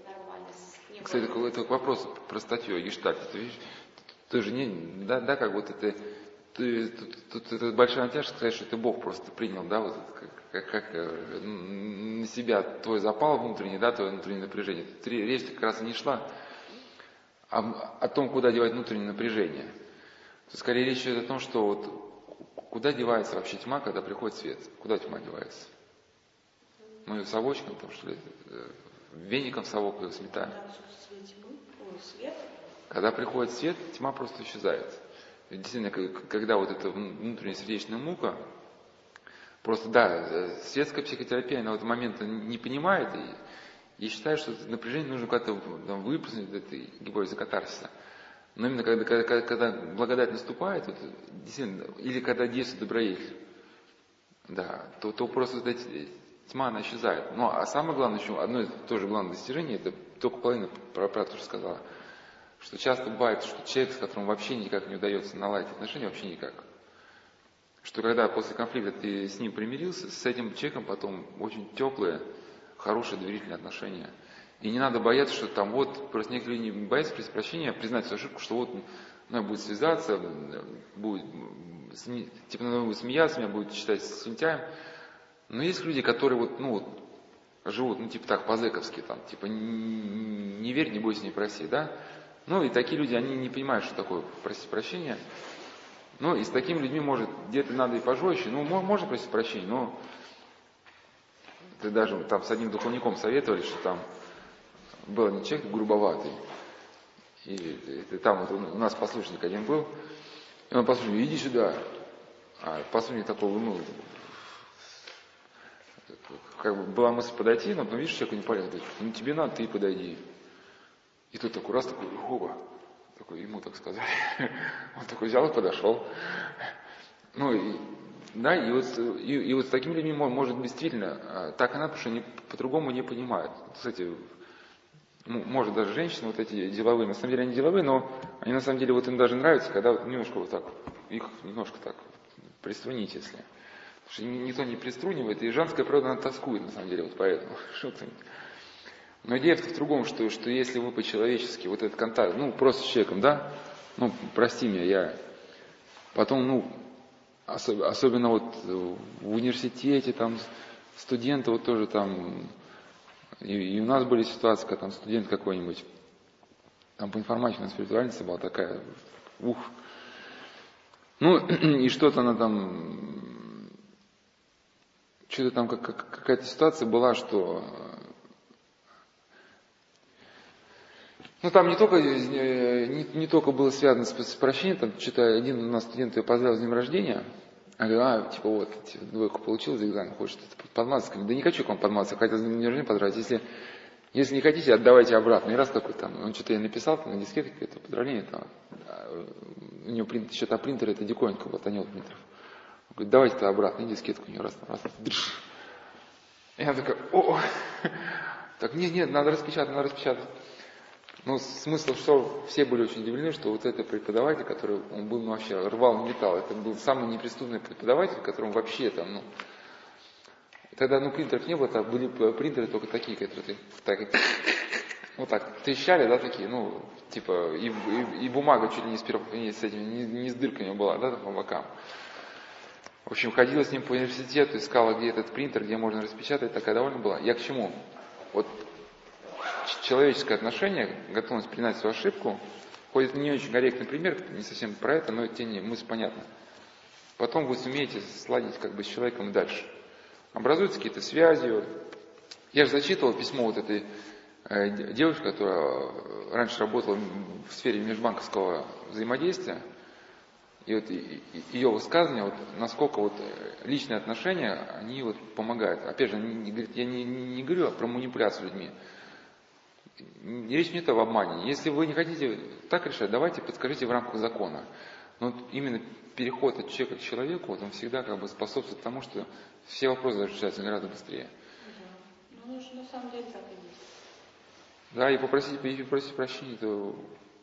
нормально. Кстати, это вопрос про статью о гештальте. Ты видишь, ты же не, да, как вот это, тут это большая натяжка сказать, что ты Бог просто принял, да, вот это, как на себя твой запал внутренний, да, твое внутреннее напряжение. Речь как раз и не шла о том, куда девать внутреннее напряжение. То скорее речь идет о том, что вот куда девается вообще тьма, когда приходит свет? Куда тьма девается? Мы ее совочком, там, что ли, веником совок ее сметаем. Когда приходит свет, тьма просто исчезает. И действительно, когда вот эта внутренняя сердечная мука, просто да, светская психотерапия на этот момент не понимает и считает, что это напряжение нужно как-то выплеснуть, это гипотеза катарсиса. Но именно когда благодать наступает, вот, действительно, или когда действует добродетель, да, то просто вот тьма, она исчезает. Ну, а самое главное, еще одно из тоже главных достижений, это только половина про то, что сказала, что часто бывает, что человек, с которым вообще никак не удается наладить отношения, вообще никак. Что когда после конфликта ты с ним примирился, с этим человеком потом очень теплые, хорошие, доверительные отношения. И не надо бояться, что там вот, просто некоторые люди не боятся просить прощения, признать свою ошибку, что вот надо будет связаться, будет, типа надо будет смеяться, меня будет считать свинтяем. Но есть люди, которые живут, типа так, по-зэковски, там, типа не верь, не бойся, не проси, да? Ну, и такие люди, они не понимают, что такое просить прощения. Ну, и с такими людьми, может, где-то надо и пожестче, можно просить прощения, но ты даже там с одним духовником советовали, что там был один человек грубоватый. И там вот у нас послушник один был, и он послушник, иди сюда. А послушник такой, как бы была мысль подойти, но потом, видишь, человеку не полезно, говорит, тебе надо, ты подойди. И тут такой раз, такой, такой, ему так сказали. Он такой взял и подошел. Ну, и вот с такими людьми может действительно так и надо, потому что они по-другому не понимают. Кстати, может даже женщины вот эти деловые, на самом деле они деловые, но они на самом деле вот им даже нравится, когда вот немножко вот так, их немножко так приструнить, если. Потому что никто не приструнивает, и женская природа, она тоскует, на самом деле, вот поэтому. Но идея в другом, что если вы по-человечески, вот этот контакт, просто с человеком, да, прости меня, я потом, особенно вот в университете, там, студенты вот тоже там, и у нас были ситуации, когда там студент какой-нибудь, там по информатике у нас спиритуальница была такая, и что-то она там, какая-то ситуация была, что там не только было связано с прощением, там что-то один у нас студент ее поздравил с днем рождения, а говорю, двойку получил за экзамен, хочешь подмазаться? Да не хочу к вам подмазаться, хотел с днем рождения поздравить, если не хотите, отдавайте обратно. И раз такой там, он что-то ей написал на дискетке какое-то поздравление, там, у него что-то принтер, это диковинка, вот Анел принтеров. Он говорит, давайте-то обратно, и дискетку у нее раз. И она такая, так нет, надо распечатать. Смысл, что все были очень удивлены, что вот этот преподаватель, который, он был вообще, рвал на металл, это был самый неприступный преподаватель, которому вообще там, тогда, принтеров не было, так были принтеры только такие, которые вот так трещали, да, такие, типа, и бумага чуть ли не с этими, не с дырками была, да, по бокам. В общем, ходила с ним по университету, искала, где этот принтер, где можно распечатать, такая довольна была. Я к чему? Вот человеческое отношение, готовность принять свою ошибку, хоть это не очень корректный пример, не совсем про это, но тем не менее мысль понятна. Потом вы сумеете сладить с человеком дальше. Образуются какие-то связи. Я же зачитывал письмо вот этой девушки, которая раньше работала в сфере межбанковского взаимодействия. И вот ее высказывание, насколько личные отношения, они помогают. Опять же, я не говорю про манипуляцию людьми. Речь не идет об обмане. Если вы не хотите так решать, давайте подскажите в рамках закона. Но именно переход от человека к человеку, он всегда способствует тому, что все вопросы решаются гораздо быстрее. Да. На самом деле так и есть. Да, и попросить прощения, то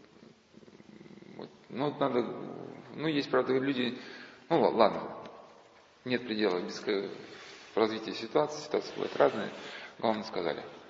надо, есть, правда, люди, ладно, нет предела в развитии ситуации бывают разные, главное сказали.